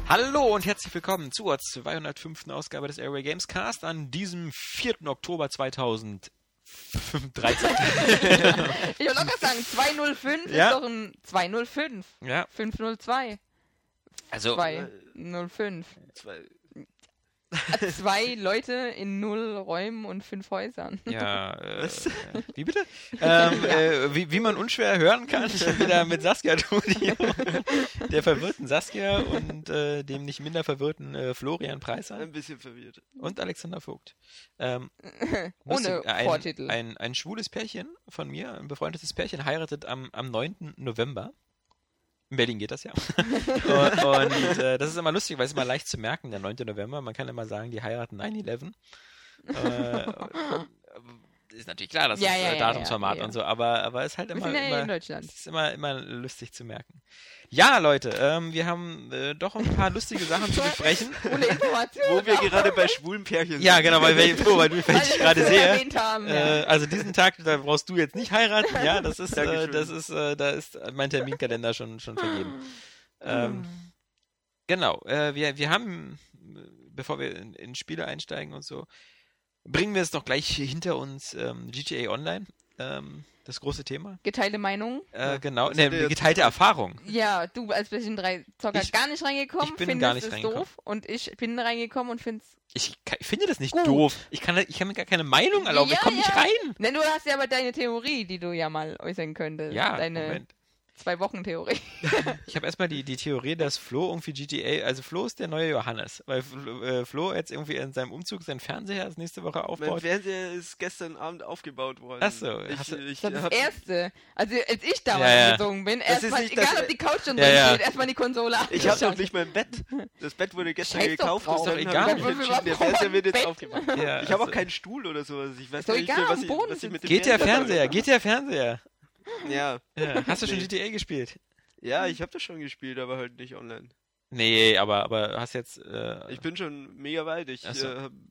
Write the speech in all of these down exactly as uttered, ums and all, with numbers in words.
Hallo und herzlich willkommen zur zweihundertfünften Ausgabe des Airway Games Cast an diesem vierten Oktober zweitausenddreizehn. Ich wollte locker sagen, zweihundertfünf Ja. ist doch ein zweihundertfünf. Ja, fünfhundertzwei. also zweihundertfünf. Zwei. Zwei Leute in null Räumen und fünf Häusern. ja, äh, wie bitte? ähm, äh, wie, wie man unschwer hören kann, ich bin wieder mit Saskia Studio, der verwirrten Saskia und äh, dem nicht minder verwirrten äh, Florian Preiser Ein bisschen verwirrt. und Alexander Vogt. Ähm, Ohne lustig, ein, Vortitel. Ein, ein schwules Pärchen von mir, ein befreundetes Pärchen, heiratet am, am neunten November. In Berlin geht das ja. und und äh, das ist immer lustig, weil es immer leicht zu merken, der neunte November. Man kann immer sagen, die heiraten neun elf. äh, ist natürlich klar, das Ja, ist ja, äh, ja, Datumsformat ja, ja. und so, aber, aber ist halt Wir immer, sind ja immer, in Deutschland. es ist immer, immer lustig zu merken. Ja, Leute, ähm, wir haben äh, doch ein paar lustige Sachen zu besprechen. Ohne Information. Wo wir gerade bei schwulen Pärchen sind. Ja, genau, weil, weil, weil du weil ich dich gerade sehe. Erwähnt haben, ja. Äh, also diesen Tag, da brauchst du jetzt nicht heiraten, ja, das ist, äh, Dankeschön. das ist, äh, da ist mein Terminkalender schon, schon vergeben. Ähm, genau, äh, wir, wir haben, äh, bevor wir in, in Spiele einsteigen und so, bringen wir es doch gleich hinter uns, ähm, G T A Online, ähm, das große Thema. Geteilte Meinung. Äh, genau, was ne, habt ihr jetzt- geteilte Erfahrung. Ja, du als PlayStation drei Zocker Ich- gar nicht reingekommen, ich bin findest gar nicht es reingekommen. doof. Und ich bin reingekommen und find's... Ich, ka- ich finde das nicht Gut. doof. Ich kann, ich kann mir gar keine Meinung erlauben. Ja, ich komme nicht ja. rein. Ne, du hast ja aber deine Theorie, die du ja mal äußern könntest. Ja, Deine Moment. Zwei-Wochen-Theorie. Ich habe erstmal die, die Theorie, dass Flo irgendwie G T A, also Flo ist der neue Johannes, weil Flo, äh, Flo jetzt irgendwie in seinem Umzug seinen Fernseher erst nächste Woche Mein aufbaut. Fernseher ist gestern Abend aufgebaut worden. Ach so, Ich, hast du- ich, Das ist hab, das Erste. Also als ich damals Ja, ja. umgezogen bin, Das ist erstmal, nicht egal das- ob die Couch schon Ja, drin ja. steht, erstmal die Konsole ich hab abgeschaltet. noch nicht mein Bett. Das Bett wurde gestern Scheiß doch gekauft drauf. und dann Ist doch habe ich egal. mich entschieden, der Fernseher wird jetzt Bett. aufgebaut. Ja, Ich habe auch also- keinen Stuhl oder sowas. Ich weiß Ist doch gar nicht, egal, was am ich, Boden was ich mit dem Geht der Fernseher Fernseher, geht der Fernseher. mache. Ja. Ja. Hast du schon Nee. G T A gespielt? Ja, ich habe das schon gespielt, aber halt nicht online. Nee, aber, aber hast jetzt, äh, Ich bin schon mega weit. Ich, Ach so. äh, hab,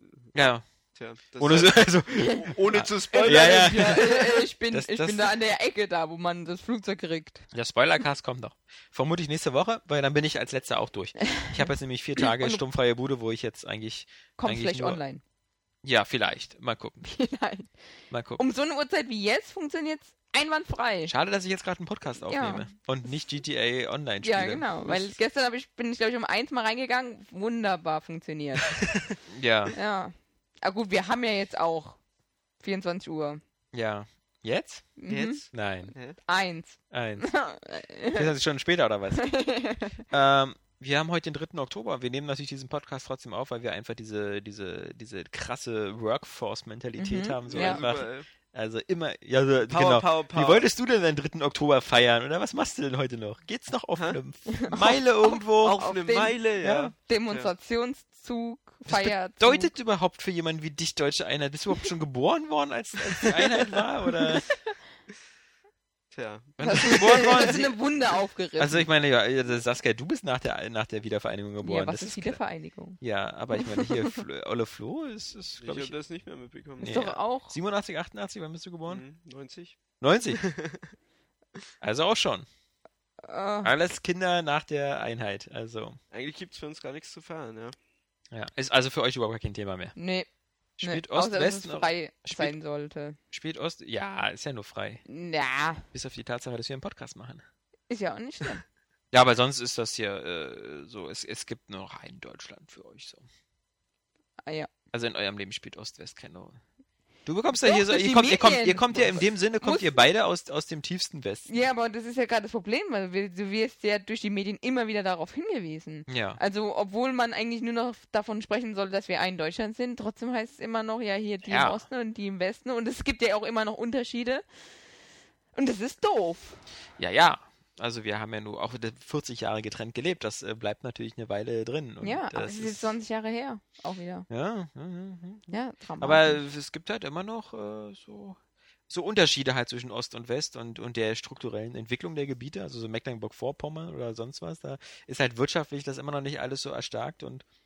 ja, tja, das ohne, so, also, ohne zu spoilern. Ja, ja. Ja, äh, ich bin, Das- ich das- bin da an der Ecke da, wo man das Flugzeug kriegt. der Spoilercast kommt noch. Vermutlich nächste Woche, weil dann bin ich als letzter auch durch. Ich habe jetzt nämlich vier Tage Und- stummfreie Bude, wo ich jetzt eigentlich, Kommt Eigentlich vielleicht nur- online. ja, vielleicht, mal gucken, Vielleicht. mal gucken. Um so eine Uhrzeit wie jetzt funktioniert's einwandfrei. Schade, dass ich jetzt gerade einen Podcast aufnehme Ja. und nicht G T A Online spiele. Ja, genau. Weil gestern hab ich, bin ich, glaube ich, um eins mal reingegangen. Wunderbar funktioniert. Ja, Ja. Aber gut, wir haben ja jetzt auch vierundzwanzig Uhr. ja. Jetzt? Mhm. Jetzt? Nein. Hä? Eins. Eins. vierundzwanzig Stunden später oder was? ähm, wir haben heute den dritten Oktober. Wir nehmen natürlich diesen Podcast trotzdem auf, weil wir einfach diese, diese, diese krasse Workforce-Mentalität Mhm, haben. So ja. einfach. Super, ey. Also immer, ja, so, Power, genau. Power, Power. Wie wolltest du denn deinen dritten Oktober feiern? Oder was machst du denn heute noch? Geht's noch auf Hä? eine Meile irgendwo? Auf, auf eine den- Meile, ja. Ja. Demonstrationszug, Was Feierzug. bedeutet überhaupt für jemanden wie dich Deutsche Einheit? Bist du überhaupt schon geboren worden, als, als die Einheit war? Oder Tja. wann Das bist du geboren worden? ist eine Wunde aufgerissen. Also ich meine, ja, ja, Saskia, du bist nach der, nach der Wiedervereinigung geboren. ja, was das ist klar. Wiedervereinigung? Ja, aber ich meine, hier, Flo, Olle Flo ist, ist Ich glaube habe ich, das nicht mehr mitbekommen. Nee. Ist doch auch. siebenundachtzig, achtundachtzig, wann bist du geboren? Mhm, neunzig. neunzig. Also auch schon. Äh, Alles Kinder nach der Einheit. Also, Eigentlich gibt's für uns gar nichts zu feiern, ja. ja. Ist also für euch überhaupt kein Thema mehr. nee. Spielt nee. Außer, dass Ost-West es noch? frei spielt- sein sollte. Spielt Ost? Ja, ist ja nur frei. Ja, Bis auf die Tatsache, dass wir einen Podcast machen. ist ja auch nicht schlimm. Ja, aber sonst ist das hier äh, so, es, es gibt nur noch ein Deutschland für euch so. Ah, ja. Also in eurem Leben spielt Ost-West keine Rolle. Du bekommst ja Doch, hier so, durch ihr die kommt, ihr, kommt, ihr Medien. kommt ja in dem Sinne, kommt Muss- ihr beide aus, aus dem tiefsten Westen. Ja, aber das ist ja gerade das Problem, weil wir- du wirst ja durch die Medien immer wieder darauf hingewiesen. Ja. Also, obwohl man eigentlich nur noch davon sprechen soll, dass wir ein Deutschland sind, trotzdem heißt es immer noch, ja, hier die Ja. im Osten und die im Westen. Und es gibt ja auch immer noch Unterschiede. Und das ist doof. Ja, ja. Also wir haben ja nur auch vierzig Jahre getrennt gelebt. Das äh, bleibt natürlich eine Weile drin. Und Ja, aber das es ist jetzt zwanzig Jahre her. Auch wieder. Ja, ja, ja, ja. Ja, dramatisch. Aber es gibt halt immer noch äh, so, so Unterschiede halt zwischen Ost und West und, und der strukturellen Entwicklung der Gebiete, also so Mecklenburg-Vorpommern oder sonst was, da ist halt wirtschaftlich das immer noch nicht alles so erstarkt und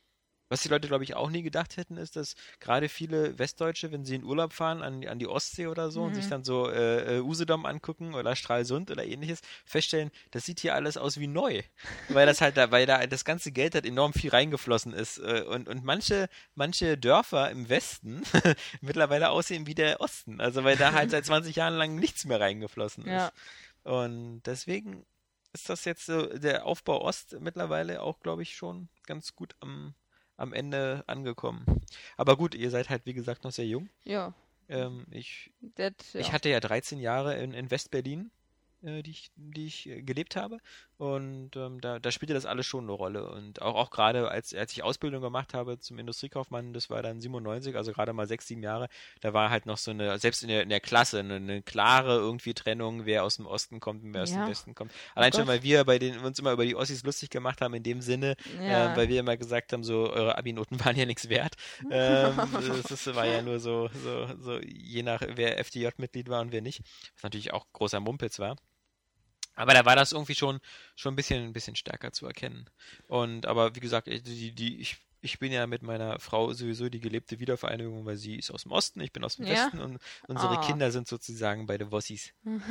Was die Leute, glaube ich, auch nie gedacht hätten, ist, dass gerade viele Westdeutsche, wenn sie in Urlaub fahren an, an die Ostsee oder so Mhm. und sich dann so äh, äh, Usedom angucken oder Stralsund oder ähnliches, feststellen, das sieht hier alles aus wie neu. Weil das halt da, weil da das ganze Geld halt enorm viel reingeflossen ist. Äh, und, und manche, manche Dörfer im Westen mittlerweile aussehen wie der Osten. Also weil da halt seit zwanzig Jahren lang nichts mehr reingeflossen ist. Ja. Und deswegen ist das jetzt so, der Aufbau Ost mittlerweile auch, glaube ich, schon ganz gut am am Ende angekommen. Aber gut, ihr seid halt, wie gesagt, noch sehr jung. Ja. Ähm, ich, Das, ja. ich hatte ja dreizehn Jahre in, in West-Berlin, äh, die ich, die ich äh, gelebt habe. Und ähm, da, da spielte das alles schon eine Rolle. Und auch, auch gerade, als, als ich Ausbildung gemacht habe zum Industriekaufmann, das war dann siebenundneunzig, also gerade mal sechs, sieben Jahre, da war halt noch so eine, selbst in der, in der Klasse, eine, eine klare irgendwie Trennung, wer aus dem Osten kommt und wer aus Ja. dem Westen kommt. Allein schon, Gott. weil wir bei den, uns immer über die Ossis lustig gemacht haben, in dem Sinne, Ja. äh, weil wir immer gesagt haben, so, eure Abi-Noten waren ja nichts wert. Ähm, das ist, war ja nur so, so, so, je nach, wer F D J-Mitglied war und wer nicht. Was natürlich auch großer Mumpitz war. Aber da war das irgendwie schon, schon ein bisschen, ein bisschen stärker zu erkennen. Und, aber wie gesagt, ich- die, die, ich, ich bin ja mit meiner Frau sowieso die gelebte Wiedervereinigung, weil sie ist aus dem Osten, ich bin aus dem Ja? Westen und unsere Ah. Kinder sind sozusagen beide Wossis.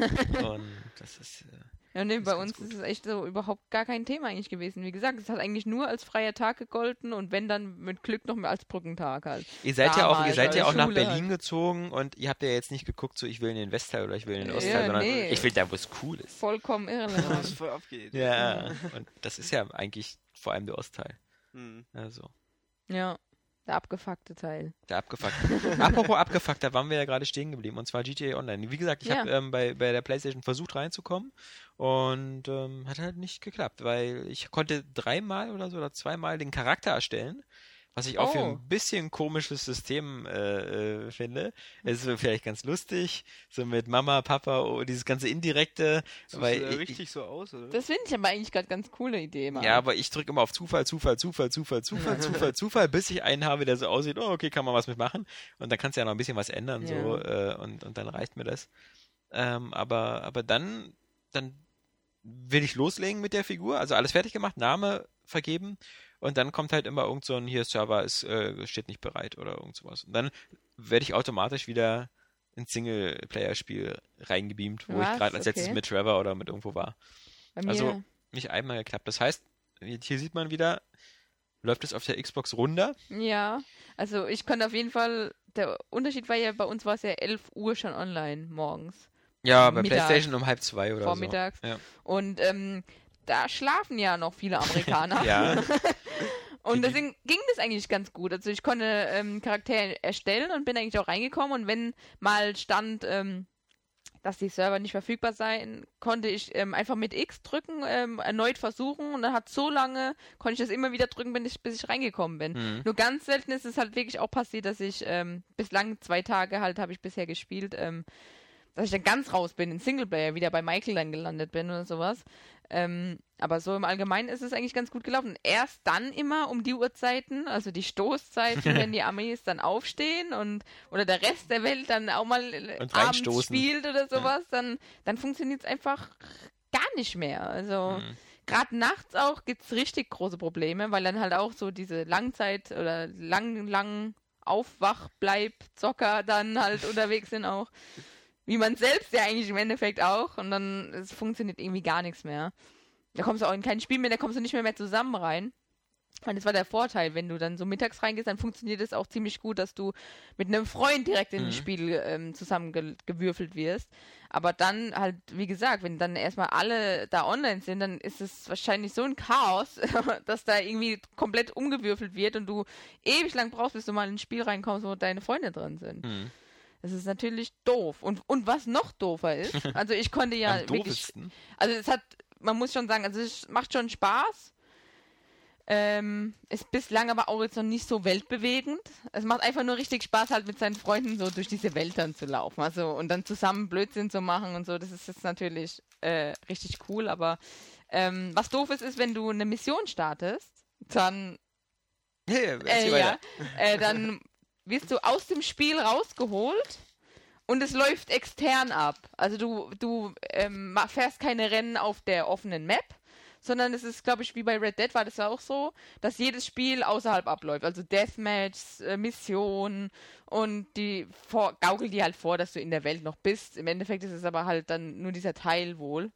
Und das ist, äh, Ja, nee, ist bei ganz uns gut. ist es echt so überhaupt gar kein Thema eigentlich gewesen. Wie gesagt, es hat eigentlich nur als freier Tag gegolten und wenn dann mit Glück noch mehr als Brückentag halt. Ihr seid ja auch, ihr Damals, seid ja also auch nach Schule Berlin halt. gezogen und ihr habt ja jetzt nicht geguckt, so ich will in den Westteil oder ich will in den Ja, Ostteil, sondern nee. ich will da, wo es cool ist. Vollkommen Was irrelevant. voll abgeht. Ja, und das ist ja eigentlich vor allem der Ostteil. Hm. Also, Ja, der abgefuckte Teil. der abgefuckte. Apropos abgefuckt, da waren wir ja gerade stehen geblieben und zwar G T A Online. Wie gesagt, ich Ja. habe ähm, bei, bei der PlayStation versucht reinzukommen und ähm, hat halt nicht geklappt, weil ich konnte dreimal oder so oder zweimal den Charakter erstellen. Was ich auch für Oh. ein bisschen komisches System äh, äh, finde. Es ist vielleicht ganz lustig, so mit Mama, Papa, oh, dieses ganze Indirekte. Siehst weil du da ich, richtig so aus, oder? Das finde ich aber eigentlich gerade ganz coole Idee, Mann. Ja, aber ich drücke immer auf Zufall, Zufall, Zufall, Zufall, Zufall, Zufall, Zufall, bis ich einen habe, der so aussieht, oh, okay, kann man was mitmachen. Und dann kannst du ja noch ein bisschen was ändern, so, äh, und, und dann reicht mir das. Ähm, aber, aber dann, dann will ich loslegen mit der Figur, also alles fertig gemacht, Name vergeben und dann kommt halt immer irgend so ein, hier Server ist, äh, steht nicht bereit oder irgend sowas. Und dann werde ich automatisch wieder ins Singleplayer-Spiel reingebeamt, wo ich Was? gerade als letztes Okay. mit Trevor oder mit irgendwo war. Bei mir, Also nicht einmal geklappt. Das heißt, hier sieht man wieder, läuft es auf der Xbox runter. ja, also ich konnte auf jeden Fall, der Unterschied war ja, bei uns war es ja elf Uhr schon online morgens, Ja, bei Mittags. PlayStation um halb zwei oder vormittags. so. Ja. Und ähm, da schlafen ja noch viele Amerikaner. Ja. Und Die- deswegen ging das eigentlich ganz gut. Also ich konnte ähm, Charaktere erstellen und bin eigentlich auch reingekommen. Und wenn mal stand, ähm, dass die Server nicht verfügbar seien, konnte ich ähm, einfach mit X drücken, ähm, erneut versuchen. Und dann hat so lange, konnte ich das immer wieder drücken, bis ich, bis ich reingekommen bin. Mhm. Nur ganz selten ist es halt wirklich auch passiert, dass ich ähm, bislang zwei Tage halt habe ich bisher gespielt, ähm, dass ich dann ganz raus bin, in Singleplayer, wieder bei Michael dann gelandet bin oder sowas. Ähm, aber so im Allgemeinen ist es eigentlich ganz gut gelaufen. Erst dann immer um die Uhrzeiten, also die Stoßzeiten, wenn die Amis dann aufstehen und oder der Rest der Welt dann auch mal äh, Und abends reinstoßen. spielt oder sowas, dann, dann funktioniert es einfach gar nicht mehr. Also Mhm. gerade nachts auch gibt es richtig große Probleme, weil dann halt auch so diese Langzeit oder lang, lang Aufwachbleib-Zocker dann halt unterwegs sind auch. Wie man selbst ja eigentlich im Endeffekt auch. Und dann es funktioniert irgendwie gar nichts mehr. Da kommst du auch in kein Spiel mehr, da kommst du nicht mehr, mehr zusammen rein. Und das war der Vorteil, wenn du dann so mittags reingehst, dann funktioniert es auch ziemlich gut, dass du mit einem Freund direkt in Mhm. das Spiel ähm, zusammengewürfelt wirst. Aber dann halt, wie gesagt, wenn dann erstmal alle da online sind, dann ist es wahrscheinlich so ein Chaos, dass da irgendwie komplett umgewürfelt wird und du ewig lang brauchst, bis du mal ins Spiel reinkommst, wo deine Freunde drin sind. Mhm. Das ist natürlich doof. Und, und was noch doofer ist, also ich konnte ja Am wirklich, doofesten. also es hat, man muss schon sagen, also es macht schon Spaß. Ähm, ist bislang aber auch jetzt noch nicht so weltbewegend. Es macht einfach nur richtig Spaß, halt mit seinen Freunden so durch diese Welt dann zu laufen. Also und dann zusammen Blödsinn zu machen und so. Das ist jetzt natürlich äh, richtig cool. Aber ähm, was doof ist, ist, wenn du eine Mission startest, dann Ja, ja, erzähl äh, ja, weiter. äh, dann wirst du aus dem Spiel rausgeholt und es läuft extern ab. Also du, du ähm, ma- fährst keine Rennen auf der offenen Map, sondern es ist, glaube ich, wie bei Red Dead war das ja auch so, dass jedes Spiel außerhalb abläuft. Also Deathmatch, äh, Missionen und die vor, gaukelt dir halt vor, dass du in der Welt noch bist. Im Endeffekt ist es aber halt dann nur dieser Teil wohl.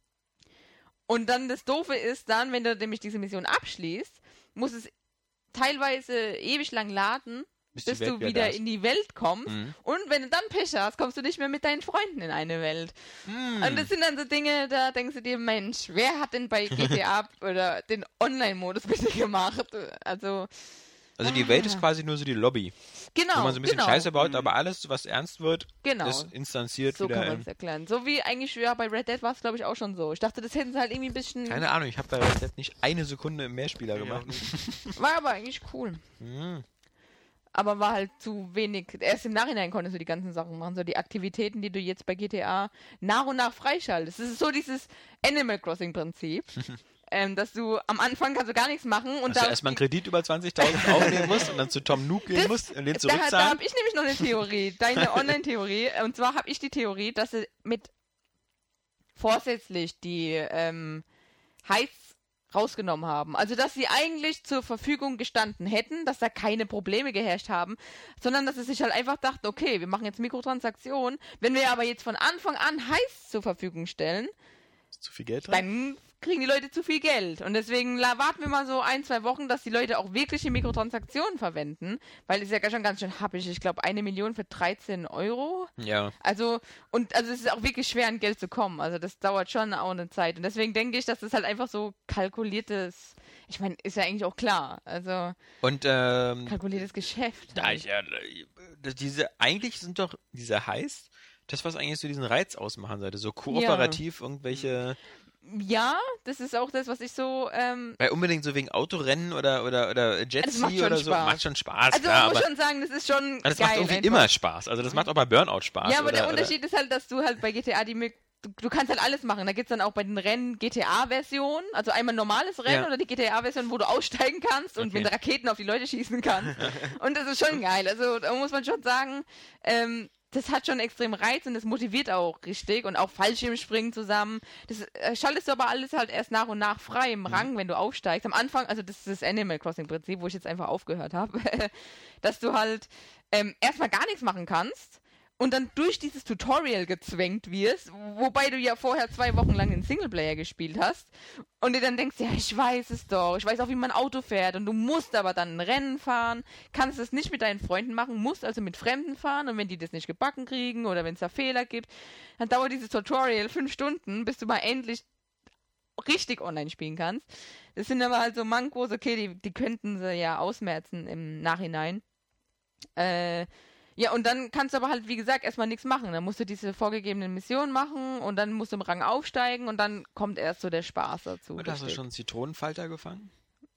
Und dann das Doofe ist dann, wenn du nämlich diese Mission abschließt, muss es teilweise ewig lang laden, Bis bis, die Welt du wieder wieder da ist. in die Welt kommst. Mhm. Und wenn du dann Pech hast, kommst du nicht mehr mit deinen Freunden in eine Welt. Hm. Und das sind dann so Dinge, da denkst du dir, Mensch, wer hat denn bei G T A oder den Online-Modus bitte gemacht? Also, Also die Welt ist quasi nur so die Lobby, genau, wo man so ein bisschen genau, Scheiße baut, Mhm. aber alles, was ernst wird, genau. ist instanziert So wieder kann man in... es erklären. So wie eigentlich, ja, bei Red Dead war es, glaube ich, auch schon so. Ich dachte, das hätten sie halt irgendwie ein bisschen... Keine Ahnung, ich habe bei Red Dead nicht eine Sekunde im Mehrspieler Ja, gemacht. War aber eigentlich cool. Hm. Aber war halt zu wenig. Erst im Nachhinein konntest du die ganzen Sachen machen. So die Aktivitäten, die du jetzt bei G T A nach und nach freischaltest. Das ist so dieses Animal Crossing-Prinzip. ähm, dass du am Anfang kannst du gar nichts machen. Und Dass du da, erstmal einen Kredit über zwanzigtausend aufnehmen musst und dann zu Tom Nook gehen Das- musst und den da, da zurückzahlen. habe ich nämlich noch eine Theorie. Deine Online-Theorie. Und zwar habe ich die Theorie, dass sie mit vorsätzlich die ähm, Heiz rausgenommen haben. Also, dass sie eigentlich zur Verfügung gestanden hätten, dass da keine Probleme geherrscht haben, sondern dass sie sich halt einfach dachten, okay, wir machen jetzt Mikrotransaktionen. Wenn wir aber jetzt von Anfang an Heiß zur Verfügung stellen, Ist zu viel Geld drin? dann kriegen die Leute zu viel Geld. Und deswegen la- warten wir mal so ein, zwei Wochen, dass die Leute auch wirkliche Mikrotransaktionen verwenden, weil es ist ja schon ganz schön happig. Ich glaube, eine Million für dreizehn Euro. Ja. Also, und also es ist auch wirklich schwer, an Geld zu kommen. Also das dauert schon auch eine Zeit. Und deswegen denke ich, dass das halt einfach so kalkuliertes, ich meine, ist ja eigentlich auch klar. Also Und ähm, kalkuliertes Geschäft. da ich ja, äh, diese, eigentlich sind doch diese Heiß, das, was eigentlich so diesen Reiz ausmachen sollte, so kooperativ irgendwelche, Ja, das ist auch das, was ich so, ähm, weil unbedingt so wegen Autorennen oder oder oder Das macht Jetski schon oder so, Spaß. macht schon Spaß, also klar, man muss aber schon sagen, das ist schon das geil macht irgendwie einfach. immer Spaß. Also das macht auch bei Burnout Spaß. Ja, aber oder, der Unterschied ist halt, dass du halt bei G T A die Mö- du, du kannst halt alles machen. Da gibt es dann auch bei den Rennen G T A-Version, also einmal normales Rennen Ja. oder die G T A-Version, wo du aussteigen kannst und Okay. mit Raketen auf die Leute schießen kannst. Und das ist schon geil. Also da muss man schon sagen, ähm, das hat schon extrem Reiz und das motiviert auch richtig und auch Fallschirmspringen zusammen. Das äh, schaltest du aber alles halt erst nach und nach frei im Rang, wenn du aufsteigst. Am Anfang, also das ist das Animal Crossing Prinzip, wo ich jetzt einfach aufgehört habe, dass du halt ähm, erstmal gar nichts machen kannst und dann durch dieses Tutorial gezwängt wirst, wobei du ja vorher zwei Wochen lang den Singleplayer gespielt hast und dir dann denkst, ja, ich weiß es doch, ich weiß auch, wie man Auto fährt und du musst aber dann ein Rennen fahren, kannst es nicht mit deinen Freunden machen, musst also mit Fremden fahren und wenn die das nicht gebacken kriegen oder wenn es da Fehler gibt, dann dauert dieses Tutorial fünf Stunden, bis du mal endlich richtig online spielen kannst. Das sind aber halt so Mankos, okay, die, die könnten sie ja ausmerzen im Nachhinein. Äh, ja, und dann kannst du aber halt, wie gesagt, erstmal nichts machen. Dann musst du diese vorgegebenen Missionen machen und dann musst du im Rang aufsteigen und dann kommt erst so der Spaß dazu. Und hast du richtig. schon einen Zitronenfalter gefangen?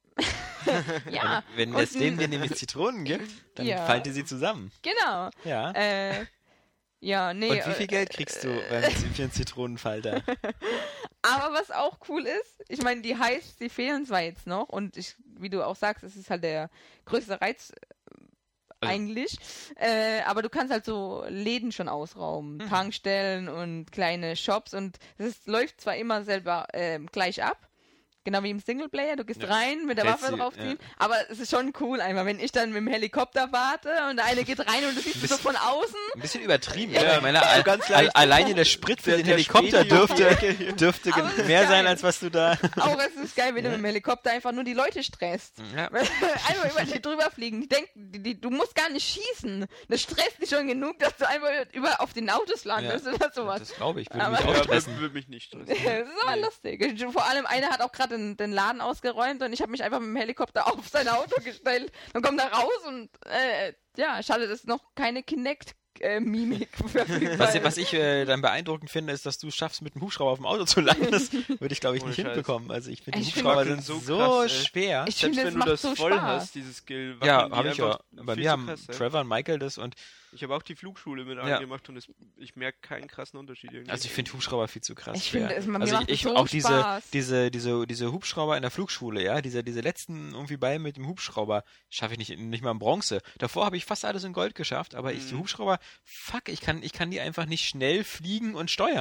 Ja, Wenn und es dem ein- dir nämlich Zitronen gibt, dann Ja. falte sie zusammen. genau. Ja. Äh, ja, nee. Und wie viel äh, Geld kriegst du beim, für einen Zitronenfalter? Aber was auch cool ist, ich meine, die Highs, die fehlen zwar jetzt noch und ich, wie du auch sagst, es ist halt der größte Reiz äh, Also- eigentlich, äh, aber du kannst halt so Läden schon ausrauben, Mhm. Tankstellen und kleine Shops und es läuft zwar immer selber ähm, gleich ab, genau wie im Singleplayer, du gehst Ja. rein mit der Hältst Waffe sie, draufziehen, ja. aber es ist schon cool einfach, wenn ich dann mit dem Helikopter warte und der eine geht rein und du siehst es so Bisschen- von außen. Ein bisschen übertrieben, Ja. ja. Ich meine, all, ganz all, leicht. alleine der Sprit für Der- den der Helikopter Spedi um die dürfte, Ecke hier. dürfte Aber gen- es ist mehr geil. sein, als was du da... Auch es ist geil, wenn du Ja. mit dem Helikopter einfach nur die Leute stresst. Ja. Einfach über die drüber fliegen. Die denken, die, die, du musst gar nicht schießen. Das stresst dich schon genug, dass du einfach über auf den Autos landest oder sowas. Das glaube ich, würde Aber- mich auch Ja, stressen. würde, würde mich nicht stressen. Das ist aber Nee. lustig. Vor allem einer hat auch gerade den, den Laden ausgeräumt und ich habe mich einfach mit dem Helikopter auf sein Auto gestellt. Dann kommt er raus und äh, ja, schade, dass noch keine Kinect-Mimik verfügbar Was, ist. was ich äh, dann beeindruckend finde, ist, dass du es schaffst, mit dem Hubschrauber auf dem Auto zu landen. Das würde ich, glaube ich, Ohne nicht Scheiß. hinbekommen. Also ich finde, die Ich find- Hubschrauber Wackeln sind so so krass, ey. schwer. Ich Selbst finde, wenn es du macht das so voll Spaß. hast, dieses Skill, Ja, wackeln die habe ich ja. einfach Bei viel mir zu haben krass, ey. Trevor und Michael das und Ich habe auch die Flugschule mit Ja. angemacht und es, ich merke keinen krassen Unterschied irgendwie. also ich finde Hubschrauber viel zu krass. Ich schwer. finde, es- mir also macht ich, ich so auch diese, Spaß. diese, diese, diese Hubschrauber in der Flugschule, ja, diese, diese letzten irgendwie bei mit dem Hubschrauber schaffe ich nicht, nicht mal in Bronze. Davor habe ich fast alles in Gold geschafft, aber ich, die Mhm. Hubschrauber, fuck, ich kann, ich kann die einfach nicht schnell fliegen und steuern.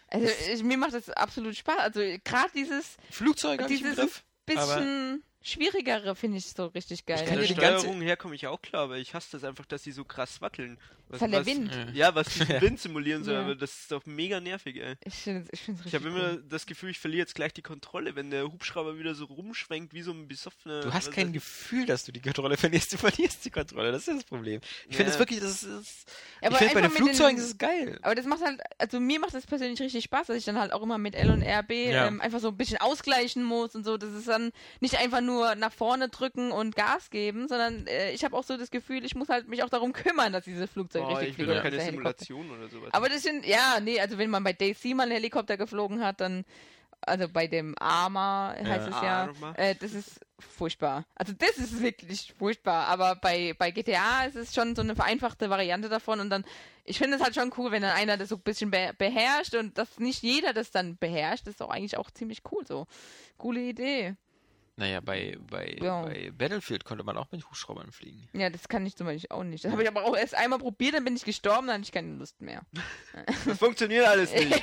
Also ich, mir macht das absolut Spaß. Also gerade dieses Flugzeug habe ich im dieses Griff. bisschen schwierigere finde ich so richtig geil. Ich Von kann der ja die ganze- Steuerung her komme ich auch klar, aber ich hasse das einfach, dass die so krass wackeln. Was, Von der was, Wind. Ja, was diesen Wind simulieren soll, Ja. aber das ist doch mega nervig, ey. Ich finde es ich find's Ich richtig habe immer cool. das Gefühl, ich verliere jetzt gleich die Kontrolle, wenn der Hubschrauber wieder so rumschwenkt wie so ein besoffener... Du hast was kein weiß ich. Gefühl, dass du die Kontrolle verlierst. Du verlierst die Kontrolle. Das ist das Problem. Ich finde Ja. es wirklich, das ist, das ist Aber ich finde bei den einfach mit Flugzeugen den- ist es geil. Aber das macht halt, also mir macht das persönlich richtig Spaß, dass ich dann halt auch immer mit L und R B Ja. ähm, einfach so ein bisschen ausgleichen muss und so. Das ist dann nicht einfach nur nach vorne drücken und Gas geben, sondern äh, ich habe auch so das Gefühl, ich muss halt mich auch darum kümmern, dass dieses Flugzeug Boah, richtig ich will fliegt. doch oder keine dieser Helikopter. Simulation oder sowas. Aber das sind, ja, nee, also wenn man bei Daisy mal einen Helikopter geflogen hat, dann, also bei dem Arma heißt es ja, Arma. äh, das ist furchtbar. Also das ist wirklich furchtbar, aber bei, bei G T A ist es schon so eine vereinfachte Variante davon und dann, ich finde es halt schon cool, wenn dann einer das so ein bisschen be beherrscht und dass nicht jeder das dann beherrscht, das ist doch eigentlich auch ziemlich cool so. Coole Idee. Naja, bei, bei, Ja. bei Battlefield konnte man auch mit Hubschraubern fliegen. Ja, das kann ich zum Beispiel auch nicht. Das habe ich aber auch erst einmal probiert, dann bin ich gestorben, dann hatte ich keine Lust mehr. Das funktioniert alles nicht.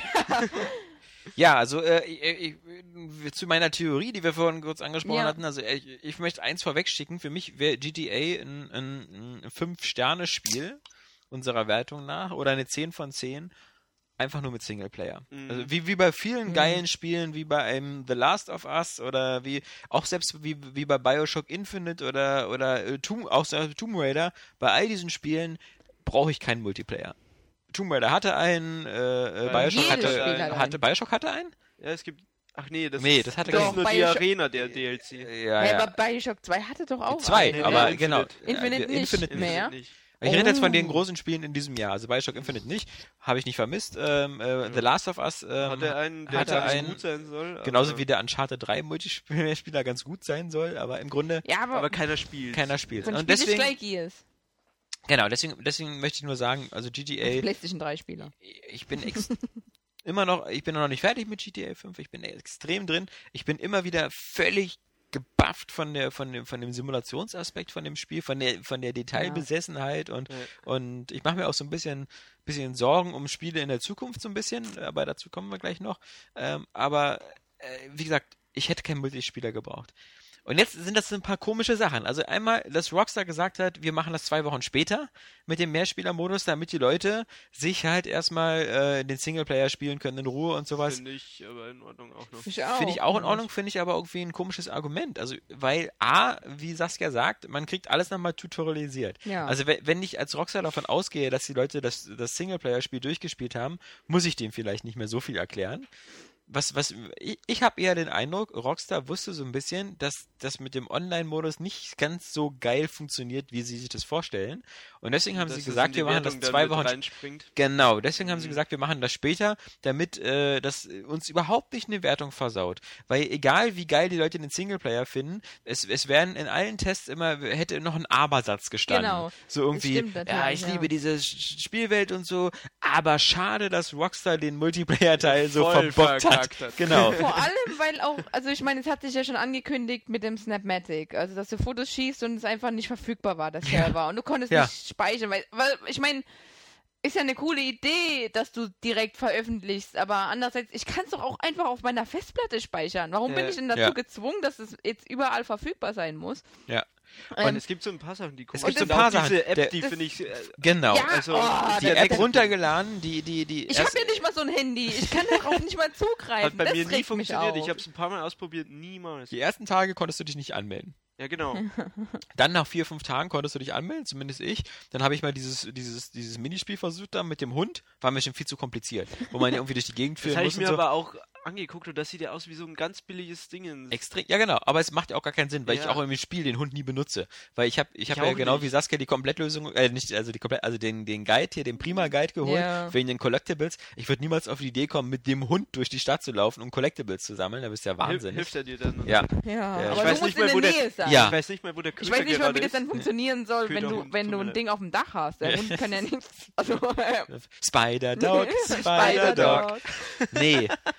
Ja, also äh, ich, ich, zu meiner Theorie, die wir vorhin kurz angesprochen Ja. hatten, also ich, ich möchte eins vorwegschicken, für mich wäre G T A ein, ein, ein fünf-Sterne-Spiel unserer Wertung nach oder eine zehn von zehn, einfach nur mit Singleplayer. Mhm. Also wie, wie bei vielen Mhm. geilen Spielen, wie bei einem The Last of Us oder wie auch selbst wie, wie bei Bioshock Infinite oder, oder äh, Tomb, auch so Tomb Raider, bei all diesen Spielen brauche ich keinen Multiplayer. Tomb Raider hatte einen, äh, äh, Weil Bioshock jedes hatte, Spiel äh, hat einen. hatte Bioshock hatte einen? Ja, es gibt... Ach nee, das Nee, ist, das hatte das keinen. ist nur Doch, die Bioshock- Arena, der D L C. Ja, Ja, ja. aber Bioshock zwei hatte doch auch Zwei, einen. aber Ja, genau. Infinite. Infinite Ja, nicht Infinite mehr. Nicht. Ich rede jetzt von den Oh. großen Spielen in diesem Jahr. Also Bioshock Infinite nicht, habe ich nicht vermisst. Ähm, äh, The Last of Us ähm, Hat er einen, der hatte ganz einen- gut sein soll? genauso aber, wie der Uncharted drei Multispieler ganz gut sein soll, aber im Grunde Ja, aber, aber keiner spielt. keiner spielt. von Und Spiel ist deswegen, gleich Gears. genau, deswegen, deswegen möchte ich nur sagen, also G T A, PlayStation drei Spieler. ich bin ex immer noch, ich bin noch nicht fertig mit G T A fünf, ich bin extrem drin. Ich bin immer wieder völlig gebufft von der von dem von dem Simulationsaspekt von dem Spiel, von der von der Detailbesessenheit und Ja. und ich mache mir auch so ein bisschen bisschen Sorgen um Spiele in der Zukunft so ein bisschen, aber dazu kommen wir gleich noch. Ähm, aber äh, wie gesagt, ich hätte keinen Multispieler gebraucht. Und jetzt sind das ein paar komische Sachen. Also einmal, dass Rockstar gesagt hat, wir machen das zwei Wochen später mit dem Mehrspieler-Modus, damit die Leute sich halt erstmal äh, den Singleplayer spielen können in Ruhe und sowas. Finde ich, aber in Ordnung auch noch. Ich auch. Finde ich auch in Ordnung, finde ich aber irgendwie ein komisches Argument. Also, weil A, wie Saskia sagt, man kriegt alles nochmal tutorialisiert. Ja. Also, we- wenn ich als Rockstar davon ausgehe, dass die Leute das, das Singleplayer-Spiel durchgespielt haben, muss ich dem vielleicht nicht mehr so viel erklären. Was, was, ich, ich habe eher den Eindruck, Rockstar wusste so ein bisschen, dass das mit dem Online-Modus nicht ganz so geil funktioniert, wie sie sich das vorstellen. Und deswegen haben Dass sie es in gesagt, die wir machen das Wertung dann zwei mit Wochen reinspringt. Genau, deswegen haben sie Mhm. gesagt, wir machen das später, damit äh, das uns überhaupt nicht eine Wertung versaut. Weil egal wie geil die Leute den Singleplayer finden, es, es werden in allen Tests immer, hätte noch ein Aber-Satz gestanden. Genau. So irgendwie, stimmt natürlich, ja, ich ja. liebe diese Sch- Spielwelt und so, aber schade, dass Rockstar den Multiplayer-Teil so Voll verbockt hat. verkackt hat. Genau. Vor allem, weil auch, also ich meine, es hat sich ja schon angekündigt mit dem Snapmatic, also dass du Fotos schießt und es einfach nicht verfügbar war, der Server. Und du konntest Ja. nicht speichern, weil, weil ich meine, ist ja eine coole Idee, dass du direkt veröffentlichst, aber andererseits, ich kann es doch auch einfach auf meiner Festplatte speichern. Warum bin Ja. ich denn dazu Ja. gezwungen, dass es jetzt überall verfügbar sein muss? Ja. Und Ähm, es gibt so ein paar Sachen, die Es komisch gibt so sind. ein paar Auch Sachen. diese App, Der- die das- finde ich... Äh, Genau. ja, also, oh, Die das- App das- runtergeladen, die, die, die. Ich habe ja nicht mal so ein Handy. Ich kann darauf nicht mal zugreifen. hat bei das mir nie regt mich funktioniert. auf. Ich habe es ein paar Mal ausprobiert, niemals. Die ersten Tage konntest du dich nicht anmelden. Ja, genau. Dann nach vier, fünf Tagen konntest du dich anmelden, zumindest ich. Dann habe ich mal dieses, dieses, dieses Minispiel versucht da mit dem Hund. War mir schon viel zu kompliziert. Wo man irgendwie durch die Gegend Das führen habe muss ich und mir so. aber auch angeguckt und das sieht ja aus wie so ein ganz billiges Ding. Extrem, ja genau, aber es macht ja auch gar keinen Sinn, weil ich Ja. auch im Spiel den Hund nie benutze. Weil ich habe ich Ich hab ja auch genau nicht. wie Saskia die Komplettlösung, äh nicht, also die komplett, also den, den Guide hier, den Prima-Guide geholt, Ja. wegen den Collectibles. Ich würde niemals auf die Idee kommen, mit dem Hund durch die Stadt zu laufen, um Collectibles zu sammeln, da bist du ja Hilf, wahnsinnig. hilft er dir dann? oder? Ja. Ja, Ja, aber ich du weiß musst nicht in mal, der wo der- Nähe sein. Ja. Ich weiß nicht mal, wo der Köter Ich weiß nicht mal, wie gerade das dann ist. funktionieren soll, wenn du, Köderhund, wenn tut du mir ein leid. Ding auf dem Dach hast. Der Hund kann ja nichts. Also, äh, Spider-Dog, Spider-Dog. Spider-Dog. Nee.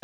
Äh,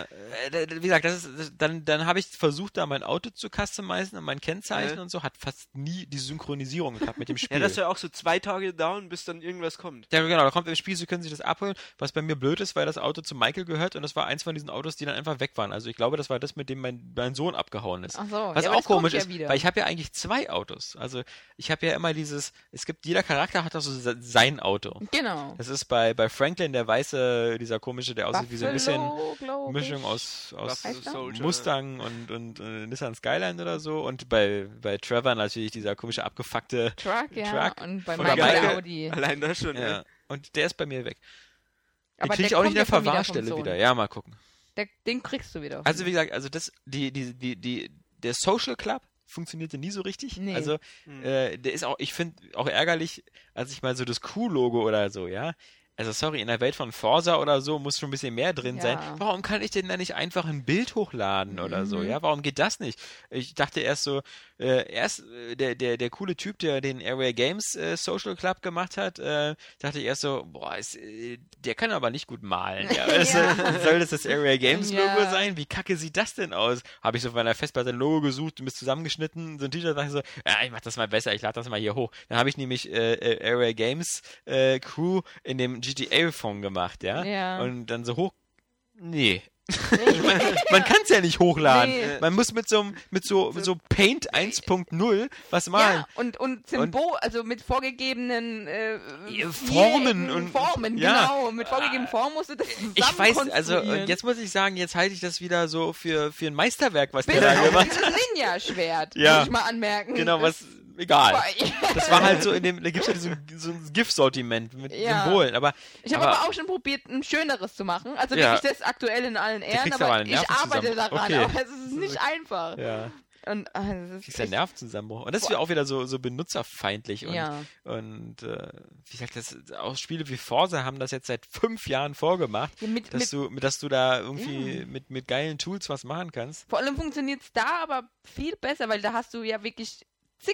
wie gesagt, das ist, das, dann, dann habe ich versucht, da mein Auto zu customizen und mein Kennzeichen Ja. und so, hat fast nie die Synchronisierung gehabt mit dem Spiel. Ja, das soll auch so zwei Tage dauern, bis dann irgendwas kommt. Ja, genau, da kommt im Spiel, Sie können sich das abholen, was bei mir blöd ist, weil das Auto zu Michael gehört und das war eins von diesen Autos, die dann einfach weg waren. Also ich glaube, das war das, mit dem mein, mein Sohn abgehauen ist. Ach so, Was ja, aber auch das kommt komisch ja ist, wieder. weil ich habe ja eigentlich zwei Autos. Also ich habe ja immer dieses, es gibt, jeder Charakter hat auch so se- sein Auto. Genau. Das ist bei, bei Franklin der weiße, dieser komische, der aussieht wie so ein bisschen Buffalo, glaub Mischung ich. aus, aus Buffalo Soldier. Mustang und, und äh, Nissan Skyline oder so. Und bei, bei Trevor natürlich dieser komische abgefuckte Truck, ja. Truck. Und bei Oder Michael Michael. der Audi. Allein das schon, Ja. ja. Und der ist bei mir weg. Den Aber kriege ich der auch nicht kommt in der ja schon wieder vom Verwahrstelle Sohn. wieder. Ja, mal gucken. Der, den kriegst du wieder. Also wie gesagt, also das, die, die, die, die, der Social Club funktionierte nie so richtig. Nee. Also Hm. äh, der ist auch, ich finde auch ärgerlich, als ich mal so das Q-Logo oder so, ja. Also sorry, in der Welt von Forza oder so muss schon ein bisschen mehr drin Ja. sein. Warum kann ich denn da nicht einfach ein Bild hochladen oder so? Mhm. Ja, warum geht das nicht? Ich dachte erst so, äh, erst äh, der, der, der coole Typ, der den Area Games äh, Social Club gemacht hat, äh, dachte ich erst so, boah, ist, äh, der kann aber nicht gut malen. Ja, das, Ja. äh, soll das das Area Games Logo Ja. sein? Wie kacke sieht das denn aus? Habe ich so auf meiner Festplatte ein Logo gesucht, ein bisschen zusammengeschnitten, so ein T-Shirt, dachte ich so, ja, ich mach das mal besser, ich lade das mal hier hoch. Dann habe ich nämlich äh, äh, Area Games äh, Crew in dem G T A-Fond gemacht, ja? Ja. Und dann so hoch. Nee. man man kann es ja nicht hochladen. Nee. Man muss mit so einem- mit so, mit so Paint eins Punkt null was malen. Ja, und, und Symbol, also mit vorgegebenen äh, Ja, Formen vierecken und- Formen, ja. genau. Mit vorgegebenen Formen musst du das zusammen Ich weiß, also konstruieren. und jetzt muss ich sagen, jetzt halte ich das wieder so für, für ein Meisterwerk, was der Bitte da auch gemacht dieses Ninja-Schwert, Ja. muss ich mal anmerken. Genau, Das- was, egal. Boah, Das war halt so in dem, da gibt es ja so, so ein GIF-Sortiment mit Ja. Symbolen, aber, Ich habe aber aber auch schon probiert, ein schöneres zu machen. Also Ja. wirklich das aktuell in allen Ehren, kriegst aber aber einen ich Nerven arbeite zusammen. daran. Okay. Aber es ist nicht einfach. ja, Und ah, das ist kriegst ja echt- Nervenzusammenbruch. Und das ist ja auch wieder so, so benutzerfeindlich und, Ja. und äh, wie gesagt, das, auch Spiele wie Forza haben das jetzt seit fünf Jahren vorgemacht, Ja, mit, dass mit, du, dass du da irgendwie mit, mit geilen Tools was machen kannst. vor allem funktioniert es da aber viel besser, weil da hast du ja wirklich zig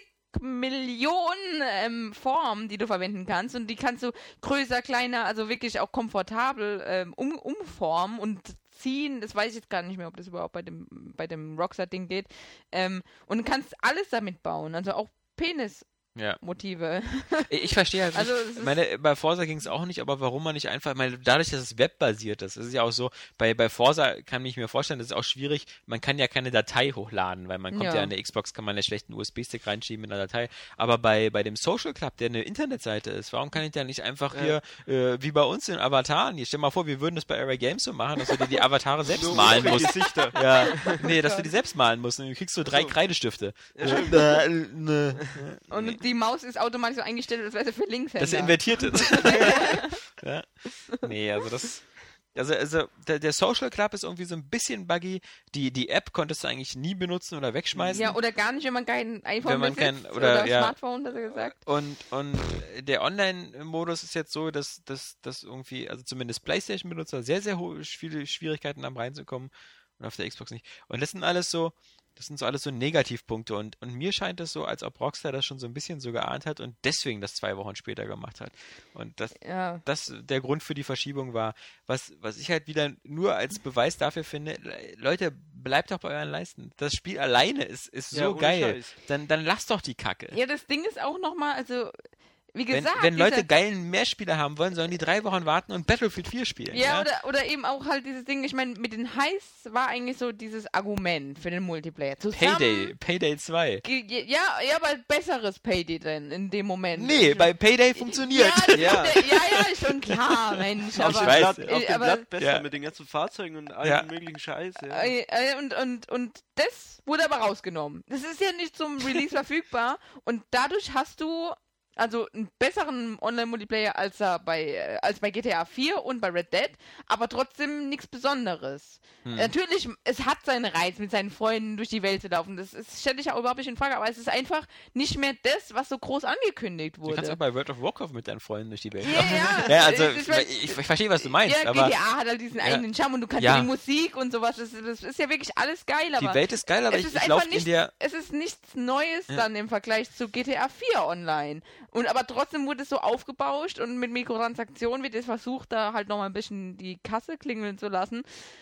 Millionen ähm, Formen, die du verwenden kannst und die kannst du größer, kleiner, also wirklich auch komfortabel ähm, um, umformen und ziehen. Das weiß ich jetzt gar nicht mehr, ob das überhaupt bei dem bei dem Rockstar-Ding geht. Ähm, und du kannst alles damit bauen, also auch Penis-Motive. Ja. Ich ich verstehe halt nicht. Also, es ist- Ich meine, bei Forza ging es auch nicht, aber warum man nicht einfach, ich meine, dadurch, dass es webbasiert ist, ist es ja auch so, bei, bei Forza kann ich mir vorstellen, das ist auch schwierig, man kann ja keine Datei hochladen, weil man kommt ja, Ja. an der Xbox, kann man ja schlecht einen U S B-Stick reinschieben mit einer Datei, aber bei, bei dem Social Club, der eine Internetseite ist, warum kann ich da nicht einfach Ja. hier, äh, wie bei uns in Avataren, hier, stell mal vor, wir würden das bei Area Games so machen, dass du dir die Avatare selbst So malen rote musst. Gesichter. Ja, nee, dass du die selbst malen musst und du kriegst so drei so. Kreidestifte. Ja, stimmt. Äh, ne. Und die Maus ist automatisch so eingestellt, als wäre sie für Linkshänder. Dass er invertiert ist. ja? Nee, also das. Also, also der, der Social Club ist irgendwie so ein bisschen buggy. Die, die App konntest du eigentlich nie benutzen oder wegschmeißen. Ja, oder gar nicht, wenn man kein iPhone Wenn man besitzt kein- oder, oder, ja. Smartphone, besser gesagt. Und, und der Online-Modus ist jetzt so, dass, dass, dass irgendwie, also zumindest PlayStation-Benutzer sehr, sehr hohe, viele Schwierigkeiten haben reinzukommen und auf der Xbox nicht. Und das sind alles so, das sind so alles so Negativpunkte und, und mir scheint es so, als ob Rockstar das schon so ein bisschen so geahnt hat und deswegen das zwei Wochen später gemacht hat. Und das, Ja. das der Grund für die Verschiebung war. Was, was ich halt wieder nur als Beweis dafür finde, Le- Leute, bleibt doch bei euren Leisten. Das Spiel alleine ist, ist so Ja, ohne geil. Scheiß. Dann, dann lasst doch die Kacke. Ja, das Ding ist auch nochmal, also, wie Wenn, gesagt, wenn Leute dieser- geilen Mehrspieler haben wollen, sollen die drei Wochen warten und Battlefield vier spielen. Ja, oder, oder eben auch halt dieses Ding, ich meine, mit den Heiß war eigentlich so dieses Argument für den Multiplayer. Zusammen, Payday, Payday zwei. Ge- ge- Ja, ja, aber besseres Payday denn in dem Moment. Nee, bei Payday funktioniert. Ja, Ja. ja. ja, ja, ist schon klar, Mensch. Auf Aber, dem weiß, Blatt, äh, auf dem aber- Blatt besser Ja. mit den ganzen Fahrzeugen und allem Ja. möglichen Scheiß. Ja. Äh, äh, und, und, und das wurde aber rausgenommen. Das ist ja nicht zum Release verfügbar und dadurch hast du also einen besseren Online-Multiplayer als, er bei, äh, als bei G T A vier und bei Red Dead, aber trotzdem nichts Besonderes. Hm. Natürlich, es hat seinen Reiz, mit seinen Freunden durch die Welt zu laufen. Das ist, stelle ich auch überhaupt nicht in Frage, aber es ist einfach nicht mehr das, was so groß angekündigt Du kannst auch wurde. bei World of Warcraft mit deinen Freunden durch die Welt Ja, laufen. ja. Ja, also Ich- ich ich, mein- ich, ich verstehe, was du meinst, Ja, aber G T A hat halt diesen Ja. eigenen Charme und du kannst Ja. ja die Musik und sowas. Das, das ist ja wirklich alles geil, aber die Welt ist geil, aber es ich, ist ich einfach laufe in nicht, der... es ist nichts Neues Ja. dann im Vergleich zu G T A vier online. Und aber trotzdem wurde es so aufgebauscht und mit Mikrotransaktionen wird es versucht, da halt nochmal ein bisschen die Kasse klingeln zu lassen.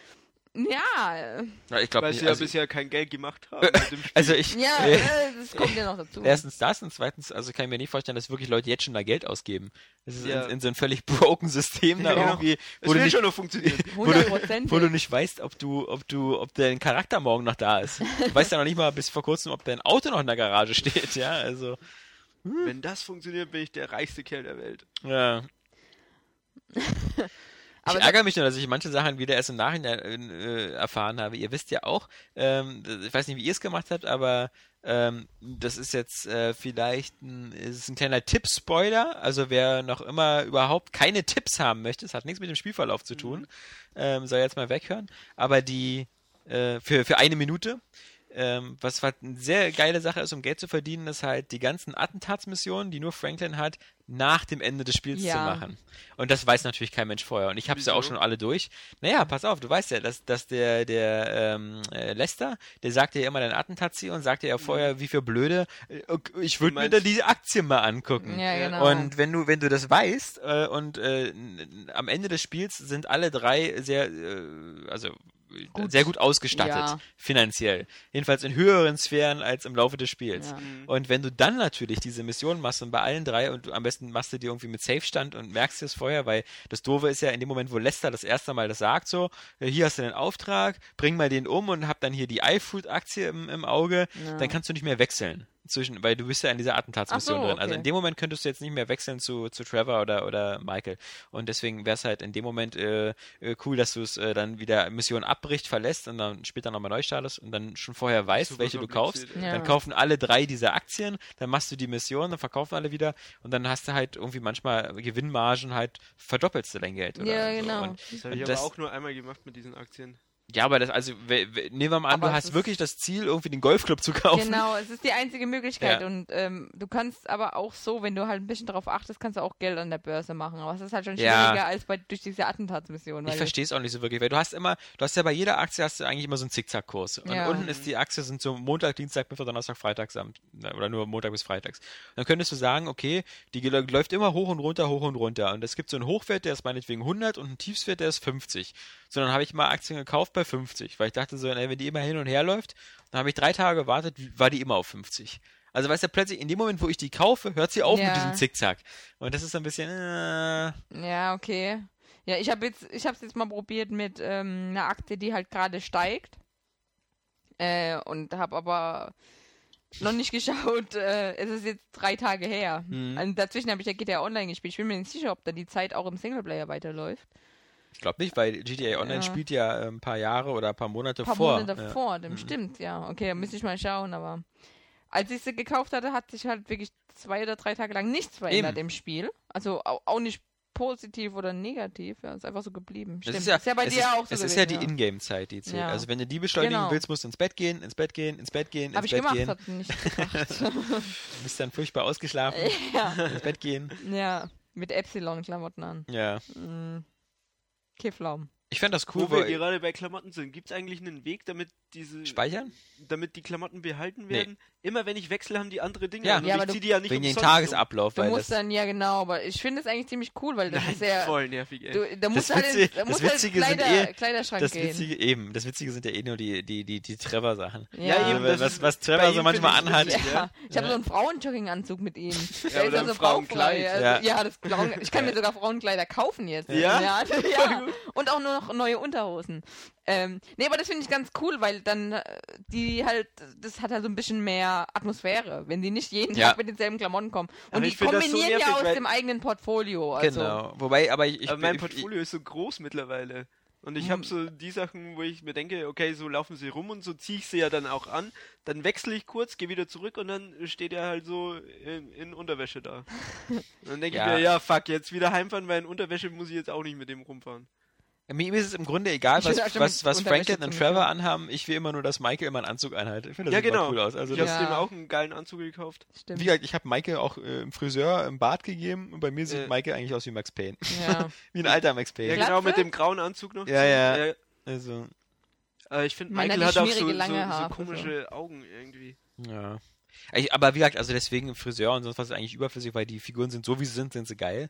Ja, äh, Ja, ich glaube Weil nicht. sie ja Also, bisher kein Geld gemacht haben mit dem Spiel. also ich, ja, äh, äh, das kommt ja noch dazu. erstens das und zweitens, also kann ich mir nicht vorstellen, dass wirklich Leute jetzt schon da Geld ausgeben. Das ist Ja. in, in so ein völlig broken System da Ja, genau. irgendwie, Es wo du, will nicht, schon noch funktionieren. wo, du, Hundertprozentig. wo du nicht weißt, ob du, ob du, ob dein Charakter morgen noch da ist. Du weißt ja noch nicht mal bis vor kurzem, ob dein Auto noch in der Garage steht, ja, also, Wenn das funktioniert, bin ich der reichste Kerl der Welt. ja. Aber Ich ärgere mich nur, dass ich manche Sachen wieder erst im Nachhinein äh, erfahren habe. Ihr wisst ja auch, ähm, ich weiß nicht, wie ihr es gemacht habt, aber ähm, das ist jetzt äh, vielleicht ein, ist ein kleiner Tipp-Spoiler. Also wer noch immer überhaupt keine Tipps haben möchte, das hat nichts mit dem Spielverlauf zu tun, ähm, soll jetzt mal weghören. Aber die äh, für, für eine Minute. Ähm, was halt eine sehr geile Sache ist, um Geld zu verdienen, ist halt die ganzen Attentatsmissionen, die nur Franklin hat, nach dem Ende des Spiels Ja. zu machen. Und das weiß natürlich kein Mensch vorher. Und ich habe es ja auch Wieso? schon alle durch. Naja, pass auf, du weißt ja, dass, dass der, der ähm, äh, Lester, der sagt ja immer dein Attentatsziel und sagt ja vorher, wie für blöde, äh, ich würde Du mir da meinst- diese Aktien mal angucken. ja, Ja. genau. Und wenn du, wenn du das weißt äh, und äh, n- am Ende des Spiels sind alle drei sehr, äh, also Gut. sehr gut ausgestattet, Ja. finanziell. Jedenfalls in höheren Sphären als im Laufe des Spiels. Ja. Mhm. Und wenn du dann natürlich diese Mission machst und bei allen drei und du, am besten machst du die irgendwie mit Safe-Stand und merkst es vorher, weil das Doofe ist ja in dem Moment, wo Lester das erste Mal das sagt, so, äh, hier hast du den Auftrag, bring mal den um und hab dann hier die iFood-Aktie im, im Auge, Ja. dann kannst du nicht mehr wechseln. Zwischen, weil du bist ja in dieser Attentatsmission Ach so, drin. Also okay. in dem Moment könntest du jetzt nicht mehr wechseln zu, zu Trevor oder, oder Michael. Und deswegen wäre es halt in dem Moment äh, äh, cool, dass du es äh, dann wieder Mission abbricht, verlässt und dann später nochmal neu startest und dann schon vorher weißt, Super welche du kaufst. kompliziert, Ja. Dann kaufen alle drei diese Aktien, dann machst du die Mission, dann verkaufen alle wieder und dann hast du halt irgendwie manchmal Gewinnmargen halt verdoppelst du dein Geld. Oder Ja, so. genau. Und, Das habe ich und aber das, auch nur einmal gemacht mit diesen Aktien. ja, aber das, also we, we, nehmen wir mal an, Aber du es hast ist- wirklich das Ziel, irgendwie den Golfclub zu kaufen. Genau, es ist die einzige Möglichkeit Ja. und ähm, du kannst aber auch so, wenn du halt ein bisschen darauf achtest, kannst du auch Geld an der Börse machen, aber es ist halt schon Ja. schwieriger als bei durch diese Attentatsmission. Ich weil- verstehe es auch nicht so wirklich, weil du hast immer, du hast ja bei jeder Aktie hast du eigentlich immer so einen Zickzackkurs. Und Ja. unten ist die Aktie sind so Montag, Dienstag, Mittwoch, Donnerstag, Freitag, Samt, oder nur Montag bis Freitags. Dann könntest du sagen, okay, die gel- läuft immer hoch und runter, hoch und runter. Und es gibt so einen Hochwert, der ist meinetwegen hundert und einen Tiefswert, der ist fünfzig. So, dann habe ich mal Aktien gekauft bei fünfzig, weil ich dachte so, ey, wenn die immer hin und her läuft, dann habe ich drei Tage gewartet, war die immer auf fünfzig. Also weißt du, plötzlich in dem Moment, wo ich die kaufe, hört sie auf Ja. mit diesem Zickzack. Und das ist so ein bisschen, äh, Ja, okay. Ja, ich habe jetzt, ich habe es jetzt mal probiert mit ähm, einer Aktie, die halt gerade steigt. Äh, und habe aber noch nicht geschaut. Äh, es ist jetzt drei Tage her. Mhm. Und dazwischen habe ich ja G T A Online gespielt. Ich bin mir nicht sicher, ob da die Zeit auch im Singleplayer weiterläuft. ich glaube nicht, weil G T A Online Ja. spielt ja äh, ein paar Jahre oder ein paar Monate Ein paar vor. Monate ja. vor, dem Mhm. stimmt, ja. Okay, dann müsste ich mal schauen, aber als ich sie gekauft hatte, hat sich halt wirklich zwei oder drei Tage lang nichts verändert Eben. im Spiel. Also au- auch nicht positiv oder negativ, ja, ist einfach so geblieben. Das Stimmt. ist ja, ist ja bei es dir ist, auch so es gewesen. ist ja die Ingame-Zeit, die zählt. Ja. Also wenn du die beschleunigen Genau. willst, musst du ins Bett gehen, ins Bett gehen, ins Bett gehen, Hab ins ich Bett gemacht, gehen. hat nicht gebracht. Du bist dann furchtbar ausgeschlafen, ja, ins Bett gehen. ja, mit Epsilon-Klamotten an. Ja. Mm. Kifflaum. Ich fände das cool, Wo wir weil gerade bei Klamotten sind, gibt es eigentlich einen Weg, damit diese speichern? damit die Klamotten behalten Nee. werden? Immer wenn ich wechsle, haben die andere Dinge Ja. an. Und Ja, ich aber zieh du- die ja nicht Wegen den umsonst um. Tagesablauf, Du weil musst das, dann, ja genau, aber ich finde es eigentlich ziemlich cool, weil das Nein, ist ja... voll nervig, ey. Du, da musst du Das halt, Witzige- ins, da das musst halt Witzige sind Kleider, eh- Kleiderschrank das gehen. Witzige, eben, das Witzige sind ja eh nur die, die, die, die Trevor-Sachen. Ja, eben, Also, das was, ist- was bei Trevor ihm so manchmal finde ich anhat. witzig, Ja, ich habe Ja. so einen Frauenjogginganzug mit ihm. Der aber ist dann also Frauenkleid. baufrei. Ja. Also, ja, das Frauen, ich kann mir sogar Frauenkleider kaufen jetzt. Ja? Ja, ja. Und auch nur noch neue Unterhosen. Ähm, nee, aber das finde ich ganz cool, weil dann äh, die halt, das hat halt so ein bisschen mehr Atmosphäre, wenn die nicht jeden Ja. Tag mit denselben Klamotten kommen. Und Aber die ich find das so kombinieren ja nervig, aus weil- dem eigenen Portfolio. Also, Genau. Wobei, aber ich, ich, aber mein ich, Portfolio ist so groß mittlerweile. Und ich Hm. habe so die Sachen, wo ich mir denke, okay, so laufen sie rum und so ziehe ich sie ja dann auch an. Dann wechsle ich kurz, gehe wieder zurück und dann steht er halt so in, in Unterwäsche da. Und dann denke Ja. ich mir, ja, fuck, jetzt wieder heimfahren, weil in Unterwäsche muss ich jetzt auch nicht mit dem rumfahren. Mir ist es im Grunde egal, Ich was, will auch schon was, mit was Unterwäsche Franklin und zum Trevor Beispiel. anhaben. Ich will immer nur, dass Michael immer einen Anzug anhat. Ich finde, das Ja, sieht genau. mal cool aus. Also Ich das, habe Ja. dem auch einen geilen Anzug gekauft. stimmt. wie gesagt, ich habe Michael auch äh, im Friseur im Bart gegeben und bei mir sieht Äh. Michael eigentlich aus wie Max Payne. Ja. Wie ein alter Max Ja, Payne. Glatze? genau, mit dem grauen Anzug noch. Ja, zu. ja. Äh, Also, äh, ich finde, Meiner Michael die hat auch so, schmierige so, lange so Haare, komische Augen irgendwie. ja. Ich, aber wie gesagt, also deswegen Friseur und sonst was ist eigentlich überflüssig, weil die Figuren sind so wie sie sind, sind sie geil.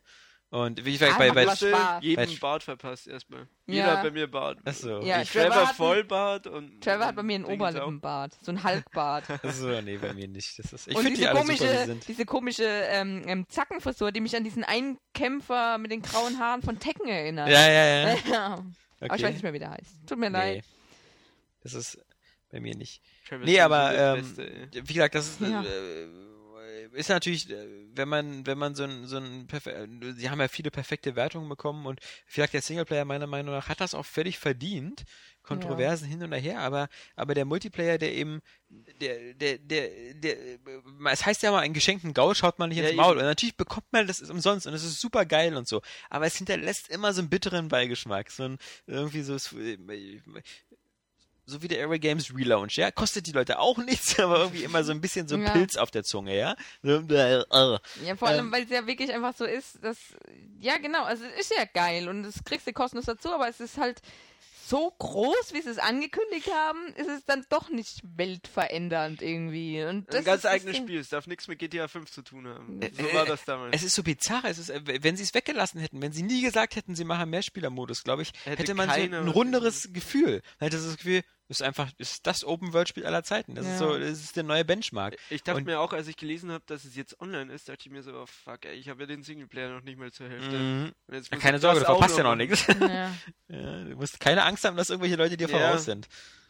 Und wie gesagt, Ah, bei, macht bei, aber Spaß. Jeden Bei- Bart verpasst erstmal. Ja. Jeder hat bei mir Bart. Achso. Ja, ich Trevor Trevor hat- Vollbart und... Trevor hat bei mir einen Ding ist auch- Oberlippenbart, so ein Halbbart. Achso, nee, bei mir nicht. Das ist, ich Und finde die diese alle komische, super, wie sie sind. diese komische ähm, ähm, Zackenfrisur, die mich an diesen einen Kämpfer mit den grauen Haaren von Tekken erinnert. Ja, ja, ja. Ja. Okay. Aber ich weiß nicht mehr, wie der heißt. Tut mir leid. Nee. Das ist bei mir nicht. Trevor Nee, ist aber sowieso der ähm, Beste, ey. wie gesagt, das ist, Ja. äh, ist natürlich, äh, wenn man, wenn man so ein, so ein perfe- sie haben ja viele perfekte Wertungen bekommen und vielleicht der Singleplayer meiner Meinung nach hat das auch völlig verdient. Kontroversen hin und her, aber, aber der Multiplayer, der eben, der, der, der, der, es heißt ja mal, einen geschenkten Gaul schaut man nicht Ja, ins Maul. eben. Und natürlich bekommt man das umsonst und es ist super geil und so. Aber es hinterlässt immer so einen bitteren Beigeschmack. So ein, irgendwie so, so wie der Airway Games Relaunch, ja, kostet die Leute auch nichts, aber irgendwie immer so ein bisschen so ein Ja. Pilz auf der Zunge, ja. So, äh, äh. Ja, vor allem, Ähm. weil es ja wirklich einfach so ist, dass, ja genau, also es ist ja geil und das kriegst du kostenlos dazu, aber es ist halt so groß, wie sie es angekündigt haben, ist es dann doch nicht weltverändernd irgendwie. Und das Ein ganz ist das eigenes Ding. Spiel. Es darf nichts mit G T A fünf zu tun haben. Äh, So war das damals. Es ist so bizarr, es ist, äh, wenn sie es weggelassen hätten, wenn sie nie gesagt hätten, sie machen Mehrspielermodus, glaube ich, Hätte hätte man so keiner ein was runderes Gefühl. Man hätte das Gefühl, das ist einfach, das ist das Open-World-Spiel aller Zeiten. Das ist Ja. so, das ist der neue Benchmark. Ich dachte Und- mir auch, als ich gelesen habe, dass es jetzt online ist, dachte ich mir so, oh fuck, ey, ich habe ja den Singleplayer noch nicht mal zur Hälfte. Mhm. Und jetzt Ja, muss keine ich Sorge, du das auch verpasst ja noch machen. nichts. Ja. Ja, du musst keine Angst haben, dass irgendwelche Leute dir Ja. voraus sind.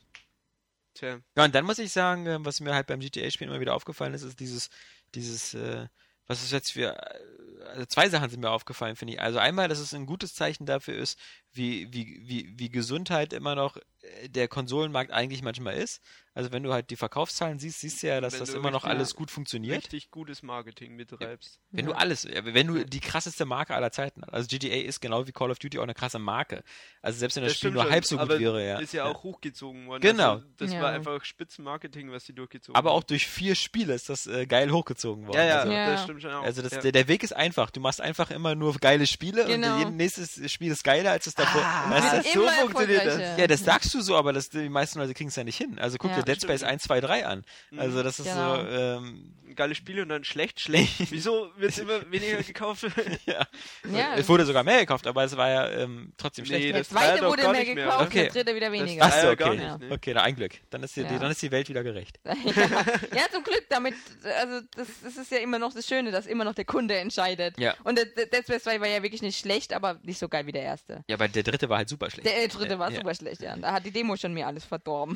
Tja, Ja, und dann muss ich sagen, äh, was mir halt beim G T A-Spielen immer wieder aufgefallen ist, ist dieses, dieses, äh, was ist jetzt für, äh, also zwei Sachen sind mir aufgefallen, finde ich. Also einmal, dass es ein gutes Zeichen dafür ist, wie, wie, wie, wie Gesundheit immer noch äh, der Konsolenmarkt eigentlich manchmal ist. Also wenn du halt die Verkaufszahlen siehst, siehst du ja, dass Wenn das du immer noch richtig- alles gut funktioniert. richtig gutes Marketing betreibst. Wenn Ja. du alles, äh, wenn du die krasseste Marke aller Zeiten hast. Also G T A ist genau wie Call of Duty auch eine krasse Marke. Also selbst wenn das, Spiel stimmt nur schon, halb so gut aber wäre, ja. ist ja auch hochgezogen worden. Genau. Also, das Ja. war einfach Spitzenmarketing, was die durchgezogen Aber haben. auch durch vier Spiele ist das äh, geil hochgezogen worden. Ja, ja, Also, Ja. das stimmt schon auch. also das, ja. der, der Weg ist einfach. Du machst einfach immer nur geile Spiele Genau. und jedes nächstes Spiel ist geiler als das davor. Ah, weißt du? so Immer funktioniert das. erfolgreicher. Ja, das sagst du so, aber das, die meisten Leute kriegen es ja nicht hin. Also guck Ja. dir Dead Space Stimmt. eins, zwei, drei an. Mhm. Also das ist Genau. so, ähm, Geile Spiele und dann schlecht, schlecht. Wieso wird es immer weniger gekauft? ja. Ja. Es wurde sogar mehr gekauft, aber es war ja ähm, trotzdem Nee, schlecht. Der das war ja zweite doch wurde gar mehr nicht mehr. gekauft, Okay. der dritte wieder weniger. war Achso, ja gar okay. nicht, ne? Okay, na ein Glück. Dann ist, die, Ja. dann ist die Welt wieder gerecht. ja. ja, zum Glück damit, also das, das ist ja immer noch das Schöne, dass immer noch der Kunde entscheidet. Ja. Und der, der Dead Space zwei war ja wirklich nicht schlecht, aber nicht so geil wie der erste. Ja, weil der dritte war halt super schlecht. Der äh, dritte war Ja. super schlecht, ja. Da hat die Demo schon mir alles verdorben.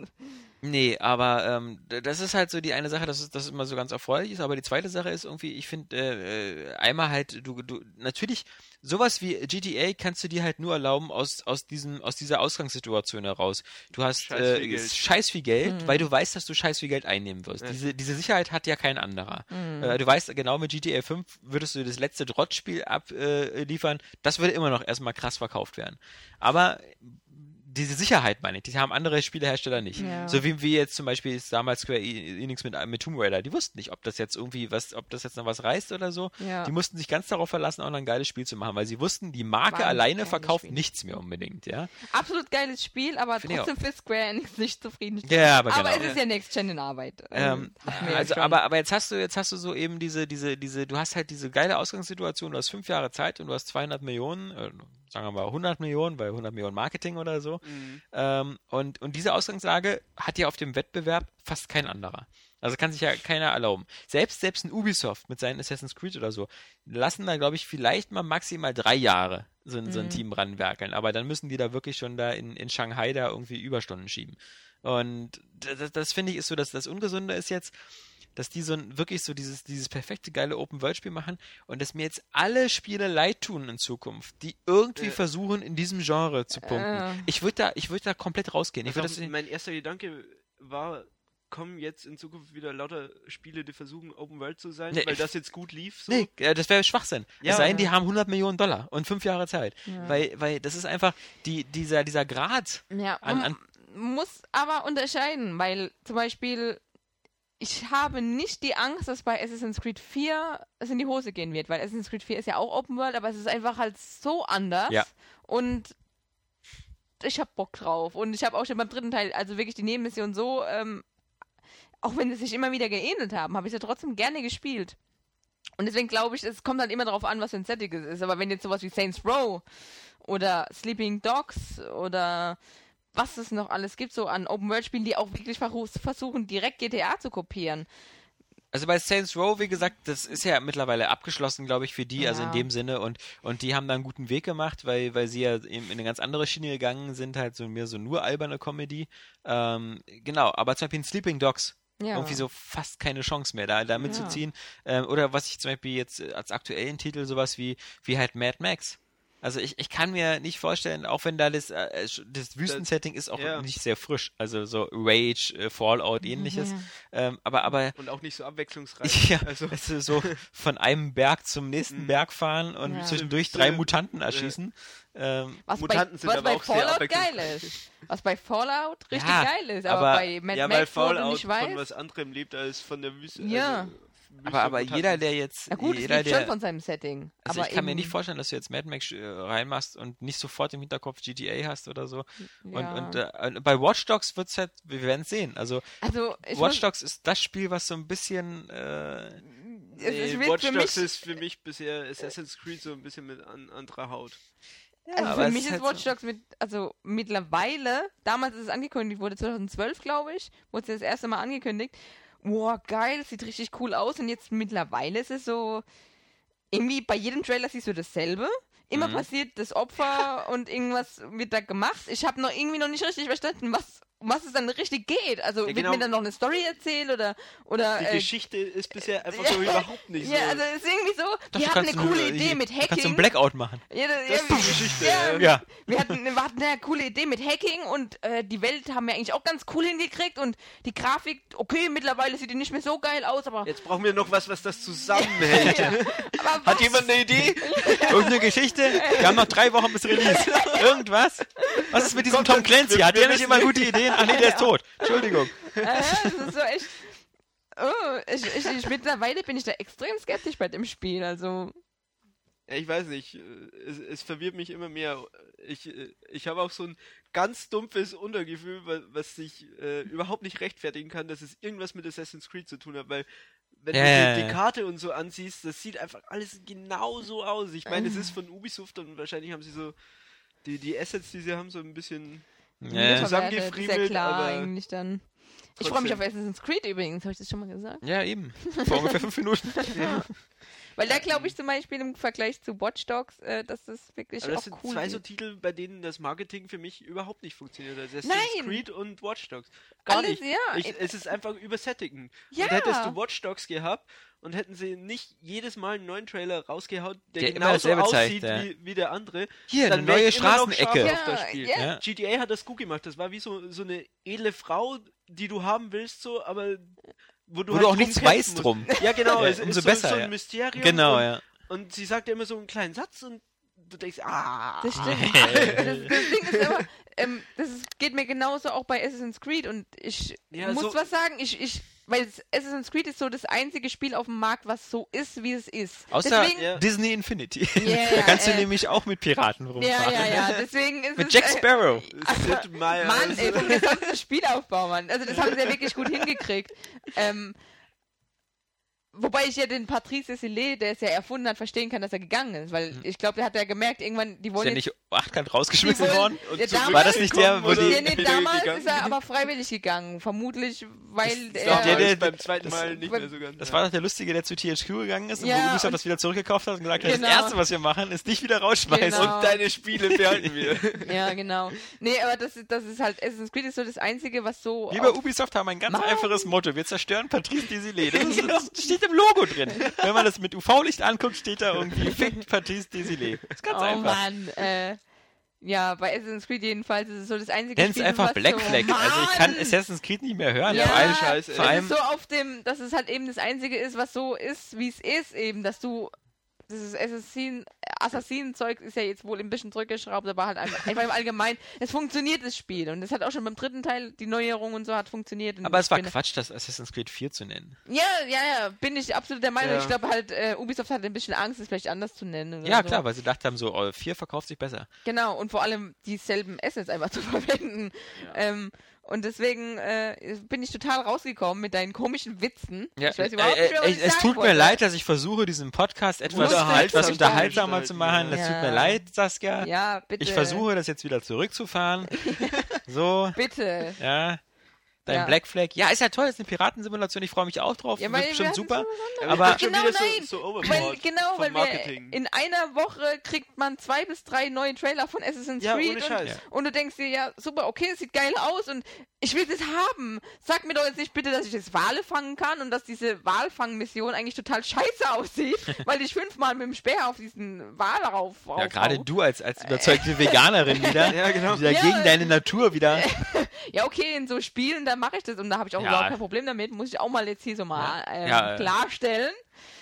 Nee, aber ähm, d- das ist halt so die eine Sache, dass es das immer so ganz erfreulich ist, aber die zweite Sache ist irgendwie, ich finde, äh, äh, einmal halt, du, du, natürlich, sowas wie G T A kannst du dir halt nur erlauben aus, aus diesem, aus dieser Ausgangssituation heraus. Du hast Scheiß äh, viel Geld. scheiß viel Geld, Mhm. weil du weißt, dass du scheiß viel Geld einnehmen wirst. Ja. Diese, diese Sicherheit hat ja kein anderer. Mhm. Äh, du weißt genau, mit G T A fünf würdest du das letzte Drottspiel abliefern, äh, liefern. Das würde immer noch erstmal krass verkauft werden. Aber diese Sicherheit, meine ich, die haben andere Spielehersteller nicht. Ja. So wie, wie jetzt zum Beispiel ist damals Square Enix mit, mit Tomb Raider. Die wussten nicht, ob das jetzt irgendwie was, ob das jetzt noch was reißt oder so. Ja. Die mussten sich ganz darauf verlassen, auch noch ein geiles Spiel zu machen, weil sie wussten, die Marke War ein alleine geiles verkauft Spiel. nichts mehr unbedingt, ja. Absolut geiles Spiel, aber Finde ich trotzdem für Square Enix nicht zufrieden. Ja, aber genau. Aber es ist ja Next Gen in Arbeit. Ähm, hatten wir ja also, schon. aber, aber jetzt hast du, jetzt hast du so eben diese, diese, diese, du hast halt diese geile Ausgangssituation, du hast fünf Jahre Zeit und du hast zweihundert Millionen, äh, sagen wir mal hundert Millionen, weil hundert Millionen Marketing oder so. Mhm. Ähm, und, und diese Ausgangslage hat ja auf dem Wettbewerb fast kein anderer. Also kann sich ja keiner erlauben. Selbst, selbst ein Ubisoft mit seinen Assassin's Creed oder so, lassen da, glaube ich, vielleicht mal maximal drei Jahre so, ein- so ein Mhm. Team ranwerkeln. Aber dann müssen die da wirklich schon da in, in Shanghai da irgendwie Überstunden schieben. Und das, das finde ich ist so, dass das Ungesunde ist jetzt, dass die so ein, wirklich so dieses, dieses perfekte, geile Open-World-Spiel machen und dass mir jetzt alle Spiele leid tun in Zukunft, die irgendwie Äh. versuchen, in diesem Genre zu punkten. Äh. Ich würde da, ich würde da komplett rausgehen. Ich Also würde das, mein erster Gedanke war, kommen jetzt in Zukunft wieder lauter Spiele, die versuchen, Open World zu sein, Nee. weil das jetzt gut lief. So. nee, äh, das wäre Schwachsinn. Ja. es sei denn, die haben hundert Millionen Dollar und fünf Jahre Zeit. Ja. Weil, weil das ist einfach die, dieser, dieser Grad. Ja, An- man an- muss aber unterscheiden, weil zum Beispiel ich habe nicht die Angst, dass bei Assassin's Creed vier es in die Hose gehen wird, weil Assassin's Creed vier ist ja auch Open World, aber es ist einfach halt so anders Ja. und ich hab Bock drauf und ich habe auch schon beim dritten Teil, also wirklich die Nebenmission so, ähm, auch wenn sie sich immer wieder geähnelt haben, habe ich ja trotzdem gerne gespielt. Und deswegen glaube ich, es kommt halt immer darauf an, was für ein Setting es ist. Aber wenn jetzt sowas wie Saints Row oder Sleeping Dogs oder was es noch alles gibt, so an Open-World-Spielen, die auch wirklich versuchen, direkt G T A zu kopieren. Also bei Saints Row, wie gesagt, das ist ja mittlerweile abgeschlossen, glaube ich, für die, Ja. also in dem Sinne. Und, und die haben da einen guten Weg gemacht, weil, weil sie ja eben in eine ganz andere Schiene gegangen sind, halt so mehr so nur alberne Comedy. Ähm, genau, aber zum Beispiel in Sleeping Dogs. Ja. Irgendwie so fast keine Chance mehr, da, da mitzuziehen. Ähm, oder was ich zum Beispiel jetzt als aktuellen Titel sowas wie, wie halt Mad Max. Also ich, ich kann mir nicht vorstellen, auch wenn da das, äh, das Wüstensetting ist auch ja. nicht sehr frisch, also so Rage, äh, Fallout, ähnliches. Ja. Ähm, aber, aber Und auch nicht so abwechslungsreich. ja, Also, also so von einem Berg zum nächsten Mhm. Berg fahren und Ja. zwischendurch So- drei Mutanten erschießen. Ähm, Was Mutanten bei, sind was aber bei auch sehr Fallout geil abwechslungsreich. ist. Was bei Fallout richtig Ja, geil ist. Aber, aber- bei Mad ja, weil Max, wo du Fallout nicht von weißt. was anderem lebt als von der Wüste. Ja. Also, Wüste aber aber Mutanten. jeder, der jetzt, Na gut, es jeder, lebt schon der, von seinem Setting. also aber ich kann mir eben, nicht vorstellen, dass du jetzt Mad Max äh, reinmachst und nicht sofort im Hinterkopf G T A hast oder so. Und, ja. und äh, bei Watch Dogs wird's halt, wir werden es sehen. Also Also, ich Watch muss, Dogs ist das Spiel, was so ein bisschen äh, es, Nee, es wird Watch für Dogs mich, ist für mich bisher Assassin's Creed so ein bisschen mit an, anderer Haut. also aber für es mich ist halt Watch so- Dogs mit, also mittlerweile, damals ist es angekündigt, wurde zweitausendzwölf, glaube ich, wurde es das erste Mal angekündigt. Boah, geil, das sieht richtig cool aus. Und jetzt mittlerweile ist es so, irgendwie bei jedem Trailer siehst du dasselbe. Immer Mhm. passiert das Opfer und irgendwas wird da gemacht. Ich habe noch irgendwie noch nicht richtig verstanden, was, um was es dann richtig geht. Also Ja, wird genau. mir dann noch eine Story erzählt oder oder Die äh, Geschichte ist bisher einfach ja, so überhaupt nicht so. ja, also es ist irgendwie so, Doch, wir du hatten eine kannst coole einen, Idee äh, mit Du kannst so Hacking. einen Blackout machen. Ja, das, Das ist die Geschichte, Ja, ja. Ja. Wir hatten, wir hatten eine coole Idee mit Hacking und äh, die Welt haben wir eigentlich auch ganz cool hingekriegt und die Grafik, okay, mittlerweile sieht die nicht mehr so geil aus, aber, Jetzt brauchen wir noch was, was das zusammenhält. ja, aber Hat was? jemand eine Idee? Irgendeine Geschichte? Wir haben noch drei Wochen bis Release. Irgendwas? Was ist mit diesem Kommt Tom dann- Clancy? wir- Hat wir der nicht wissen immer nicht. gute Ideen? Ach nee, der ist tot. Entschuldigung. Äh, das ist so echt. Oh, ich, ich, ich, mittlerweile bin ich da extrem skeptisch bei dem Spiel. Also, Ja, ich weiß nicht. Es, es verwirrt mich immer mehr. Ich, ich habe auch so ein ganz dumpfes Untergefühl, wa- was sich äh, überhaupt nicht rechtfertigen kann, dass es irgendwas mit Assassin's Creed zu tun hat, weil wenn Ja, du ja, die, ja. die Karte und so ansiehst, das sieht einfach alles genau so aus. Ich meine, es ist von Ubisoft und wahrscheinlich haben sie so die, die Assets, die sie haben, so ein bisschen Ja. verwertet, zusammengefriemelt, ist ja klar aber eigentlich dann. Ich freue mich auf trotzdem. Assassin's Creed übrigens, habe ich das schon mal gesagt? Ja, eben. Vor ungefähr fünf Minuten. Weil da glaube ich zum Beispiel im Vergleich zu Watch Dogs, äh, dass das wirklich Aber das auch sind cool zwei ist. so Titel, bei denen das Marketing für mich überhaupt nicht funktioniert. Also Assassin's Nein! Creed und Watch Dogs. Gar Alles, nicht. ja. Ich, es ist einfach übersättigen. Ja. Und hättest du Watch Dogs gehabt und hätten sie nicht jedes Mal einen neuen Trailer rausgehauen, der, Der immer genauso dasselbe aussieht zeigt, ja. wie, wie der andere, Hier, dann eine wär neue ich immer noch Straßenecke. scharf auf das Ja, Spiel. ja. Ja. G T A hat das gut gemacht. Das war wie so, so eine edle Frau, die du haben willst, so, aber wo du, Wo halt du auch drum nichts kämpfen weißt musst. drum. Ja, genau. Ja, es umso ist besser, so, so ein ja. Mysterium. Genau, und, ja. und sie sagt ja immer so einen kleinen Satz und du denkst, ah. Das stimmt. das, das Ding ist aber, ähm, das ist, geht mir genauso auch bei Assassin's Creed und ich Ja, muss so- was sagen, ich, ich, weil es- Assassin's Creed ist so das einzige Spiel auf dem Markt, was so ist, wie es ist. Außer Deswegen, Ja. Disney Infinity. Ja, da kannst du äh, nämlich auch mit Piraten ja, rumfahren. ja, ja, deswegen ist Mit es... Jack äh, Sparrow. Sid Meier. Mann, ey, vom gesamten Spielaufbau, Mann. Also das haben sie ja wirklich gut hingekriegt. Ähm, wobei ich ja den Patrice Desilets, der es ja erfunden hat, verstehen kann, dass er gegangen ist. Weil ich glaube, der hat ja gemerkt, irgendwann, die Ist wollen ja jetzt... nicht achtkant die rausgeschmissen wollen- worden? Und ja, zurück damals, War das nicht der, wo gekommen die- ja, oder nee, wieder damals gegangen? ist er aber freiwillig gegangen. Vermutlich, weil Ich er... glaube, der- der- beim zweiten das- Mal nicht mehr so ganz. Das war doch der Lustige, der zu T H Q gegangen ist und Ja, wo Ubisoft und- das wieder zurückgekauft hat und gesagt hat, Genau. das Erste, was wir machen, ist nicht wieder rausschmeißen. Genau. Und deine Spiele behalten wir. Ja, genau. Nee, aber das, ist- das ist halt, Assassin's Creed ist so das Einzige, was so... Wir bei auf- Ubisoft haben ein ganz Mann. einfaches Motto. Wir zerstören Patrice Desilets. Das, ist, das steht im Logo drin. Wenn man das mit U V-Licht anguckt, steht da irgendwie Fickt Patrice Desilets. Das ist ganz oh einfach. Mann, äh... Ja, bei Assassin's Creed jedenfalls ist es so das einzige Nenn's Spiel, einfach was Black so, Flag. Also ich kann Mann! Assassin's Creed nicht mehr hören. Ja, Vor allem, Scheiß, ey. vor Es allem ist so auf dem, dass es halt eben das Einzige ist, was so ist, wie es ist, eben, dass du, dieses Assassin, Assassin-Zeug ist ja jetzt wohl ein bisschen zurückgeschraubt, aber halt einfach einfach im Allgemeinen, es funktioniert das Spiel und es hat auch schon beim dritten Teil, die Neuerung und so hat funktioniert. Und aber es ich war bin- Quatsch, das Assassin's Creed vier zu nennen. Ja, ja, ja, bin ich absolut der Meinung. Ja. Ich glaube halt, äh, Ubisoft hat ein bisschen Angst, es vielleicht anders zu nennen. oder Ja, so. klar, weil sie gedacht haben, so, oh, vier verkauft sich besser. Genau, und vor allem dieselben Assets einfach zu verwenden. Ähm, Und deswegen äh, bin ich total rausgekommen mit deinen komischen Witzen. Ja, ich weiß überhaupt nicht mehr, was äh, ich es sagen tut wollte. mir leid, dass ich versuche, diesen Podcast etwas, Unterhaltsam etwas zu unterhaltsamer gestalten, zu machen. Das ja. tut mir leid, Saskia. Ja, bitte. Ich versuche, das jetzt wieder zurückzufahren. So, Bitte. ja. Dein Ja. Black Flag. Ja, ist ja toll, ist eine Piratensimulation. Ich freue mich auch drauf. Ja, Wird weil wir bestimmt hatten super. so Ja, Aber das ist schon Genau, wieder nein. so, so overboard Weil, genau, vom weil wir Marketing. in einer Woche kriegt man zwei bis drei neue Trailer von Assassin's Ja, Creed ohne und, Scheiß. und du denkst dir, ja, super, okay, es sieht geil aus und ich will das haben. Sag mir doch jetzt nicht bitte, dass ich jetzt Wale fangen kann und dass diese Walfangmission eigentlich total scheiße aussieht, weil ich fünfmal mit dem Speer auf diesen Wal rauf, rauf ja, gerade hau. du als, als überzeugte Veganerin wieder, Ja, genau. wieder Ja. gegen deine Natur wieder. Ja, okay, in so Spielen, da mache ich das und da habe ich auch Ja. überhaupt kein Problem damit, muss ich auch mal jetzt hier so mal ähm, Ja, äh. klarstellen.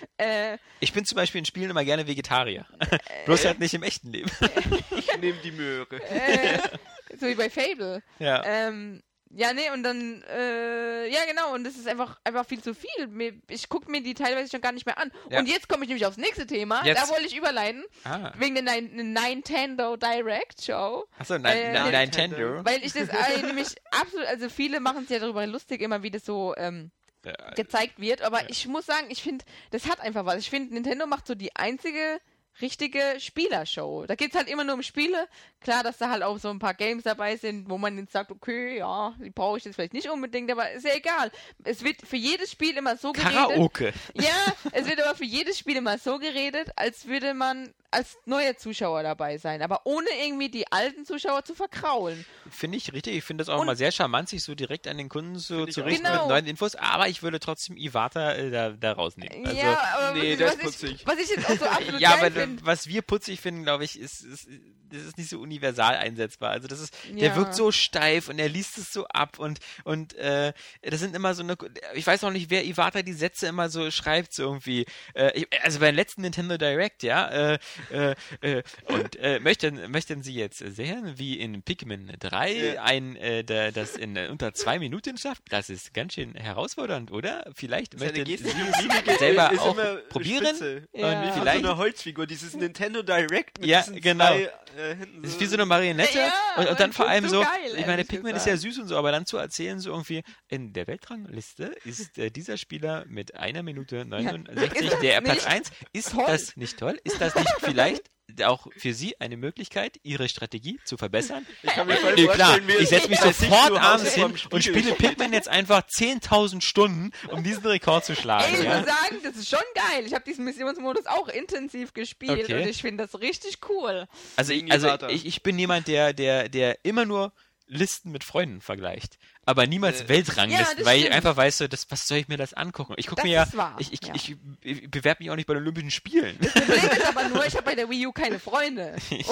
Äh, Ich bin zum Beispiel in Spielen immer gerne Vegetarier. Bloß halt nicht im echten Leben. Ich nehme die Möhre. äh, so wie bei Fable. Ja. Ähm, ja, nee, und dann, äh, ja genau, und das ist einfach, einfach viel zu viel. Mir, ich gucke mir die teilweise schon gar nicht mehr an. Ja. Und jetzt komme ich nämlich aufs nächste Thema. Jetzt. Da wollte ich überleiten. Ah. Wegen der Nin- Nintendo Direct Show. Achso, nein, Äh, nein, Nintendo. Nintendo. Weil ich das äh, nämlich absolut, also viele machen es ja darüber lustig, immer wie das so ähm, Ja, gezeigt wird. Aber ich muss sagen, ich finde, das hat einfach was. Ich finde, Nintendo macht so die einzige richtige Spielershow. Da geht es halt immer nur um Spiele. Klar, dass da halt auch so ein paar Games dabei sind, wo man jetzt sagt, okay, ja, die brauche ich jetzt vielleicht nicht unbedingt, aber ist ja egal. Es wird für jedes Spiel immer so geredet. Karaoke. Ja, es wird aber für jedes Spiel immer so geredet, als würde man als neue Zuschauer dabei sein, aber ohne irgendwie die alten Zuschauer zu verkraulen. Finde ich richtig. Ich finde das auch Und- mal sehr charmant, sich so direkt an den Kunden zu, ich zu auch. richten Genau. mit neuen Infos. Aber ich würde trotzdem Iwata äh, da, da rausnehmen. Also, ja, aber nee, was, der was, ist putzig. ich, was ich jetzt auch so absolut ja, geil aber finde. was wir putzig finden, glaube ich, ist, ist, das ist nicht so universal einsetzbar. Also das ist, Ja. der wirkt so steif und er liest es so ab und und äh, das sind immer so eine, ich weiß auch nicht, wer Iwata die Sätze immer so schreibt, so irgendwie. Äh, ich, also beim letzten Nintendo Direct, ja, äh, äh, äh, und äh, möchten möchten Sie jetzt sehen, wie in Pikmin drei Ja. ein äh, der, das in äh, unter zwei Minuten schafft? Das ist ganz schön herausfordernd, oder? Vielleicht Seine möchten Gestik Sie und Mimik selber ist auch immer probieren. spitze. Ja. Und Wie von vielleicht so einer Holzfigur, dieses Nintendo Direct mit Ja, diesen genau. zwei äh, hinten Das ist so- wie so eine Marionette Ja, und, aber und dann ich vor find's allem so so, geil, ich meine, ehrlich Pikmin ist gesagt. ja süß und so, aber dann zu erzählen so irgendwie, in der Weltrangliste ist äh, dieser Spieler mit einer Minute neunundsechzig Ist das der Platz nicht eins. Ist toll? das nicht toll? Ist das nicht vielleicht auch für Sie eine Möglichkeit, Ihre Strategie zu verbessern? Ich kann mir voll Nee, klar, vorstellen, wie ich setze mich bei sich sofort zu Hause abends hin vorm und Spiegel spiele Pikmin jetzt einfach zehntausend Stunden, um diesen Rekord zu schlagen. Ey, ich ja? muss sagen, das ist schon geil. Ich habe diesen Missionsmodus auch intensiv gespielt Okay. und ich finde das richtig cool. Also, Wegen ich, also Iwata. ich, ich bin jemand, der, der, der immer nur Listen mit Freunden vergleicht, aber niemals Äh, Weltranglisten, ja, das weil ich stimmt. einfach weiß, so, das, was soll ich mir das angucken? Ich gucke Das mir ja, ist wahr, ich, ich, ja. ich, ich bewerbe mich auch nicht bei den Olympischen Spielen. Das Problem ist aber nur, ich habe bei der Wii U keine Freunde.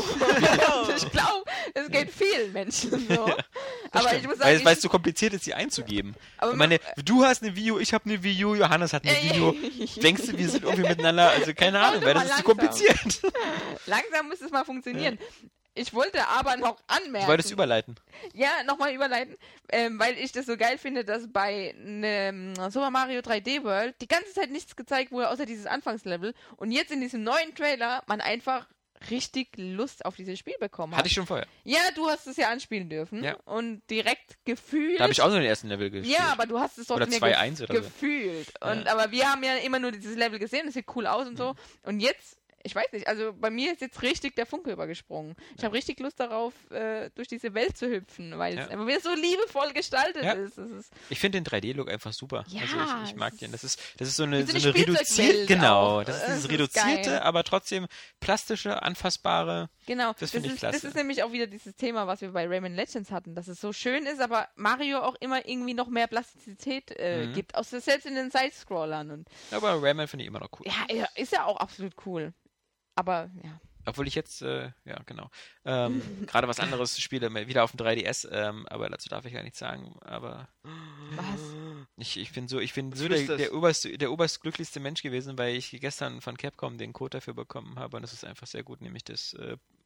Und ich glaube, es geht vielen Menschen so. Aber ich muss sagen, weil, ich, weil es so kompliziert ist, sie einzugeben. Aber Ich meine, du hast eine Wii U, ich habe eine Wii U, Johannes hat eine Ey, Wii U. Denkst du, wir sind irgendwie miteinander? Also keine Ahnung, weil das mal ist zu langsam. kompliziert. langsam muss es mal funktionieren. Ich wollte aber noch anmerken. Du wolltest überleiten. Ja, nochmal überleiten, ähm, weil ich das so geil finde, dass bei einem Super Mario drei D World die ganze Zeit nichts gezeigt wurde, außer dieses Anfangslevel. Und jetzt in diesem neuen Trailer man einfach richtig Lust auf dieses Spiel bekommen hat. Hatte ich schon vorher. Ja, du hast es ja anspielen dürfen. Ja. Und direkt gefühlt. Da habe ich auch nur den ersten Level gespielt. ja, aber du hast es Oder trotzdem zwei ja eins oder so. gefühlt. Und, Ja. Aber wir haben ja immer nur dieses Level gesehen, das sieht cool aus und so. Und jetzt, ich weiß nicht, also bei mir ist jetzt richtig der Funke übergesprungen. Ich habe richtig Lust darauf, äh, durch diese Welt zu hüpfen, weil Ja. es einfach wieder so liebevoll gestaltet Ja. ist. Es ist Ich finde den drei D-Look einfach super. Ja, also ich, ich mag es den. Das ist, das ist so eine, Wie so so eine eine reduzierte, Spielzeugwelt genau. auch. Das ist Das dieses ist reduzierte, geil. aber trotzdem plastische, anfassbare. Genau, Das finde ich ist, klasse. das ist nämlich auch wieder dieses Thema, was wir bei Rayman Legends hatten, dass es so schön ist, aber Mario auch immer irgendwie noch mehr Plastizität äh, Mhm. gibt, auch so selbst in den Side-Scrollern. Und Aber Rayman finde ich immer noch cool. ja, ja, ist ja auch absolut cool. Aber ja. Obwohl ich jetzt, äh, ja, genau, ähm, gerade was anderes spiele, mal wieder auf dem drei D S, ähm, aber dazu darf ich gar nichts sagen. Aber Was? ich, ich bin so, ich bin Was so der, ist das? der, oberst, der oberst glücklichste Mensch gewesen, weil ich gestern von Capcom den Code dafür bekommen habe und das ist einfach sehr gut, nämlich das äh,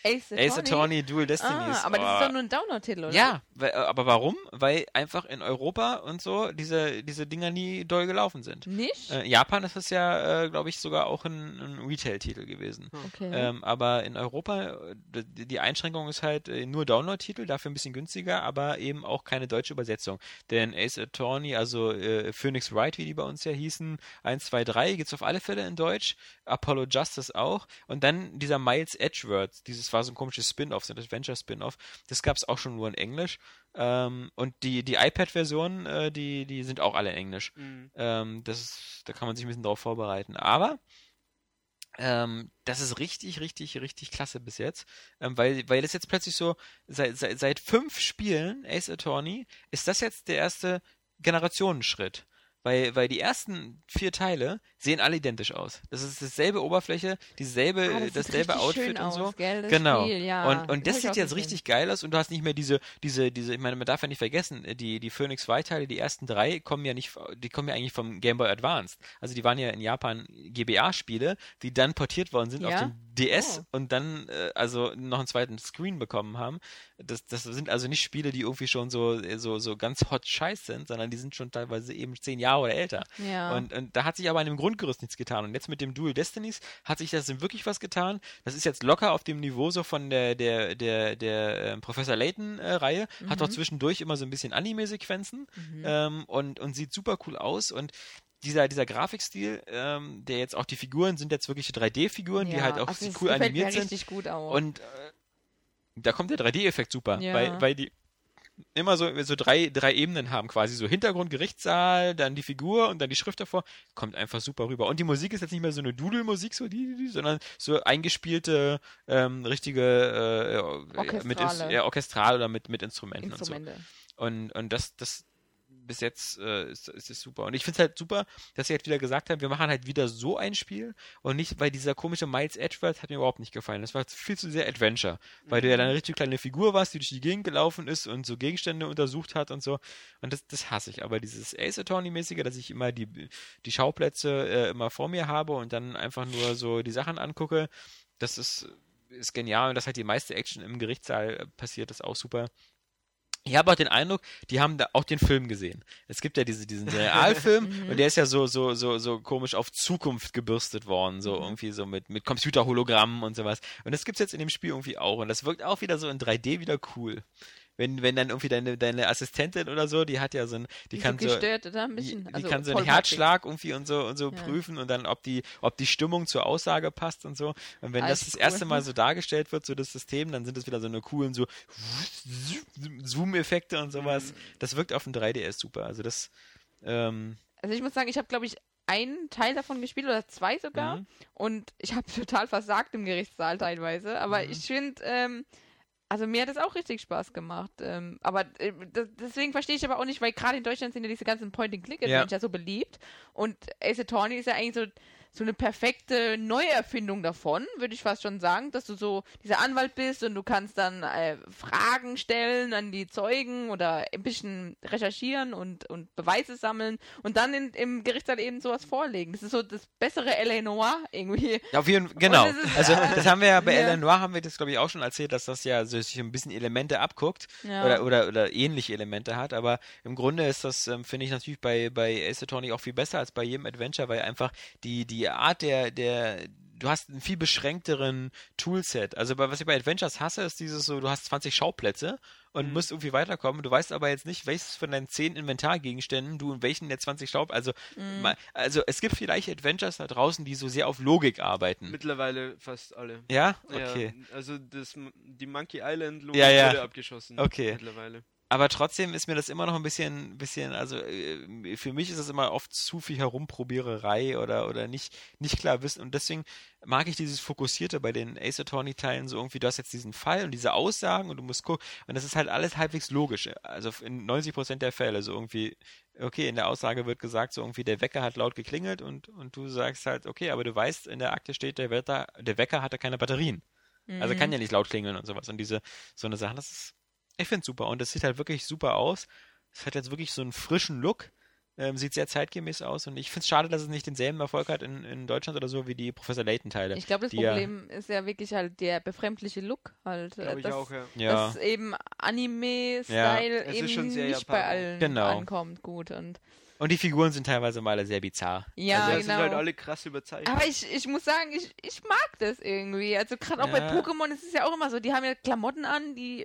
Ace Attorney? Ace Attorney Dual Destinies. Ah, aber das oh. ist doch nur ein Download-Titel, oder? Ja, weil, aber warum? Weil einfach in Europa und so diese, diese Dinger nie doll gelaufen sind. Nicht? Äh, Japan ist es ja, äh, glaube ich, sogar auch ein, ein Retail-Titel gewesen. Okay. Ähm, aber in Europa, äh, die, die Einschränkung ist halt äh, nur Download-Titel, dafür ein bisschen günstiger, aber eben auch keine deutsche Übersetzung. Denn Ace Attorney, also äh, Phoenix Wright, wie die bei uns ja hießen, eins, zwei, drei, gibt es auf alle Fälle in Deutsch, Apollo Justice auch. Und dann dieser Miles Edgeworth, dieses war so ein komisches Spin-off, so ein Adventure-Spin-off, das gab es auch schon nur in Englisch. Ähm, und die, die iPad-Versionen, äh, die, die sind auch alle in Englisch. Mhm. Ähm, das ist, da kann man sich ein bisschen drauf vorbereiten. Aber ähm, das ist richtig, richtig, richtig klasse bis jetzt. Ähm, weil, weil das jetzt plötzlich so, seit, seit, seit fünf Spielen, Ace Attorney, ist das jetzt der erste Generationenschritt. Weil, weil die ersten vier Teile sehen alle identisch aus. Das ist dasselbe Oberfläche, dieselbe, Ah, das sieht dasselbe richtig Outfit schön und so. aus, gell, das Genau. Spiel, ja. Und, und das hab ich sieht auch jetzt gesehen. richtig geil aus und du hast nicht mehr diese, diese, diese, ich meine, man darf ja nicht vergessen, die, die Phoenix Wright Teile, die ersten drei kommen ja nicht, die kommen ja eigentlich vom Game Boy Advanced. Also die waren ja in Japan G B A-Spiele, die dann portiert worden sind Ja? auf den D S Oh. und dann äh, also noch einen zweiten Screen bekommen haben. Das, das sind also nicht Spiele, die irgendwie schon so, so, so ganz hot scheiß sind, sondern die sind schon teilweise eben zehn Jahre oder älter. Ja. Und, und da hat sich aber an dem Grundgerüst nichts getan. Und jetzt mit dem Dual Destinies hat sich das wirklich was getan. Das ist jetzt locker auf dem Niveau so von der, der, der, der äh, Professor Layton-Reihe. Mhm. Hat auch zwischendurch immer so ein bisschen Anime-Sequenzen ähm, und, und sieht super cool aus. Und dieser, dieser Grafikstil, ähm, der jetzt auch die Figuren sind jetzt wirklich drei D-Figuren, die Ja, halt auch also es cool gefällt animiert mir sind. richtig gut auch. Und äh, da kommt der drei D-Effekt super, Ja. weil, weil die immer so, so drei, drei Ebenen haben quasi. So Hintergrund, Gerichtssaal, dann die Figur und dann die Schrift davor. Kommt einfach super rüber. Und die Musik ist jetzt nicht mehr so eine Doodle-Musik, so die, die, sondern so eingespielte, ähm, richtige äh, mit Ins- Orchestrale. ja, Orchestral oder mit, mit Instrumenten Instrumente. und so. Und, und das, das bis jetzt äh, ist, ist es super. Und ich finde es halt super, dass sie halt wieder gesagt haben, wir machen halt wieder so ein Spiel und nicht, weil dieser komische Miles Edgeworth hat mir überhaupt nicht gefallen. Das war viel zu sehr Adventure, weil du ja dann eine richtig kleine Figur warst, die durch die Gegend gelaufen ist und so Gegenstände untersucht hat und so. Und das, das hasse ich. Aber dieses Ace Attorney-mäßige, dass ich immer die, die Schauplätze äh, immer vor mir habe und dann einfach nur so die Sachen angucke, das ist, ist genial. Und dass halt die meiste Action im Gerichtssaal äh, passiert, ist auch super. Ich habe auch den Eindruck, die haben da auch den Film gesehen. Es gibt ja diese, diesen Realfilm und der ist ja so, so, so, so komisch auf Zukunft gebürstet worden, so irgendwie so mit, mit Computerhologrammen und sowas. Und das gibt's jetzt in dem Spiel irgendwie auch und das wirkt auch wieder so in drei D wieder cool. Wenn, wenn dann irgendwie deine, deine Assistentin oder so, die hat ja so ein, die, Die kann so so, gestört, oder? Ein die, bisschen. die also kann so einen vollmatschig. Herzschlag irgendwie und so und so Ja. prüfen und dann, ob die, ob die Stimmung zur Aussage passt und so. Und wenn das Alles das erste cool. Mal so dargestellt wird, so das System, dann sind es wieder so eine coolen so Zoom-Effekte und sowas. Das wirkt auf dem drei D S super. Also das, ähm, Also ich muss sagen, ich habe, glaube ich, einen Teil davon gespielt oder zwei sogar. Mhm. Und ich habe total versagt im Gerichtssaal teilweise. Aber Mhm. ich finde, ähm, also mir hat es auch richtig Spaß gemacht. Ähm, aber äh, das, deswegen verstehe ich aber auch nicht, weil gerade in Deutschland sind ja diese ganzen Point-and-Click-Adventure Ja. so beliebt. Und Ace Attorney ist ja eigentlich so, so eine perfekte Neuerfindung davon, würde ich fast schon sagen, dass du so dieser Anwalt bist und du kannst dann äh, Fragen stellen an die Zeugen oder ein bisschen recherchieren und, und Beweise sammeln und dann in, im Gerichtssaal eben sowas vorlegen. Das ist so das bessere L A. Noir irgendwie. auf jeden genau. Und es ist, Also äh, das haben wir ja bei ja. L A. Noir haben wir das glaube ich auch schon erzählt, dass das ja so sich ein bisschen Elemente abguckt Ja. oder, oder, oder ähnliche Elemente hat, aber im Grunde ist das, ähm, finde ich natürlich bei, bei Ace Attorney auch viel besser als bei jedem Adventure, weil einfach die, die Art der, der du hast einen viel beschränkteren Toolset. Also bei, was ich bei Adventures hasse, ist dieses so, du hast zwanzig Schauplätze und Mhm. musst irgendwie weiterkommen. Du weißt aber jetzt nicht, welches von deinen zehn Inventargegenständen du in welchen der zwanzig Schauplätze, also, Mhm. mal, also es gibt vielleicht Adventures da draußen, die so sehr auf Logik arbeiten. Mittlerweile fast alle. Ja? Okay. Ja, also das, die Monkey Island Logik Ja, ja. wurde abgeschossen. Okay. Mittlerweile. Aber trotzdem ist mir das immer noch ein bisschen, bisschen, also äh, für mich ist es immer oft zu viel Herumprobiererei oder, oder nicht, nicht klar wissen. Und deswegen mag ich dieses Fokussierte bei den Ace Attorney-Teilen so irgendwie, du hast jetzt diesen Fall und diese Aussagen und du musst gucken. Und das ist halt alles halbwegs logisch. Also in neunzig Prozent der Fälle so irgendwie, okay, in der Aussage wird gesagt, so irgendwie der Wecker hat laut geklingelt und, und du sagst halt, okay, aber du weißt, in der Akte steht, der Wetter, der Wecker hatte keine Batterien. Also kann ja nicht laut klingeln und sowas. Und diese, so eine Sache, das ist, ich finde es super und es sieht halt wirklich super aus. Es hat jetzt wirklich so einen frischen Look. Ähm, sieht sehr zeitgemäß aus und ich finde es schade, dass es nicht denselben Erfolg hat in, in Deutschland oder so wie die Professor Layton-Teile. Ich glaube, das die ja- Problem ist ja wirklich halt der befremdliche Look halt. Glaube ich dass, auch, ja. Ja, dass eben Anime-Style Ja, es ist eben schon sehr nicht bei japanisch. allen Genau. ankommt. Gut. Und und die Figuren sind teilweise mal sehr bizarr. ja, also, das genau. sind halt alle krass überzeichnet. Aber ich, ich muss sagen, ich, ich mag das irgendwie. Also gerade auch bei Ja. Pokémon ist es ja auch immer so, die haben ja Klamotten an, die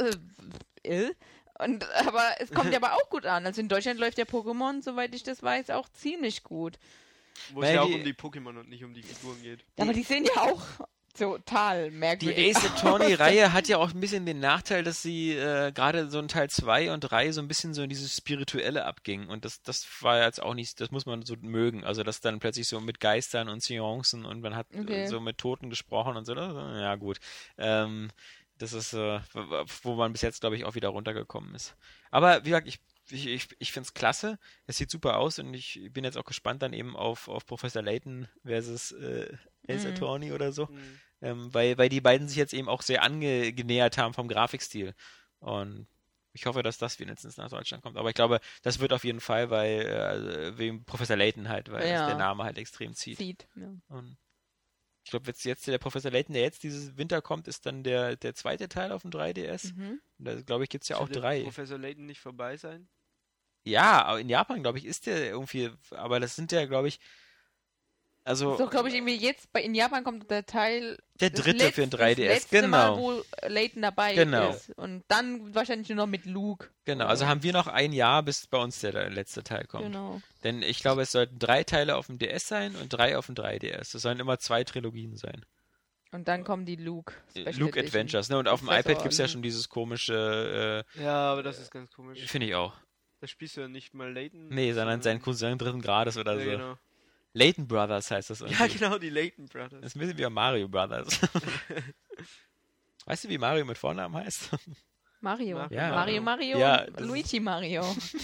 äh, äh, und aber es kommt ja aber auch gut an. Also in Deutschland läuft ja Pokémon, soweit ich das weiß, auch ziemlich gut. Wo es weil ja auch die- um die Pokémon und nicht um die Figuren geht. Aber die sehen ja auch total Die merkwürdig Ace Attorney-Reihe hat ja auch ein bisschen den Nachteil, dass sie äh, gerade so in Teil zwei und drei so ein bisschen so in dieses Spirituelle abging. Und das, das war jetzt auch nicht, das muss man so mögen. Also, dass dann plötzlich so mit Geistern und Seancen und man hat Okay. äh, so mit Toten gesprochen und so. Das, ja, gut. Ähm, das ist, äh, wo man bis jetzt, glaube ich, auch wieder runtergekommen ist. Aber wie gesagt, ich, ich, ich, ich finde es klasse. Es sieht super aus und ich bin jetzt auch gespannt dann eben auf, auf Professor Layton versus äh, Ace Mhm. Attorney oder so. Mhm. Ähm, weil, weil die beiden sich jetzt eben auch sehr angenähert haben vom Grafikstil. Und ich hoffe, dass das wenigstens nach Deutschland kommt. Aber ich glaube, das wird auf jeden Fall, weil äh, wegen Professor Layton halt, weil Ja. das der Name halt extrem zieht. sieht. Ja. Und ich glaube, jetzt, jetzt der Professor Layton, der jetzt dieses Winter kommt, ist dann der, der zweite Teil auf dem drei D S. Mhm. Und da, glaube ich, gibt es ja auch Sollte drei. Professor Layton nicht vorbei sein? Ja, aber in Japan, glaube ich, ist der irgendwie, aber das sind ja, glaube ich, also So, glaube ich, irgendwie jetzt bei, in Japan kommt der Teil. der das dritte letzte- für den drei D S. Das letzte Genau. Mal, wo Layton dabei Genau. ist. Und dann wahrscheinlich nur noch mit Luke. Genau, also haben wir noch ein Jahr, bis bei uns der, der letzte Teil kommt. Genau. Denn ich glaube, es sollten drei Teile auf dem D S sein und drei auf dem drei D S. Es sollen immer zwei Trilogien sein. Und dann kommen die Luke. Special Luke Edition. Adventures, ne? Und auf dem Professor iPad gibt es ja Luke. schon dieses komische, Ja, aber das ist ganz äh, komisch. finde ich auch. Da spielst du ja nicht mal Layton. Nee, sondern sein Cousin dritten Grades oder Ja, so. genau. Layton Brothers heißt das irgendwie. Ja, genau, die Layton Brothers. Das ist ein bisschen wie Mario Brothers. Weißt du, wie Mario mit Vornamen heißt? Mario. Mario. Ja. Mario Mario Ja, und das Luigi Mario.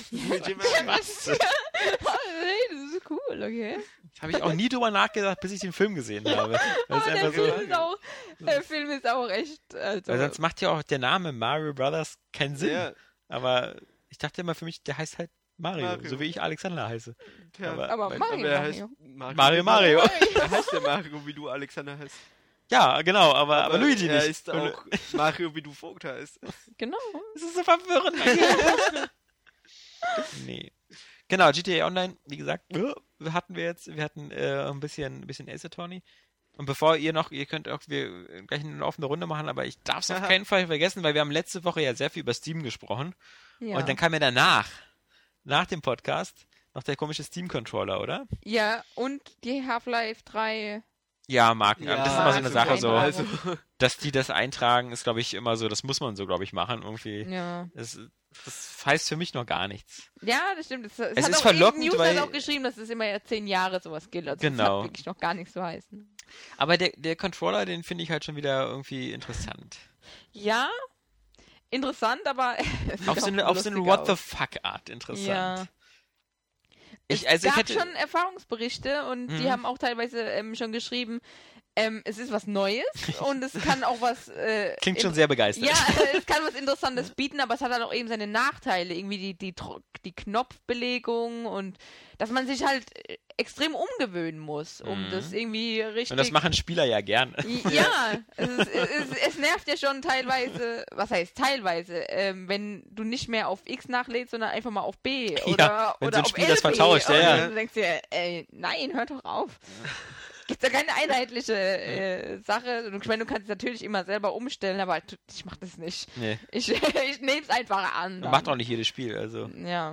Was? Oh, nee, das ist cool, okay. Habe ich auch nie drüber nachgedacht, bis ich den Film gesehen habe. Das ist Aber der einfach so, Film ist auch, der Film ist auch echt. Also, weil sonst macht ja auch der Name Mario Brothers keinen Sinn. Ja, Aber ich dachte immer für mich, der heißt halt Mario, Mario. so wie ich Alexander heiße. tja. Aber- aber weil- Mario aber er Mario. heißt Mario. Mario Mario. Er heißt der Mario, wie du Alexander heißt. Ja, genau, aber, aber, Luigi er nicht. ist auch Mario, wie du Vogt heißt. Genau. Das ist so verwirrend. Nee. Genau, G T A Online, wie gesagt, äh, hatten wir jetzt, wir hatten äh, ein bisschen, ein bisschen Ace Attorney. Und bevor ihr noch, ihr könnt auch wir gleich eine laufende Runde machen, aber ich darf es auf Aha. keinen Fall vergessen, weil wir haben letzte Woche ja sehr viel über Steam gesprochen. Ja. Und dann kam ja danach, nach dem Podcast, noch der komische Steam-Controller, oder? ja, und die Half-Life drei. Ja, Marken. aber das ist immer so eine Sache, so, Also, dass die das eintragen, ist, glaube ich, immer so, das muss man so, glaube ich, machen, irgendwie. Ja. Das, das heißt für mich noch gar nichts. Ja, das stimmt. Es, es Es hat ist auch verlockend, News weil- hat auch geschrieben, dass es immer ja zehn Jahre sowas gilt. Also Genau. das hat wirklich noch gar nichts zu heißen. Aber der, der Controller, den finde ich halt schon wieder irgendwie interessant. Ja, interessant, aber es Auf sieht so eine, auch auf so eine lustig What the aus. fuck Art interessant. Ja. Ich, es also ich gab hätte, schon Erfahrungsberichte und Mhm. die haben auch teilweise ähm, schon geschrieben, ähm, es ist was Neues und es kann auch was... Äh, klingt schon in- sehr begeistert. Ja, äh, es kann was Interessantes bieten, aber es hat halt auch eben seine Nachteile. Irgendwie die, die, Tro- die Knopfbelegung und dass man sich halt äh, extrem umgewöhnen muss, um Mhm. das irgendwie richtig... Und das machen Spieler ja gerne. Ja, es, ist, es, ist, es nervt ja schon teilweise, was heißt teilweise, ähm, wenn du nicht mehr auf X nachlädst, sondern einfach mal auf B Ja, oder, wenn oder so ein auf Spiel das L B. vertauscht, ja, Und ja. dann denkst du dir, ey, nein, hör doch auf. Gibt ja keine einheitliche äh, Sache. Ich meine, du kannst es natürlich immer selber umstellen, aber ich mach das nicht. Nee, Ich, ich nehme es einfach an. dann. macht auch nicht jedes Spiel. Also Ja.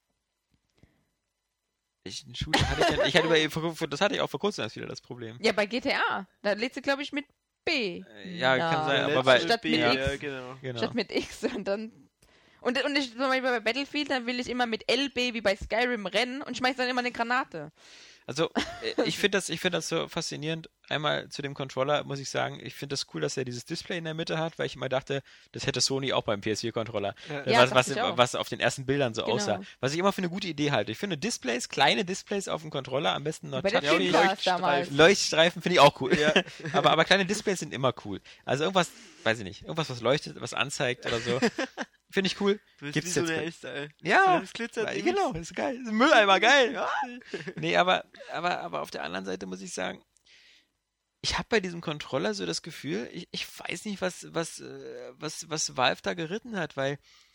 ich, einen Shooter hatte ich, ja- ich hatte über, vor- das hatte ich auch vor kurzem erst wieder das Problem. Ja, bei G T A. Da lädst du, glaube ich, mit B. Ja, kann sein, der aber bei- letzte Statt B, mit ja, X. genau. Genau. Statt mit X und dann. Und, und ich, zum Beispiel bei Battlefield, dann will ich immer mit L B wie bei Skyrim rennen und schmeiß dann immer eine Granate. Also äh, ich finde das, ich finde das so faszinierend. Einmal zu dem Controller muss ich sagen, ich finde das cool, dass er dieses Display in der Mitte hat, weil ich immer dachte, das hätte Sony auch beim P S vier Controller, Ja. äh, Ja, was, was, dachte ich auch. was auf den ersten Bildern so Genau. aussah. Was ich immer für eine gute Idee halte. Ich finde Displays, kleine Displays auf dem Controller, am besten noch Bei der Ja, und touchfähig. Dreamcast damals. Leuchtstreifen. Leuchtstreifen finde ich auch cool. Ja. aber, aber kleine Displays sind immer cool. Also irgendwas, weiß ich nicht, irgendwas, was leuchtet, was anzeigt oder so. Finde ich cool. Du bist Gibt's wie so jetzt eine bei- Elster, ey. Ja, Das glitzert weil- nicht. genau, ist geil. Ist ein Mülleimer, geil. Ja. Nee, aber, aber, aber auf der anderen Seite muss ich sagen, ich habe bei diesem Controller so das Gefühl, ich, ich weiß nicht, was, was, äh, was, was Valve da geritten hat, weil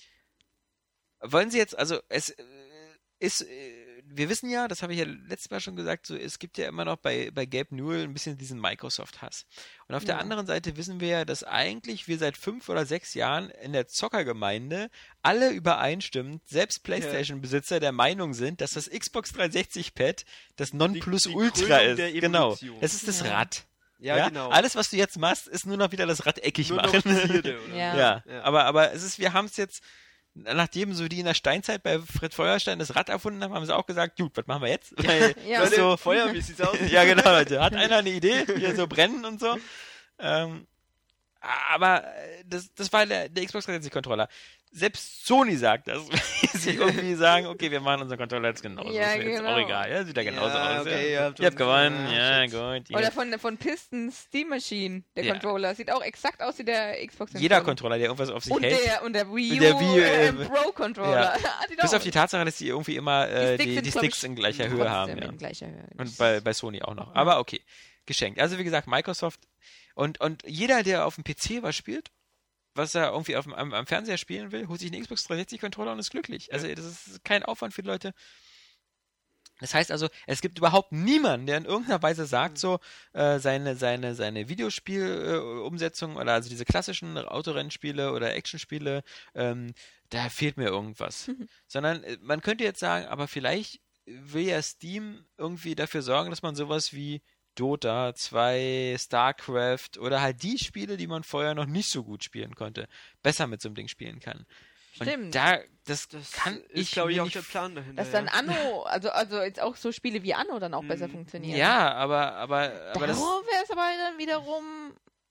wollen sie jetzt, also es äh, ist, äh, wir wissen ja, das habe ich ja letztes Mal schon gesagt, so, es gibt ja immer noch bei, bei Gabe Newell ein bisschen diesen Microsoft-Hass. Und auf der Ja. anderen Seite wissen wir ja, dass eigentlich wir seit fünf oder sechs Jahren in der Zockergemeinde alle übereinstimmend, selbst PlayStation-Besitzer der Meinung sind, dass das Xbox dreihundertsechzig-Pad das Nonplusultra Krönung ist. der Genau. Evolution. Es ist das Ja. Rad. Ja, genau. Alles, was du jetzt machst, ist nur noch wieder das Rad eckig Nur machen. noch Zierde, oder? Ja. Ja, Ja. aber, aber es ist, wir haben es jetzt, nachdem so die in der Steinzeit bei Fred Feuerstein das Rad erfunden haben, haben sie auch gesagt, gut, was machen wir jetzt? Weil, Ja. das Leute, so, Feuer, wie sieht's aus? ja, genau, Leute. Hat einer eine Idee? Hier so brennen und so. Ähm, aber äh, das, das war der, der Xbox dreihundertsechzig-Controller. Selbst Sony sagt das, weil sie irgendwie sagen, okay, wir machen unseren Controller jetzt genauso. Ja, ist mir jetzt genau. auch egal. Ja, sieht ja genauso Ja, aus. okay, ja. ihr habt Ihr habt uns- gewonnen. ja, Ja, shit. gut. Oder Ja. von, von Piston Steam Machine, der Ja. Controller. Sieht auch exakt aus wie der Xbox Jeder Controller. Controller, der irgendwas auf sich Und hält. der, und der Wii U, Der Wii U, äh, äh, Pro Controller. Sieht Bis auch auf die Tatsache, dass die irgendwie immer äh, die, sind, die glaub Sticks ich, in gleicher Höhe trotzdem haben. Ja. in gleicher Höhe. Und bei, bei Sony auch noch. Aber okay, geschenkt. Also wie gesagt, Microsoft und, und jeder, der auf dem P C was spielt, was er irgendwie auf dem, am, am Fernseher spielen will, holt sich einen Xbox dreihundertsechzig-Controller und ist glücklich. Also das ist kein Aufwand für die Leute. Das heißt also, es gibt überhaupt niemanden, der in irgendeiner Weise sagt, so äh, seine, seine, seine Videospiel-Umsetzung oder also diese klassischen Autorennspiele oder Actionspiele, ähm, da fehlt mir irgendwas. Sondern äh, man könnte jetzt sagen, aber vielleicht will ja Steam irgendwie dafür sorgen, dass man sowas wie Dota zwei, StarCraft oder halt die Spiele, die man vorher noch nicht so gut spielen konnte, besser mit so einem Ding spielen kann. Und Stimmt. da, das, Das kann ist, ich glaube ich, mir auch nicht der Plan dahinter. Dass dann ja. Anno, also, also jetzt auch so Spiele wie Anno dann auch besser Mhm. funktionieren. Ja, aber, aber, aber das, Darauf wäre es aber dann wiederum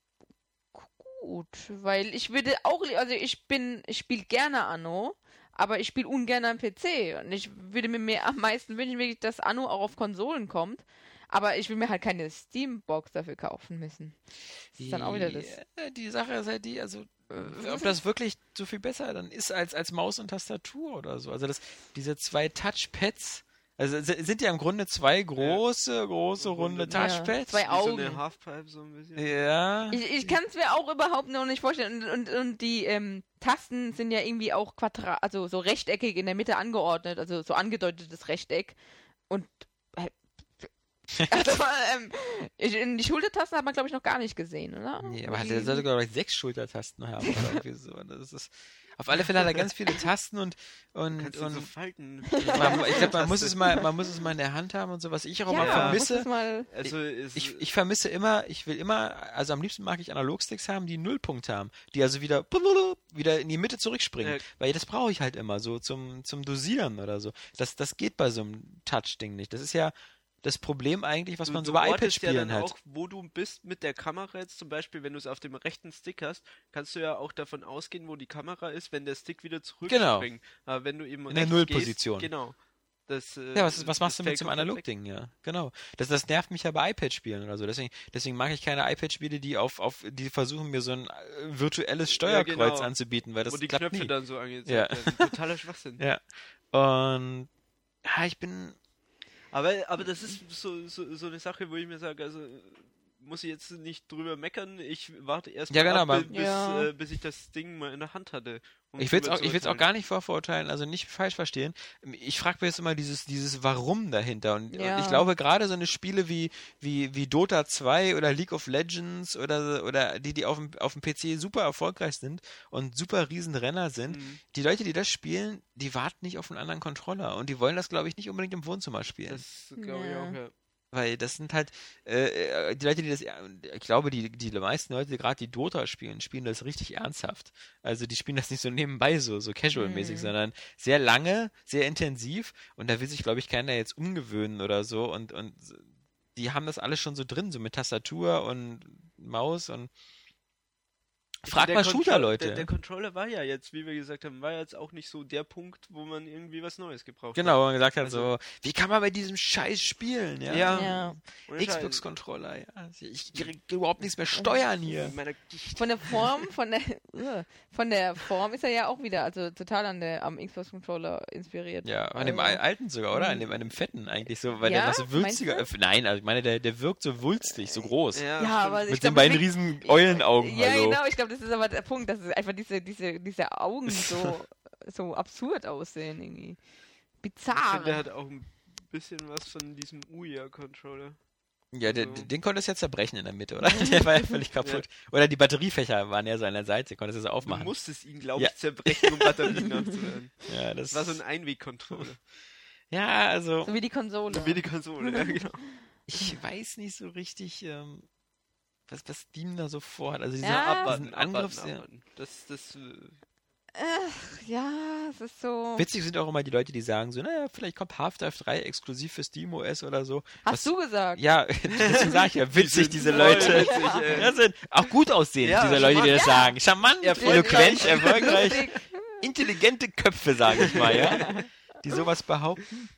gut, weil ich würde auch, li- also ich bin, ich spiele gerne Anno, aber ich spiele ungern am P C und ich würde mir mehr am meisten wünschen, wirklich, dass Anno auch auf Konsolen kommt, aber ich will mir halt keine Steam-Box dafür kaufen müssen. Das ist dann auch wieder das. Die, die Sache ist halt die, also, äh, ob das wirklich so viel besser dann ist als, als Maus und Tastatur oder so. Also das, diese zwei Touchpads, also s- sind ja im Grunde zwei große, große, runde Runde. Ja, Touchpads. zwei Wie so Augen. eine Halfpipe so ein bisschen. Ja. Ich, ich kann es mir auch überhaupt noch nicht vorstellen. Und, und, und die ähm, Tasten sind ja irgendwie auch quadrat, also so rechteckig in der Mitte angeordnet, also so angedeutetes Rechteck. Und äh, also, ähm, ich, die Schultertasten hat man, glaube ich, noch gar nicht gesehen, oder? Nee, aber Die- der sollte, glaube ich, sechs Schultertasten haben oder irgendwie so. Das ist, auf alle Fälle hat er ganz viele Tasten und, und, Kannst du und so falten. man, ich glaube, man muss es mal, man muss es mal in der Hand haben und so, was ich auch ja, immer Ja. vermisse. muss es mal, Also ist, Ich, ich vermisse immer, ich will immer, also am liebsten mag ich Analogsticks haben, die einen Nullpunkt haben, die also wieder wieder in die Mitte zurückspringen, Ja. weil das brauche ich halt immer so zum, zum Dosieren oder so. Das, das geht bei so einem Touch-Ding nicht. Das ist ja das Problem eigentlich, was du, man so du bei ortest ja iPad-Spielen dann hat. auch, wo du bist mit der Kamera jetzt zum Beispiel, wenn du es auf dem rechten Stick hast, kannst du ja auch davon ausgehen, wo die Kamera ist, wenn der Stick wieder Genau. zurückspringt. Aber wenn du eben In der rechts Nullposition. Gehst, genau. Das, äh, Ja, was, ist- was das machst du mit fällt so einem komplett weg. Analog-Ding, ja? Genau. Das, das nervt mich ja bei iPad-Spielen oder so. Deswegen, deswegen mag ich keine iPad-Spiele, die auf, auf, die versuchen mir so ein äh, virtuelles Steuerkreuz genau. anzubieten, weil das Wo die klappt Knöpfe nie. dann so angezeigt Ja. werden. Totaler Schwachsinn. Ja. Und ja, ich bin. Aber, aber das ist so, so, so eine Sache, wo ich mir sage, also muss ich jetzt nicht drüber meckern, ich warte erst Ja, mal genau, ab, aber- bis, Ja. äh, bis ich das Ding mal in der Hand hatte. um Ich will es drüber auch, ich zu will's auch urteilen. gar nicht vorverurteilen, also nicht falsch verstehen. Ich frage mir jetzt immer dieses, dieses Warum dahinter. Und, Ja. und ich glaube, gerade so eine Spiele wie, wie, wie Dota zwei oder League of Legends oder, oder die, die auf dem, auf dem P C super erfolgreich sind und super Riesenrenner sind, Mhm. die Leute, die das spielen, die warten nicht auf einen anderen Controller. Und die wollen das, glaube ich, nicht unbedingt im Wohnzimmer spielen. Das glaube ich Ja. auch, ja. Weil das sind halt, äh, äh, die Leute, die das, ich glaube, die, die meisten Leute, die gerade die Dota spielen, spielen das richtig ernsthaft. Also die spielen das nicht so nebenbei, so, so casual-mäßig, Mhm. sondern sehr lange, sehr intensiv und da will sich, glaube ich, keiner jetzt umgewöhnen oder so und, und die haben das alles schon so drin, so mit Tastatur und Maus und Frag Der mal Contro- Shooter-Leute. Der, der Controller war ja jetzt, wie wir gesagt haben, war jetzt auch nicht so der Punkt, wo man irgendwie was Neues gebraucht Genau, hat. wo man gesagt hat, Also- so, wie kann man bei diesem Scheiß spielen? Ja. Ja. Ja. Ohne Scheiß. Xbox-Controller, ja. Ich krieg überhaupt nichts mehr steuern hier. Mit meiner Gicht. Von der Form, von der, uh, von der Form ist er ja auch wieder, also total an der, am Xbox-Controller inspiriert. Ja, an dem Also- alten sogar, oder? An dem, an dem fetten eigentlich so, weil Ja? der noch so wülstiger. Meinst Äh, nein, also ich meine, der, der wirkt so wulstig, so groß. Ja, Ja, stimmt. aber ich Mit glaub, den beiden deswegen- riesen Eulenaugen. Ja, also. genau, ich glaube, das ist aber der Punkt, dass es einfach diese, diese, diese Augen so, so absurd aussehen, irgendwie. Ich Bizarr. finde, der hat auch ein bisschen was von diesem Ouya-Controller. Ja, der, Also- den konntest du ja zerbrechen in der Mitte, oder? Der war ja völlig kaputt. Oder die Batteriefächer waren ja so an der Seite, konntest du so Du aufmachen. musstest ihn, glaube ich, Ja. zerbrechen, um Batterien nachzuladen. Ja, das Das war so ein Einweg-Controller. ja, also, So wie die Konsole. Wie die Konsole, ja, genau. ich weiß nicht so richtig, ähm, was, was Steam da so vorhat. Also dieser Ja. Ab diesen Angriffs... abwarten, Ja. abwarten. Das, das, äh, Ach, ja, es ist so. Witzig sind auch immer die Leute, die sagen so, naja, vielleicht kommt Half-Life drei exklusiv für SteamOS oder so. Hast Was- du gesagt? Ja, deswegen sage ich ja, witzig, sind diese voll Leute. witzig, ey. Ja, sind auch gut aussehend, Ja, diese Leute, die das charmant. sagen. Charmant, Erfolgreich. eloquent, erfolgreich. Lustig. Intelligente Köpfe, sage ich mal, ja. Die sowas behaupten.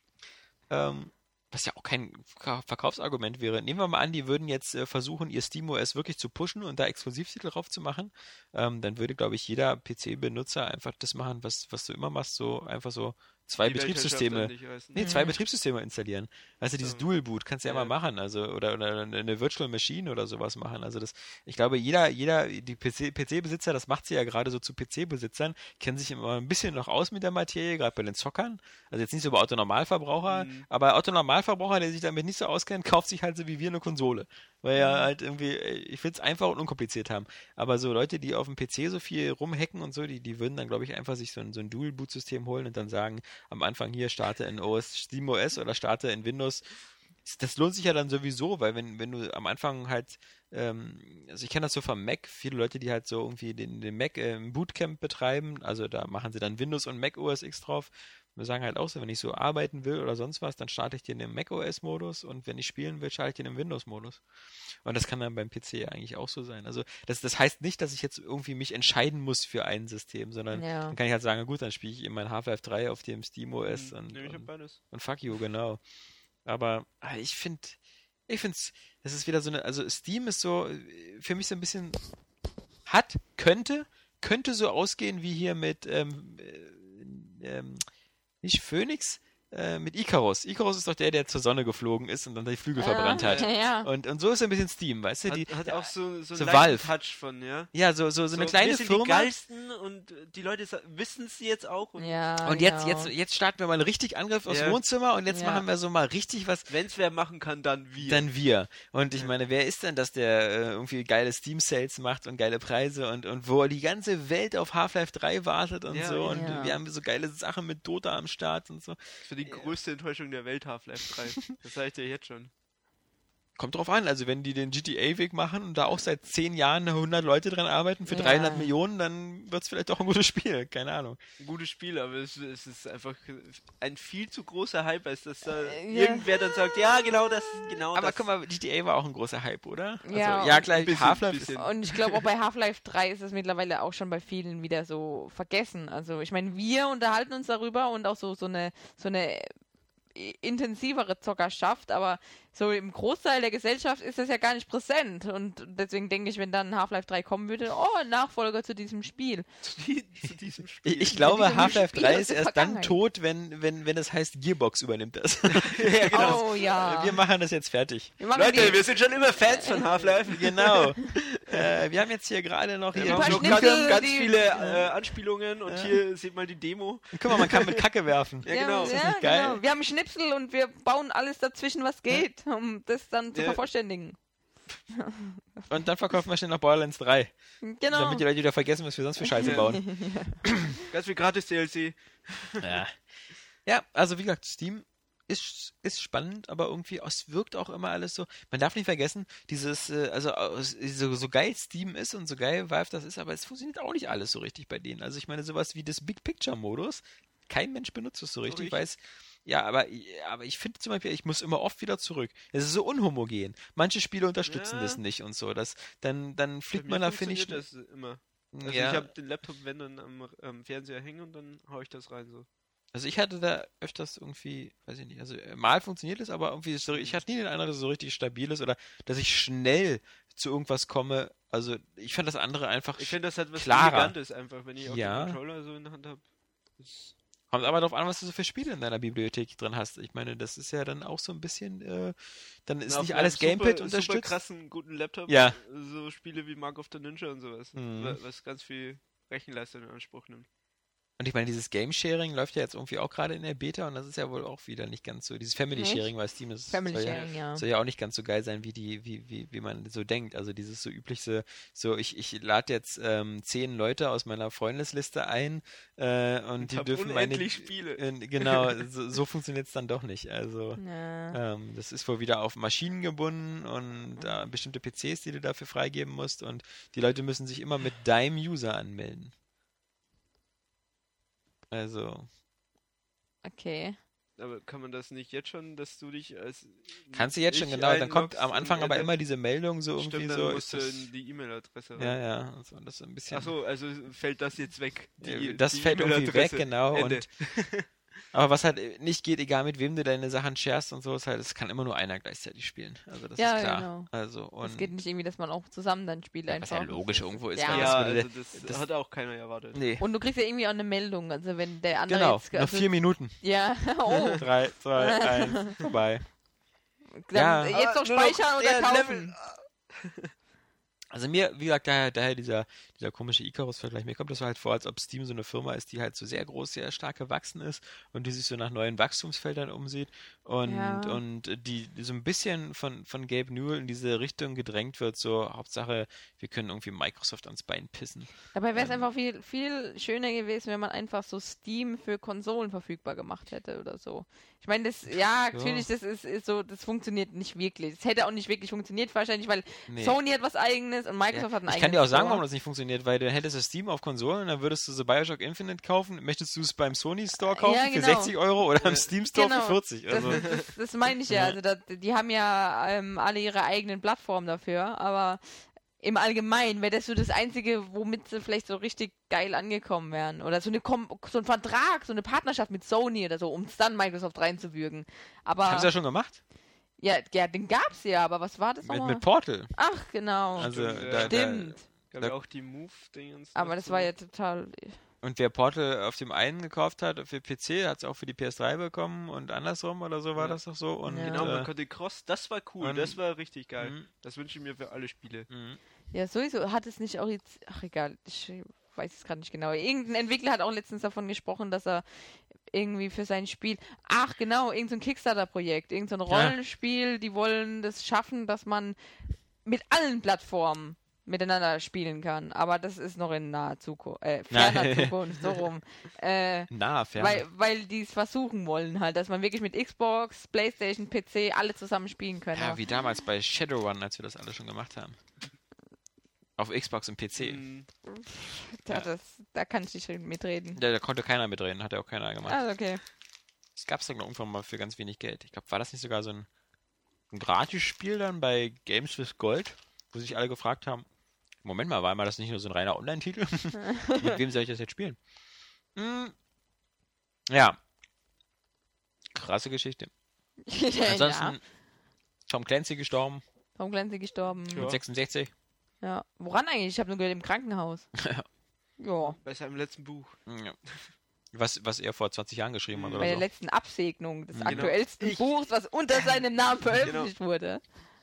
Ähm, was ja auch kein Verka- Verkaufsargument wäre. Nehmen wir mal an, die würden jetzt äh, versuchen, ihr SteamOS wirklich zu pushen und da Exklusivtitel drauf zu machen. Ähm, dann würde, glaube ich, jeder P C-Benutzer einfach das machen, was, was du immer machst, so einfach so zwei die Weltherrschaft Betriebssysteme. dann nicht reißen. Nee, zwei Betriebssysteme installieren. Also dieses Ja. Dual Boot kannst du ja, Ja. mal machen, also oder, oder eine Virtual Machine oder sowas machen. Also das, ich glaube, jeder, jeder, die P C, P C-Besitzer, das macht sie ja gerade so zu P C-Besitzern, kennen sich immer ein bisschen noch aus mit der Materie, gerade bei den Zockern. Also jetzt nicht so bei Autonormalverbraucher, Mhm. aber Autonormalverbraucher, der sich damit nicht so auskennt, kauft sich halt so wie wir eine Konsole. Weil ja halt irgendwie, ich will es einfach und unkompliziert haben. Aber so Leute, die auf dem P C so viel rumhacken und so, die, die würden dann, glaube ich, einfach sich so ein, so ein Dual-Boot-System holen und dann sagen, am Anfang hier starte in O S, SteamOS oder starte in Windows. Das lohnt sich ja dann sowieso, weil wenn, wenn du am Anfang halt, ähm, also ich kenne das so vom Mac, viele Leute, die halt so irgendwie den, den Mac äh, im Bootcamp betreiben, also da machen sie dann Windows und Mac O S X drauf. Wir sagen halt auch so, wenn ich so arbeiten will oder sonst was, dann starte ich den im Mac O S-Modus und wenn ich spielen will, starte ich den im Windows-Modus. Und das kann dann beim P C ja eigentlich auch so sein. Also das, das heißt nicht, dass ich jetzt irgendwie mich entscheiden muss für ein System, sondern Ja. dann kann ich halt sagen, gut, dann spiele ich eben mein Half-Life drei auf dem SteamOS Mhm. und, Nee, ich hab und, beides. und fuck you, genau. Aber ah, ich finde, ich finde es, das ist wieder so eine, also Steam ist so äh, für mich so ein bisschen, hat, könnte, könnte so ausgehen wie hier mit, ähm, äh, ähm, nicht Phoenix, äh, mit Icarus. Icarus ist doch der, der zur Sonne geflogen ist und dann die Flügel verbrannt hat. Ja, ja. Und, und so ist ein bisschen Steam, weißt du? Hat, Die, hat auch so, so, so einen Valve. leichten Touch von, ja. ja, so, so, so eine kleine wir sind Firma. die geilsten und die Leute wissen es jetzt auch. Und Ja, Und jetzt, genau. jetzt, jetzt starten wir mal einen richtig Angriff aufs Ja. Wohnzimmer und jetzt Ja. machen wir so mal richtig was. wenn es wer machen kann, dann wir. Dann wir. Und ich Ja. meine, wer ist denn das, der äh, irgendwie geile Steam-Sales macht und geile Preise und, und wo die ganze Welt auf Half-Life drei wartet und Ja, so. Und ja. wir haben so geile Sachen mit Dota am Start und so. Das wird die größte Enttäuschung der Welt, Half-Life drei. Das sage ich dir jetzt schon. Kommt drauf an, also wenn die den G T A-Weg machen und da auch seit zehn Jahren hundert Leute dran arbeiten für Ja. dreihundert Millionen, dann wird es vielleicht auch ein gutes Spiel. Keine Ahnung. Ein gutes Spiel, aber es, es ist einfach ein viel zu großer Hype, als dass da Äh, ja. irgendwer dann sagt, ja, genau das, genau Aber das. guck mal, G T A war auch ein großer Hype, oder? Ja, also, ja und klar, ein bisschen, Half-Life ist bisschen. Und ich glaube, auch bei Half-Life drei ist es mittlerweile auch schon bei vielen wieder so vergessen. Also ich meine, wir unterhalten uns darüber und auch so, so eine, so eine intensivere Zockerschaft, aber so im Großteil der Gesellschaft ist das ja gar nicht präsent und deswegen denke ich, wenn dann Half-Life drei kommen würde, oh, ein Nachfolger zu diesem Spiel. zu, die, zu diesem Spiel. Ich, ich glaube, diesem Half-Life Spiel drei aus ist der erst dann Vergangenheit. tot, wenn, wenn, wenn es heißt, Gearbox übernimmt das. ja, genau. Oh ja. Wir machen das jetzt fertig. Wir machen Leute, die- wir sind schon immer Fans von Half-Life. Genau. äh, wir haben jetzt hier gerade noch hier. Wir paar haben noch Schnipsel, ganz, ganz die- viele äh, Anspielungen und Ja. hier seht mal die Demo. Guck mal, man kann mit Kacke werfen. Ja, genau. Ist das Ja, nicht geil? genau. Wir haben Schnipsel und wir bauen alles dazwischen, was geht, um das dann zu Ja. vervollständigen. Und dann verkaufen wir schnell noch Borderlands drei. Genau. Damit die Leute wieder vergessen, was wir sonst für Scheiße Ja. bauen. Ganz viel Gratis-D L C. Ja. Ja, also wie gesagt, Steam ist, ist spannend, aber irgendwie, es wirkt auch immer alles so. Man darf nicht vergessen, dieses, äh, also aus- so, so geil Steam ist und so geil Valve das ist, aber es funktioniert auch nicht alles so richtig bei denen. Also ich meine, sowas wie das Big Picture Modus, kein Mensch benutzt es so richtig, ich. weil es ja, aber, aber ich finde zum Beispiel, ich muss immer oft wieder zurück. Es ist so unhomogen. Manche Spiele unterstützen Ja. das nicht und so. Das, dann, dann Bei fliegt mir man da, finde ich. funktioniert das immer. Also Ja, ich habe den Laptop, wenn dann am, am Fernseher hängen und dann hau ich das rein so. also ich hatte da öfters irgendwie, weiß ich nicht, also äh, mal funktioniert es, aber irgendwie, so, ich hatte nie den Eindruck, dass es so richtig stabil ist oder dass ich schnell zu irgendwas komme. Also ich fand das andere einfach Ich finde, das hat was klarer. Elegantes einfach, wenn ich auch Ja. den Controller so in der Hand habe. Kommt aber darauf an, was du so für Spiele in deiner Bibliothek drin hast. Ich meine, das ist ja dann auch so ein bisschen, äh, dann ist nicht alles Gamepad super, unterstützt. Super krassen, guten Laptop. Ja. So Spiele wie Mark of the Ninja und sowas. Mhm. wa- Was ganz viel Rechenleistung in Anspruch nimmt. Und ich meine, dieses Game-Sharing läuft ja jetzt irgendwie auch gerade in der Beta und das ist ja wohl auch wieder nicht ganz so. Dieses Family-Sharing bei Steam, das Family soll, ja, Sharing, ja. soll ja auch nicht ganz so geil sein, wie die, wie, wie, wie man so denkt. Also dieses so übliche, so ich, ich lade jetzt ähm, zehn Leute aus meiner Freundesliste ein äh, und, Und die hab dürfen meine. unendlich Spiele. Äh, genau, so, so funktioniert es dann doch nicht. Also Ja. ähm, das ist wohl wieder auf Maschinen gebunden und äh, bestimmte P Cs, die du dafür freigeben musst und die Leute müssen sich immer mit deinem User anmelden. Also Okay. Aber kann man das nicht jetzt schon, dass du dich als... kannst du jetzt schon, ich genau. Dann kommt einloggst am und Anfang aber er- immer diese Meldung so irgendwie Stimmt, dann so. musst Ist du das, in die E-Mail-Adresse rein. ja, ja. Also das ist ein bisschen. Achso, also fällt das jetzt weg. äh, das fällt irgendwie weg, genau. Und, aber was halt nicht geht, egal mit wem du deine Sachen sharest und so, ist halt, es kann immer nur einer gleichzeitig spielen. Also das Ja, ist klar. genau. Also und Es geht nicht irgendwie, dass man auch zusammen dann spielt ja, was einfach. ja logisch irgendwo ist. Ja. weil Ja, das also würde das, das- hat auch keiner erwartet. nee. Und du kriegst ja irgendwie auch eine Meldung, also wenn der andere Genau, jetzt... noch Also, vier Minuten. ja, oh, Drei, zwei, eins, vorbei. dann Ja. jetzt noch Aber nur noch speichern oder der kaufen. Also mir, wie gesagt, daher, daher dieser, dieser komische Icarus-Vergleich, mir kommt das so halt vor, als ob Steam so eine Firma ist, die halt so sehr groß, sehr stark gewachsen ist und die sich so nach neuen Wachstumsfeldern umsieht und, Ja. und die, die so ein bisschen von, von Gabe Newell in diese Richtung gedrängt wird, so Hauptsache, wir können irgendwie Microsoft ans Bein pissen. Dabei wäre es Ähm. einfach viel, viel schöner gewesen, wenn man einfach so Steam für Konsolen verfügbar gemacht hätte oder so. Ich meine, das, ja, natürlich, das ist, ist so, das funktioniert nicht wirklich. Es hätte auch nicht wirklich funktioniert wahrscheinlich, weil Nee. Sony hat was eigenes und Microsoft hat ein eigenes. Ich kann dir auch sagen, Store. warum das nicht funktioniert, weil du hättest das Steam auf Konsolen und dann würdest du so Bioshock Infinite kaufen. Möchtest du es beim Sony Store kaufen Ja, für genau. sechzig Euro oder am Ja. Steam Store Genau. für vierzig? Das, Also, das, das meine ich ja. Also da, die haben ja ähm, alle ihre eigenen Plattformen dafür, aber im Allgemeinen wäre das so das Einzige, womit sie vielleicht so richtig geil angekommen wären. Oder so, eine Kom so ein Vertrag, so eine Partnerschaft mit Sony oder so, um es dann Microsoft reinzuwürgen. Aber haben sie ja schon gemacht. ja, ja, den gab's ja, aber was war das Mit, nochmal? mit Portal. Ach, genau. Also, Stimmt, da, ja. da, Stimmt. Gab Da- ja auch die Move-Dingens. Aber noch das so. war ja total. Und wer Portal auf dem einen gekauft hat, für P C, hat es auch für die P S drei bekommen und andersrum oder so war Ja. das doch so. Und, Ja. Genau, man äh, konnte Cross, das war cool, und- das war richtig geil. Mhm. Das wünsche ich mir für alle Spiele. mhm. Ja, sowieso hat es nicht auch jetzt. Ach, egal. Ich weiß es gerade nicht genau. Irgendein Entwickler hat auch letztens davon gesprochen, dass er irgendwie für sein Spiel. Ach, genau, irgendein Kickstarter-Projekt, irgendein Ja. Rollenspiel. Die wollen das schaffen, dass man mit allen Plattformen miteinander spielen kann. Aber das ist noch in naher Zukunft. Äh, ferner Nein. Zukunft, so rum. Äh. Na, fern. Weil, weil die es versuchen wollen halt, dass man wirklich mit Xbox, Playstation, P C alle zusammen spielen kann. Ja, wie damals bei Shadowrun, als wir das alle schon gemacht haben. Auf Xbox und P C. Mhm. da, ja. das, da kann ich nicht mitreden. Da, da konnte keiner mitreden, hat ja auch keiner gemacht. Ah, okay. Das gab es dann irgendwann mal für ganz wenig Geld. Ich glaube, war das nicht sogar so ein, ein Gratis-Spiel dann bei Games with Gold, wo sich alle gefragt haben, Moment mal, war mal das nicht nur so ein reiner Online-Titel? Mit wem soll ich das jetzt spielen? Hm. Ja. Krasse Geschichte. Ansonsten ja. Tom Clancy gestorben Tom Clancy gestorben. Ja. mit sechsundsechzig. Ja. Woran eigentlich? Ich habe nur gehört, im Krankenhaus. Ja. Bei seinem letzten Buch. Ja. Was, was er vor zwanzig Jahren geschrieben hat Mhm. oder Bei der so. letzten Absegnung des Genau. aktuellsten Ich- Buchs, was unter seinem Namen veröffentlicht wurde.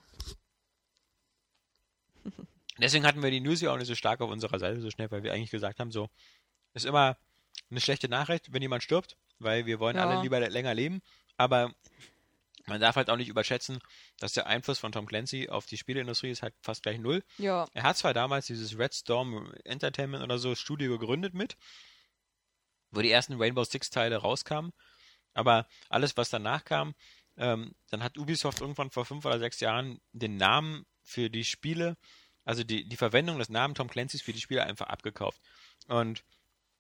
Deswegen hatten wir die News ja auch nicht so stark auf unserer Seite so schnell, weil wir eigentlich gesagt haben, so, ist immer eine schlechte Nachricht, wenn jemand stirbt, weil wir wollen Ja. alle lieber länger leben, aber man darf halt auch nicht überschätzen, dass der Einfluss von Tom Clancy auf die Spieleindustrie ist halt fast gleich null. Ja. Er hat zwar damals dieses Red Storm Entertainment oder so Studio gegründet mit, wo die ersten Rainbow Six Teile rauskamen, aber alles, was danach kam, ähm, dann hat Ubisoft irgendwann vor fünf oder sechs Jahren den Namen für die Spiele, also die, die Verwendung des Namen Tom Clancy's für die Spiele einfach abgekauft. Und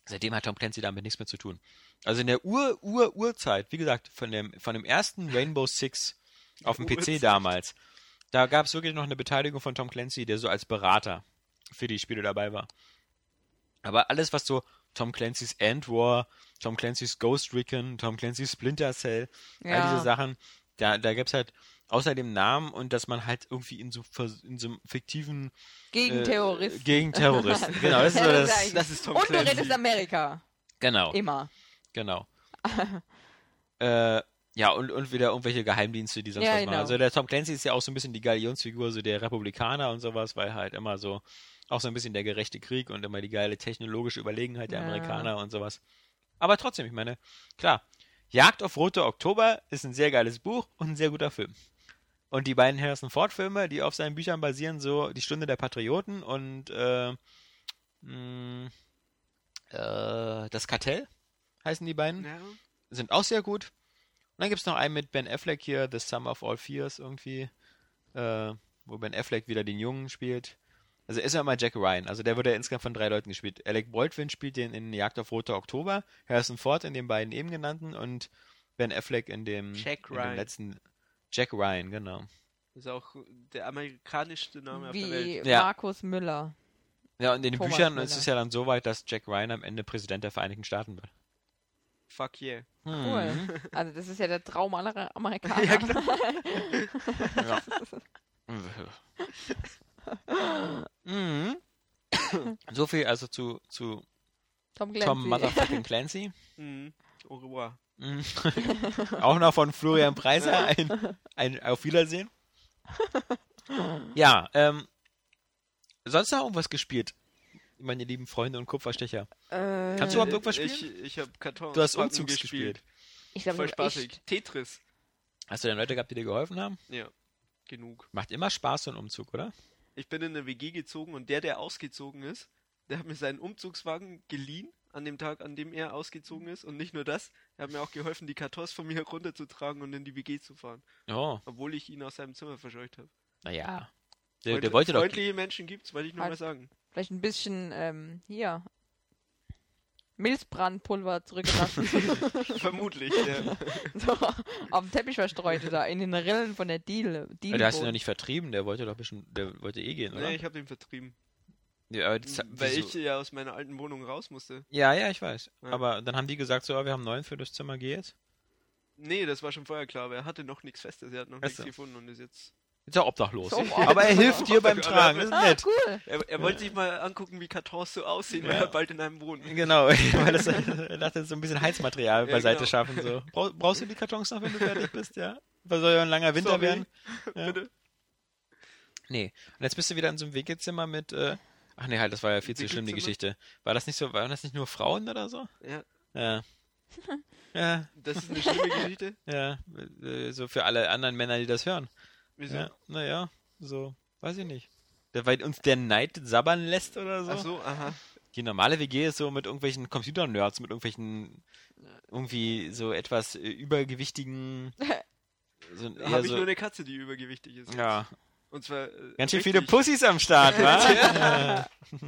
Seitdem hat Tom Clancy damit nichts mehr zu tun. Also in der Ur-Ur-Urzeit, wie gesagt, von dem, von dem ersten Rainbow Six auf dem P C Urzeit. damals, da gab es wirklich noch eine Beteiligung von Tom Clancy, der so als Berater für die Spiele dabei war. Aber alles, was so Tom Clancy's End War, Tom Clancy's Ghost Recon, Tom Clancy's Splinter Cell, all Ja. diese Sachen, da, da gibt's halt außer dem Namen und dass man halt irgendwie in so, vers- in so einem fiktiven Gegen äh, Terroristen. Gegen Terroristen. Genau, das ist so Ja, das. eigentlich- Das ist Tom Und du Clancy. rettest Amerika. Genau, Immer. genau. äh, ja, und, und wieder irgendwelche Geheimdienste, die sonst Ja, was machen. genau. Also der Tom Clancy ist ja auch so ein bisschen die Galionsfigur, so der Republikaner und sowas, weil halt immer so, auch so ein bisschen der gerechte Krieg und immer die geile technologische Überlegenheit der Ja. Amerikaner und sowas. Aber trotzdem, ich meine, klar, Jagd auf Rote Oktober ist ein sehr geiles Buch und ein sehr guter Film. Und die beiden Harrison Ford-Filme, die auf seinen Büchern basieren, so Die Stunde der Patrioten und äh, mh, äh, Das Kartell heißen die beiden, Ja. sind auch sehr gut. Und dann gibt es noch einen mit Ben Affleck hier, The Sum of All Fears irgendwie, äh, wo Ben Affleck wieder den Jungen spielt. Also ist ja immer Jack Ryan, also der wurde ja insgesamt von drei Leuten gespielt. Alec Baldwin spielt den in Jagd auf Rote Oktober, Harrison Ford in den beiden eben genannten und Ben Affleck in dem, Jack in Ryan. dem letzten Jack Ryan, genau. Das ist auch der amerikanischste Name auf der Welt. Wie Ja. Markus Müller. Ja, und in den Thomas Büchern Müller. ist es ja dann so weit, dass Jack Ryan am Ende Präsident der Vereinigten Staaten wird. Fuck yeah. Cool. Mhm. Also das ist ja der Traum aller Amerikaner. Ja, genau. Ja. Mhm. So viel also zu, zu Tom Clancy. Tom Motherfucking Clancy. Mhm. Au revoir. Mhm. Auch noch von Florian Preiser ein, ein Auf Wiedersehen. Ja, ähm, sonst noch irgendwas gespielt, meine lieben Freunde und Kupferstecher? Äh, Kannst du überhaupt irgendwas Ich, spielen? ich habe Kartons Du hast packen Umzugs gespielt. ich glaube, Voll ich spaßig. Tetris. Hast du denn Leute gehabt, die dir geholfen haben? Ja, genug. Macht immer Spaß, so ein Umzug, oder? Ich bin in eine W G gezogen und der, der ausgezogen ist, der hat mir seinen Umzugswagen geliehen an dem Tag, an dem er ausgezogen ist. Und nicht nur das, er hat mir auch geholfen, die Kartons von mir runterzutragen und in die W G zu fahren. Oh, Obwohl ich ihn aus seinem Zimmer verscheucht habe. naja. Der, Freund- der wollte doch... Freundliche Menschen gibt's, wollte ich nur Halt. mal sagen. vielleicht ein bisschen, ähm, hier, Milzbrandpulver zurückgelassen. Vermutlich, ja. so, auf dem Teppich verstreut oder in den Rillen von der Diele. Der hast du noch nicht vertrieben, der wollte doch bestimmt, der wollte eh gehen, oder? Nee, ich habe den vertrieben. Ja, aber das, Weil wieso? ich ja aus meiner alten Wohnung raus musste. ja, ja, ich weiß. Ja. Aber dann haben die gesagt, so, wir haben einen neuen für das Zimmer, geh jetzt. Nee, das war schon vorher klar, aber er hatte noch nichts Festes, er hat noch Ach nichts so. gefunden und ist jetzt... Ist ja obdachlos. So, aber er hilft dir beim Aber- Tragen, das ist Ah, nett. cool. Er, er wollte sich mal angucken, wie Kartons so aussehen, weil Ja. er bald in einem wohnt. Genau, weil das, er dachte, so ein bisschen Heizmaterial Ja, beiseite genau. schaffen. So. Brauch, brauchst du die Kartons noch, wenn du fertig bist, ja? Weil soll ja ein langer Winter Sorry. werden. Ja. Bitte? Nee. Und jetzt bist du wieder in so einem W G-Zimmer mit, äh, ach nee, halt, das war ja viel zu schlimm, die W G-Zimmer? Geschichte. War das nicht so, waren das nicht nur Frauen oder so? Ja, Ja. Ja, das ist eine schlimme Geschichte. ja, äh, so für alle anderen Männer, die das hören. Wieso? Ja, naja, so, weiß ich nicht. Der, weil uns der Neid sabbern lässt oder so. Ach so, aha. Die normale W G ist so mit irgendwelchen Computer-Nerds, mit irgendwelchen irgendwie so etwas äh, übergewichtigen. So, Da eher habe ich so, nur eine Katze, die übergewichtig ist. ja, Und zwar. Äh, ganz schön richtig. viele Pussys am Start, wa?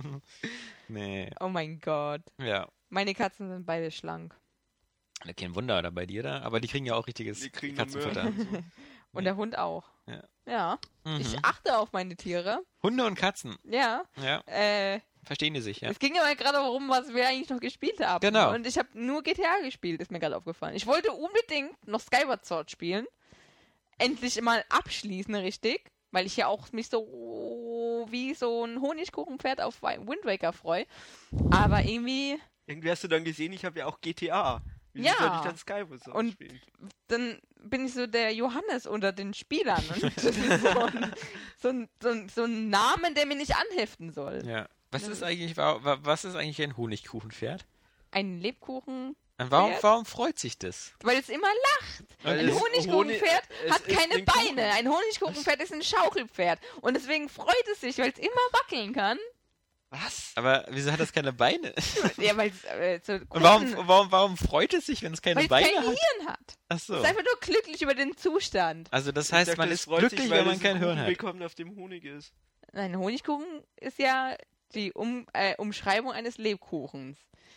Nee, Oh mein Gott. ja. Meine Katzen sind beide schlank. Na, kein Wunder, oder bei dir da? Aber die kriegen ja auch richtiges Die kriegen nur Katzenfutter. Möhren und so. Und der Hund auch. Ja. Ja. Mhm. Ich achte auf meine Tiere. Hunde und Katzen, Ja. ja, Äh, verstehen die sich, ja. Es ging aber gerade darum, was wir eigentlich noch gespielt haben. Genau. Und ich habe nur G T A gespielt, ist mir gerade aufgefallen. Ich wollte unbedingt noch Skyward Sword spielen. Endlich mal abschließen, richtig. Weil ich ja auch mich so wie so ein Honigkuchenpferd auf Wind Waker freue. Aber irgendwie, Irgendwie hast du dann gesehen, ich habe ja auch G T A. Wieso Ja. sollte ich dann Skyward Sword Und- spielen? dann bin ich so der Johannes unter den Spielern. Und das ist so ein, so, ein, so, ein, so ein Namen, der mir nicht anheften soll. Ja. Was ist eigentlich, wa- wa- was ist eigentlich ein Honigkuchenpferd? Ein Lebkuchen, Und warum, Pferd? warum freut sich das? weil es immer lacht. Weil Ein es Honigkuchenpferd Honig- es hat isst keine den Kuchen. Beine. Ein Honigkuchenpferd ist ein Schaukelpferd. Und deswegen freut es sich, weil es immer wackeln kann. Was? Aber wieso hat das keine Beine? Ja, weil es äh, so Und warum, warum, warum freut es sich, wenn es keine weil es Beine kein hat? Hirn hat. Ach Es so. ist einfach nur glücklich über den Zustand. Also das Ich heißt, dachte, man es ist freut glücklich, sich, wenn weil man es kein einen Hirn Kuchen hat. bekommt, auf dem Honig ist. Ein Honigkuchen ist ja die um, äh, Umschreibung eines Lebkuchens. Und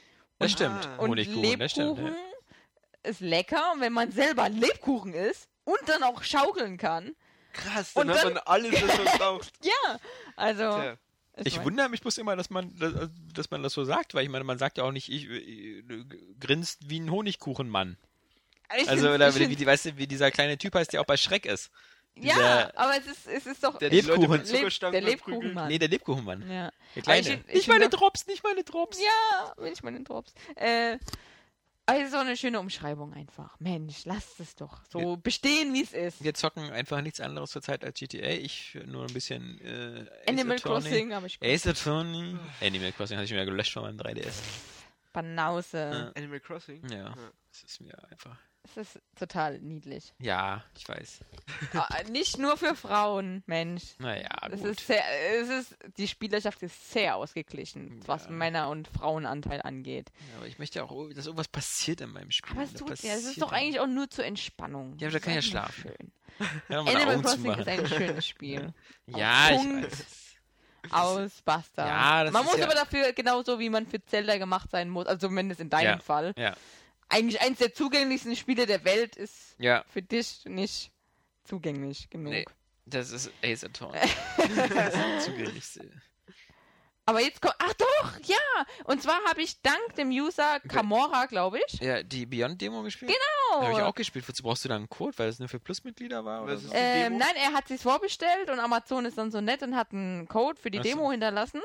Das stimmt. Ah. Und Honigkuchen, das stimmt. Lebkuchen Ja. ist lecker, wenn man selber ein Lebkuchen isst und dann auch schaukeln kann. Krass, dann Und hat dann- man alles, was man braucht. Ja, also... Tja. ist Ich mein- wundere mich bloß immer, dass man, dass, dass man das so sagt, weil ich meine, man sagt ja auch nicht, ich, ich grinst wie ein Honigkuchenmann. Ich Also, find's- oder ich wie, find's- wie, weißt du, wie dieser kleine Typ heißt, der auch bei Schreck ist. Ja, dieser- aber es ist, es ist doch... Der die Leute Lebkuchen. mit Zuckerstangen der verprügelt. Lebkuchenmann. Nee, der Lebkuchenmann. Ja. Der Aber kleine. ich find- ich nicht find meine doch- Drops, nicht meine Drops. Ja, will ich mal den Drops. Äh, also so eine schöne Umschreibung einfach. Mensch, lasst es doch so Wir- bestehen, wie es ist. Wir zocken einfach nichts anderes zurzeit als G T A. Ich nur ein bisschen äh, Ace Animal Attorney. Crossing habe ich Ace Attorney. Animal Crossing hatte ich mir gelöscht von meinem drei D S. Banause. Animal Crossing? Ja, das ist mir einfach... Es ist total niedlich. Ja, ich weiß. Ah, nicht nur für Frauen, Mensch. Naja, Es gut. ist sehr, es ist, die Spielerschaft ist sehr ausgeglichen, was Ja. Männer- und Frauenanteil angeht. Ja, aber ich möchte ja auch, dass irgendwas passiert in meinem Spiel. Aber es Da tut ja, es ist passiert doch ja- eigentlich auch nur zur Entspannung. Ja, aber da Das kann ist ich ja einfach schlafen. Schön. Ja, meine Animal Augen Crossing zumachen. ist ein schönes Spiel. Ja, Auf ich Punkt. weiß. Aus, basta. Ja, das man ist muss ja- aber dafür genauso wie man für Zelda gemacht sein muss, also zumindest in deinem Ja. Fall. Ja, Eigentlich eins der zugänglichsten Spiele der Welt ist ja. für dich nicht zugänglich genug. Nee. Das ist Ace Attorney. Das ist das Zugänglichste. Aber jetzt kommt, ach doch, ja! Und zwar habe ich dank dem User Camora, glaube ich, Ja, die Beyond-Demo gespielt? Genau. Habe ich auch gespielt. Wozu brauchst du da einen Code, weil das nur für Plus-Mitglieder war? Oder Was so? ist- die Ähm, Demo? nein, er hat sich vorbestellt und Amazon ist dann so nett und hat einen Code für die Ach so. Demo hinterlassen.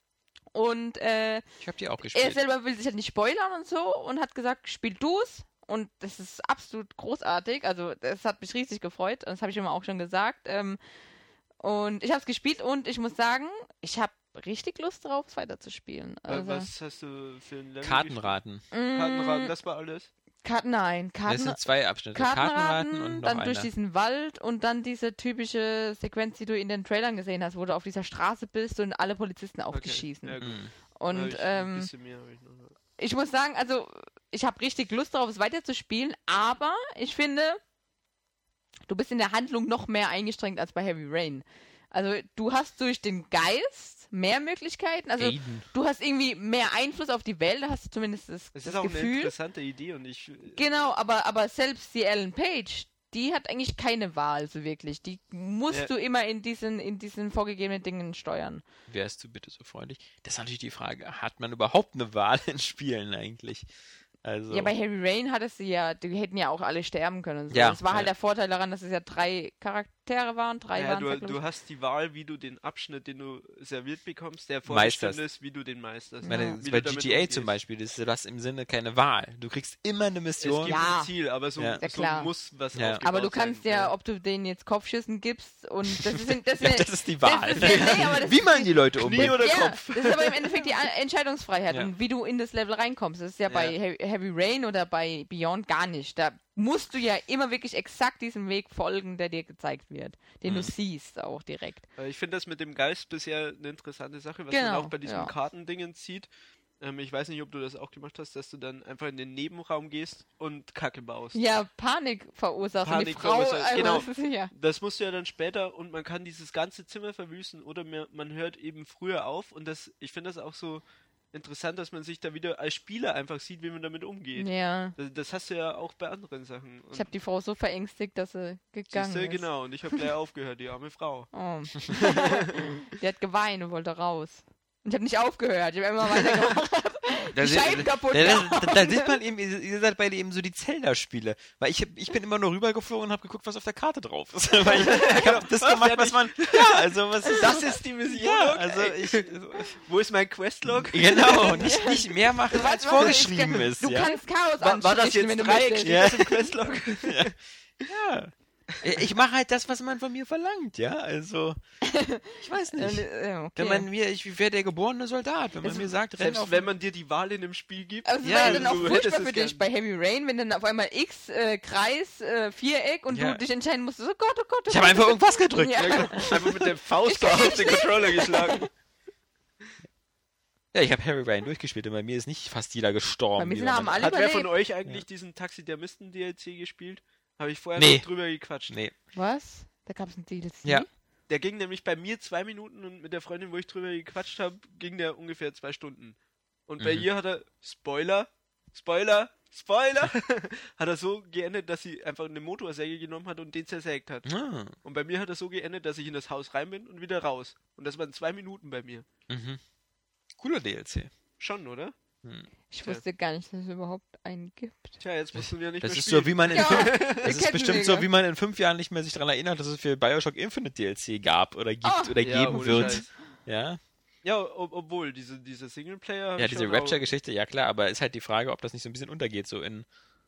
Und äh, Ich habe die auch er gespielt. selber will sich halt nicht spoilern und so und hat gesagt, spiel du's. Und das ist absolut großartig. Also das hat mich riesig gefreut. Das habe ich immer auch schon gesagt. Ähm, und ich habe es gespielt und ich muss sagen, ich habe richtig Lust drauf, es weiterzuspielen. Wa- Also, Was hast du für ein Level Kartenraten. gespielt? Kartenraten, das war alles. Karten, nein, Das Karten, sind zwei Abschnitte. Kartenraten, Kartenraten und noch dann einer. durch diesen Wald und dann diese typische Sequenz, die du in den Trailern gesehen hast, wo du auf dieser Straße bist und alle Polizisten auf dich Okay, schießen. ja, gut. Mhm. Und Hab ich ein ähm, bisschen mehr hab ich noch. ich muss sagen, also ich habe richtig Lust darauf, es weiterzuspielen, aber ich finde, du bist in der Handlung noch mehr eingeschränkt als bei Heavy Rain. Also du hast durch den Geist mehr Möglichkeiten, also Aiden. du hast irgendwie mehr Einfluss auf die Welt, da hast du zumindest das, Es das ist auch eine Gefühl. interessante Idee und ich. Genau, aber, aber selbst die Ellen Page, die hat eigentlich keine Wahl so wirklich. Die musst Ja. du immer in diesen, in diesen vorgegebenen Dingen steuern. Wärst du bitte so freundlich? Das ist natürlich die Frage, hat man überhaupt eine Wahl in Spielen eigentlich? Also, Ja, bei Heavy Rain hattest du ja, die hätten ja auch alle sterben können. Und so. Ja, Das war halt ja. der Vorteil daran, dass es ja drei Charaktere waren. Drei Ja, waren du, es ja, glaub du ich. hast die Wahl, wie du den Abschnitt, den du serviert bekommst, der Meisterst. vorbestimmt ist, wie du den meisterst. ich meine, Ja. Wie bei du damit G T A umgehst. zum Beispiel, das, du hast im Sinne keine Wahl. Du kriegst immer eine Es Mission. gibt Ja. ein Ziel, aber so, Ja. Ja, so klar. muss was Ja. aufgebaut Aber du kannst sein. ja, ob du denen jetzt Kopfschüssen gibst und das ist, das ist, Ja, das ist die Wahl. Das ist, ja, nee, aber das Wie ist man die Leute Knie umbringt. oder ja, Kopf? das ist aber im Endeffekt die A- Entscheidungsfreiheit Ja. und wie du in das Level reinkommst. Das ist ja, bei Ja. He- Heavy Rain oder bei Beyond gar nicht. Da musst du ja immer wirklich exakt diesem Weg folgen, der dir gezeigt wird, den du Mhm. siehst auch direkt. Äh, Ich finde das mit dem Geist bisher eine interessante Sache, was Genau, man auch bei diesen ja. Kartendingen sieht. Ähm, ich weiß nicht, ob du das auch gemacht hast, dass du dann einfach in den Nebenraum gehst und Kacke baust. Ja, Panik verursacht. und die Panik Frau, verursacht, also, genau. das ist sicher. Das musst du ja dann später und man kann dieses ganze Zimmer verwüsten oder mir- man hört eben früher auf und das, ich finde das auch so interessant, dass man sich da wieder als Spieler einfach sieht, wie man damit umgeht. Ja. Das, das hast du ja auch bei anderen Sachen. Und Ich habe die Frau so verängstigt, dass sie gegangen siehste, ist. genau, und ich habe gleich aufgehört, die arme Frau. Oh. Die hat geweint und wollte raus. Und ich habe nicht aufgehört, ich habe immer weitergemacht. Da Die se- Scheiben kaputt. Da, da, da, da sieht man eben, ihr ihr seid beide eben so die Zelda-Spiele. Weil ich, hab- ich bin immer nur rübergeflogen und habe geguckt, was auf der Karte drauf ist. Weil ich, ich habe das Ah, gemacht, was man. Ja, also was ist Das ist die Mission. Ja, okay. also ich. Wo ist mein Questlog? Genau, nicht, nicht mehr machen, als Warte, warte, vorgeschrieben ich, ist. Du ja. kannst Chaos War, war das anrichten, wenn jetzt du Dreieck? möchtest. Steht Ja. das im Questlog? Ja. Ich mache halt das, was man von mir verlangt, ja. Also, ich weiß nicht. Äh, okay. Wenn man mir, ich wäre der geborene Soldat, wenn man Es- mir sagt, renn Selbst auf. wenn man dir die Wahl in dem Spiel gibt. Aber es Ja, war ja dann auch du hättest furchtbar es für dich gern. bei Heavy Rain, wenn dann auf einmal X, äh, Kreis, äh, Viereck und Ja. du dich entscheiden musstest, oh Gott, oh Gott, oh Ich Gott. habe einfach irgendwas gedrückt. Ja. Ja, genau. Einfach mit der Faust auf den Controller geschlagen. Ja, ich habe Harry Ryan durchgespielt und bei mir ist nicht fast jeder gestorben. Bei mir wie sind man- haben alle Hat wer überlebt. von euch eigentlich diesen Taxidermisten-D L C gespielt? Habe ich vorher Nee. noch drüber gequatscht. Nee. Was? Da gab es einen D L C? Ja. Der ging nämlich bei mir zwei Minuten und mit der Freundin, wo ich drüber gequatscht habe, ging der ungefähr zwei Stunden. Und bei Mhm. ihr hat er, Spoiler, Spoiler, Spoiler, hat er so geendet, dass sie einfach eine Motorsäge genommen hat und den zersägt hat. Ah, Und bei mir hat er so geendet, dass ich in das Haus rein bin und wieder raus. Und das waren zwei Minuten bei mir. mhm. Cooler D L C. Schon, oder? Ich wusste gar nicht, dass es überhaupt einen gibt. Tja, jetzt musst du ja nicht Das mehr ist spielen. so, wie man in Ja, fünf, das ist Kettensäge. bestimmt so, wie man in fünf Jahren nicht mehr sich daran erinnert, dass es für Bioshock Infinite D L C gab oder gibt Ah. oder Ja, geben ohne wird. Scheiß. Ja, Ja, ob, obwohl, diese, diese Singleplayer... hab ja ich diese schon auch- Rapture-Geschichte, ja klar, aber ist halt die Frage, ob das nicht so ein bisschen untergeht, so in,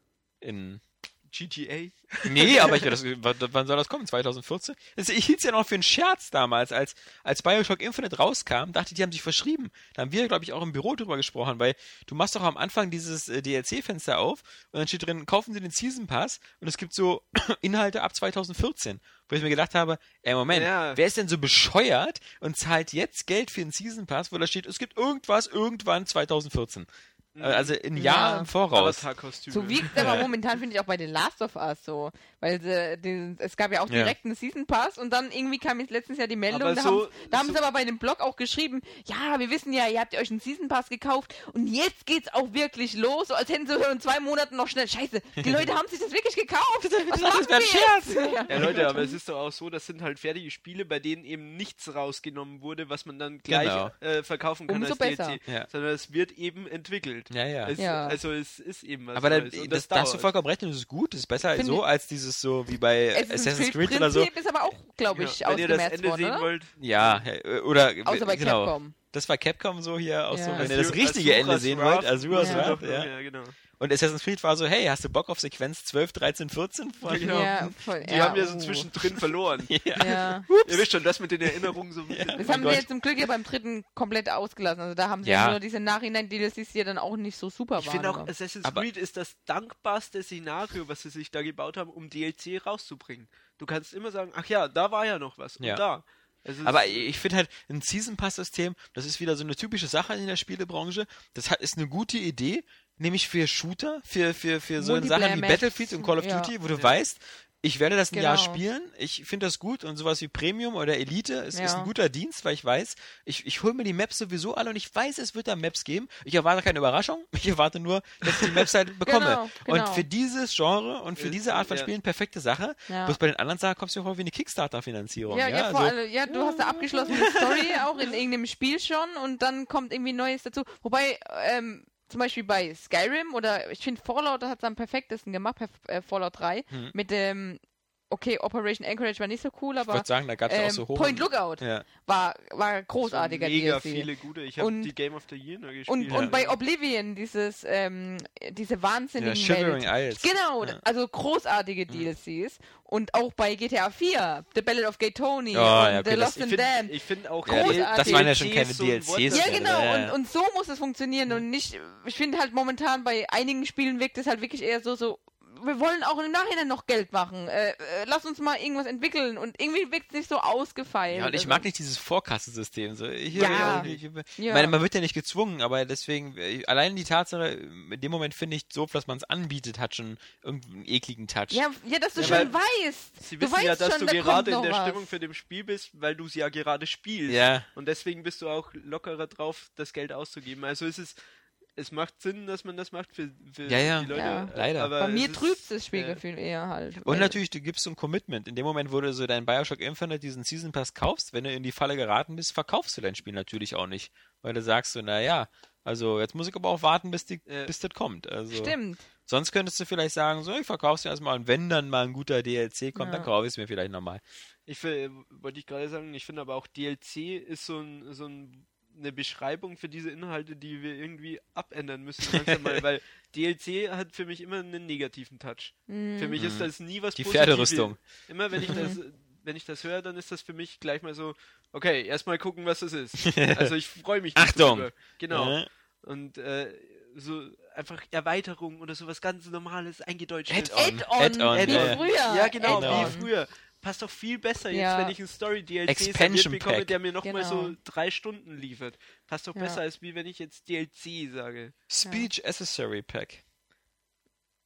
in G T A. Nee, aber ich, das, w- wann soll das kommen? zwanzig vierzehn? Das, ich hielt es ja noch für einen Scherz damals, als, als Bioshock Infinite rauskam, dachte ich, die haben sich verschrieben. Da haben wir, glaube ich, auch im Büro drüber gesprochen, weil du machst doch am Anfang dieses äh, D L C-Fenster auf und dann steht drin, kaufen Sie den Season Pass und es gibt so Inhalte ab zwanzig vierzehn. Wo ich mir gedacht habe, ey Moment, Ja. wer ist denn so bescheuert und zahlt jetzt Geld für den Season Pass, wo da steht, es gibt irgendwas irgendwann zwanzig vierzehn. Äh, Also ein Jahr Ja. im Voraus. Avatar-Kostüme. So wiegt es aber momentan, finde ich, auch bei den Last of Us so. Weil sie, die, es gab ja auch Ja. direkt einen Season Pass und dann irgendwie kam jetzt letztens ja die Meldung, Aber da, so- haben, da haben so- sie aber bei dem Blog auch geschrieben, ja, wir wissen ja, ihr habt euch einen Season Pass gekauft und jetzt geht's auch wirklich los, so als hätten sie in zwei Monaten noch schnell, scheiße, die Leute haben sich das wirklich gekauft. Was machen wäre ein wir jetzt? Ja. Ja, Leute, aber es ist doch auch so, das sind halt fertige Spiele, bei denen eben nichts rausgenommen wurde, was man dann gleich Genau. äh, verkaufen kann Umso als D L C. besser. Ja. Sondern es wird eben entwickelt. Ja, ja. Es, Ja. Also es ist eben was Aber da, Neues. Und das, da hast du dauert. vollkommen recht und das ist gut. Das ist besser Finde so, ich- als dieses so wie bei Assassin's Creed oder so. Prinzip ist aber auch, glaube ich, Ja, wenn ihr das ausgemerzt Ende worden, sehen oder? wollt, Ja, äh, oder Außer bei genau. Capcom. Das war Capcom so hier auch so, Ja. wenn ihr das Azur- richtige Ende Azuras sehen Wrath, wollt, Azuras Ja. Wrath, ja. ja. ja, genau. Und Assassin's Creed war so, hey, hast du Bock auf Sequenz zwölf, dreizehn, vierzehn von Genau. Ja, voll, Die ja, haben ja so oh. zwischendrin verloren. Ja. Ja. Ihr wisst schon, das mit den Erinnerungen so. Ja. Das mein haben Gott. sie jetzt zum Glück ja beim dritten komplett ausgelassen. Also da haben sie Ja. ja nur diese Nachhinein-D L Cs, die ja dann auch nicht so super Ich waren. finde auch, aber- Assassin's Aber- Creed ist das dankbarste Szenario, was sie sich da gebaut haben, um D L C rauszubringen. Du kannst immer sagen, ach ja, da war ja noch was. Und Ja. da. Also es Aber ist- ich finde halt, ein Season Pass-System, das ist wieder so eine typische Sache in der Spielebranche. Das hat, ist eine gute Idee, nämlich für Shooter, für, für, für so Sachen wie Multiplayer-Maps, Battlefield und Call of ja. Duty, wo du Ja. weißt, ich werde das ein Jahr Genau. spielen, ich finde das gut und sowas wie Premium oder Elite ist, ist Ja. ein guter Dienst, weil ich weiß, ich, ich hole mir die Maps sowieso alle und ich weiß, es wird da Maps geben. Ich erwarte keine Überraschung, ich erwarte nur, dass ich die Maps halt bekomme. Genau, genau. Und für dieses Genre und für Äh, diese Art von ja. Spielen perfekte Sache. Ja. Bloß bei den anderen Sachen kommst du vor wie eine Kickstarter-Finanzierung. Ja, Ja, ja, vor also, allem, ja, du hast eine abgeschlossene Story auch in irgendeinem Spiel schon und dann kommt irgendwie Neues dazu. Wobei, ähm, zum Beispiel bei Skyrim oder ich finde Fallout hat es am perfektesten gemacht, per, äh, Fallout drei, Hm. mit dem, okay, Operation Anchorage war nicht so cool, ich aber würde sagen, da gab es auch ähm, so hohe... Point Lookout Ja. war, war großartiger mega D L C. viele gute. Ich habe Und- die Game of the Year nur gespielt. Und, Ja. und bei Oblivion, dieses, ähm, diese wahnsinnigen Ja, Shivering Welt. Isles. Genau, Ja. also großartige D L Cs. Und auch bei G T A vier, The Ballad of Gay Tony Oh, und ja, okay, The das- Lost ich and finde Damned. ich find auch Ja, Großartig. das waren ja schon D L keine Cs so D ein L Cs. Wort- Ja, Ja, genau. ja, ja. Und, und so muss es funktionieren und nicht, ich finde halt momentan bei einigen Spielen wirkt es halt wirklich eher so, so, wir wollen auch im Nachhinein noch Geld machen. Äh, äh, lass uns mal irgendwas entwickeln und irgendwie wirkt es nicht so ausgefeilt. Ja, und ich Also- mag nicht dieses Vorkassensystem. So, ich, Ja. ich, ich, ich Ja. meine, man wird ja nicht gezwungen, aber deswegen, äh, allein die Tatsache, in dem Moment finde ich, so, dass man es anbietet, hat schon irgendeinen ekligen Touch. Ja, ja, dass du Ja, schon weil weißt. Sie du wissen weißt ja, dass schon, du da gerade kommt in noch der was. Stimmung für den Spiel bist, weil du es ja gerade spielst. Ja. Und deswegen bist du auch lockerer drauf, das Geld auszugeben. Also es ist, es macht Sinn, dass man das macht für, für Ja, ja. die Leute. Ja. Leider. Aber Bei mir es ist- trübt das Spielgefühl eher halt. Und weil- natürlich, du gibst so ein Commitment. In dem Moment, wo du so dein Bioshock Infinite diesen Season Pass kaufst, wenn du in die Falle geraten bist, verkaufst du dein Spiel natürlich auch nicht. Weil du sagst so, naja, also jetzt muss ich aber auch warten, bis, die, Ja. bis das kommt. Also, Stimmt. sonst könntest du vielleicht sagen, so, ich verkauf's dir erstmal und wenn dann mal ein guter D L C kommt, Ja. dann kaufe ich es mir vielleicht nochmal. Ich fi- wollte ich gerade sagen, ich finde aber auch D L C ist so, ein, so ein, eine Beschreibung für diese Inhalte, die wir irgendwie abändern müssen langsam mal, weil D L C hat für mich immer einen negativen Touch. Für mich ist das nie was Die Positives. Pferderüstung. Immer wenn ich das wenn ich das höre, dann ist das für mich gleich mal so, okay, erstmal gucken, was das ist. Also ich freue mich nicht Achtung! drüber. Genau. Ja. Und äh, so einfach Erweiterung oder sowas ganz Normales, eingedeutschtes. Add-on. Add-on, Add-on, wie ja. früher. Ja, genau, Add-on. wie früher. Passt doch viel besser jetzt, Ja. wenn ich einen Story-D L C Expansion serviert bekomme, Pack. der mir nochmal Genau. so drei Stunden liefert. Passt doch Ja. besser, als wie wenn ich jetzt D L C sage. Speech Accessory Pack.